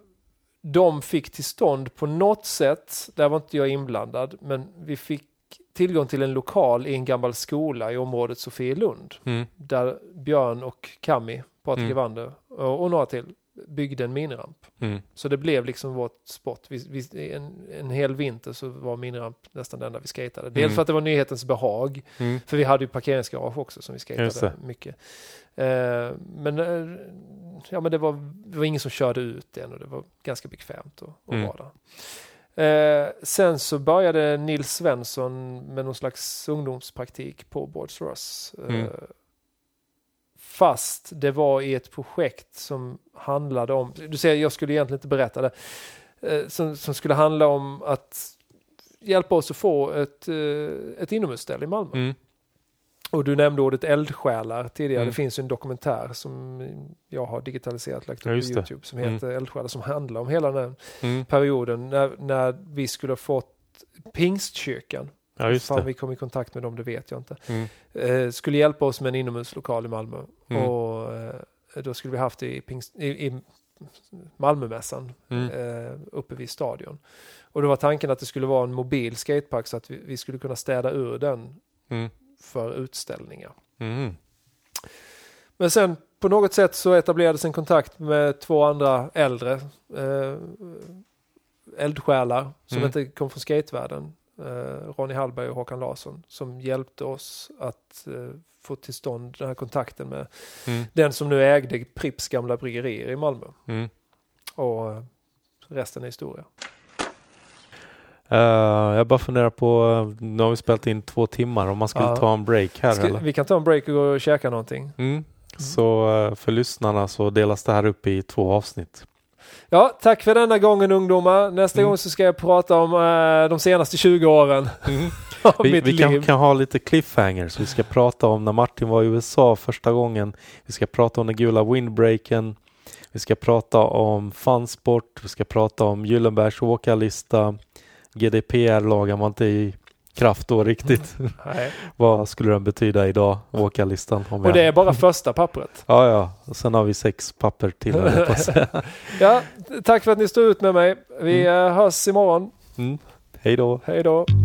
De fick till stånd på något sätt, där var inte jag inblandad, men vi fick tillgång till en lokal i en gammal skola i området Sofielund. Där Björn och Kami, Patrik Evander och några till byggde en miniramp. Så det blev liksom vårt sport. En hel vinter så var miniramp nästan den där vi skatade. Dels för att det var nyhetens behag. För vi hade ju parkeringsgarage också som vi skatade mycket. Men det var ingen som körde ut än och det var ganska bekvämt att vara där. Sen så började Nils Svensson med någon slags ungdomspraktik på Boards Ross. Fast det var i ett projekt som handlade om, du säger jag skulle egentligen inte berätta det, som skulle handla om att hjälpa oss att få ett inomhusställe i Malmö. Och du nämnde ordet eldsjälar tidigare. Det finns en dokumentär som jag har digitaliserat, lagt upp på YouTube som heter Eldsjälar, som handlar om hela den perioden när vi skulle ha fått Pingstkyrkan. Ja, just det. Vi kom i kontakt med dem, det vet jag inte. Skulle hjälpa oss med en inomhuslokal i Malmö. Och då skulle vi haft det i Malmömässan uppe vid stadion. Och då var tanken att det skulle vara en mobil skatepark så att vi skulle kunna städa ur den för utställningar. Men sen på något sätt så etablerades en kontakt med 2 andra äldre eldsjälar som inte kom från skatevärlden. Ronny Hallberg och Håkan Larsson, som hjälpte oss att få till stånd den här kontakten med den som nu ägde Pripps gamla bryggerier i Malmö. Och resten är historia. Jag bara funderar på, nu har vi spelat in 2 timmar, om man skulle ta en break här eller? Vi kan ta en break och gå och käka någonting. Så för lyssnarna så delas det här upp i 2 avsnitt. Ja, tack för denna gången ungdomar. Nästa gång så ska jag prata om de senaste 20 åren. Vi kan ha lite cliffhangers. Vi ska prata om när Martin var i USA första gången. Vi ska prata om den gula windbreaken. Vi ska prata om fansport. Vi ska prata om Gyllenbergs åkarlista. GDPR-lagen var inte i kraft då riktigt. Vad skulle den betyda idag, åkarlistan? Och det är bara första pappret. Ja. Och sen har vi 6 papper till. Ja, tack för att ni stod ut med mig. Vi hörs imorgon. Hej då. Hej då.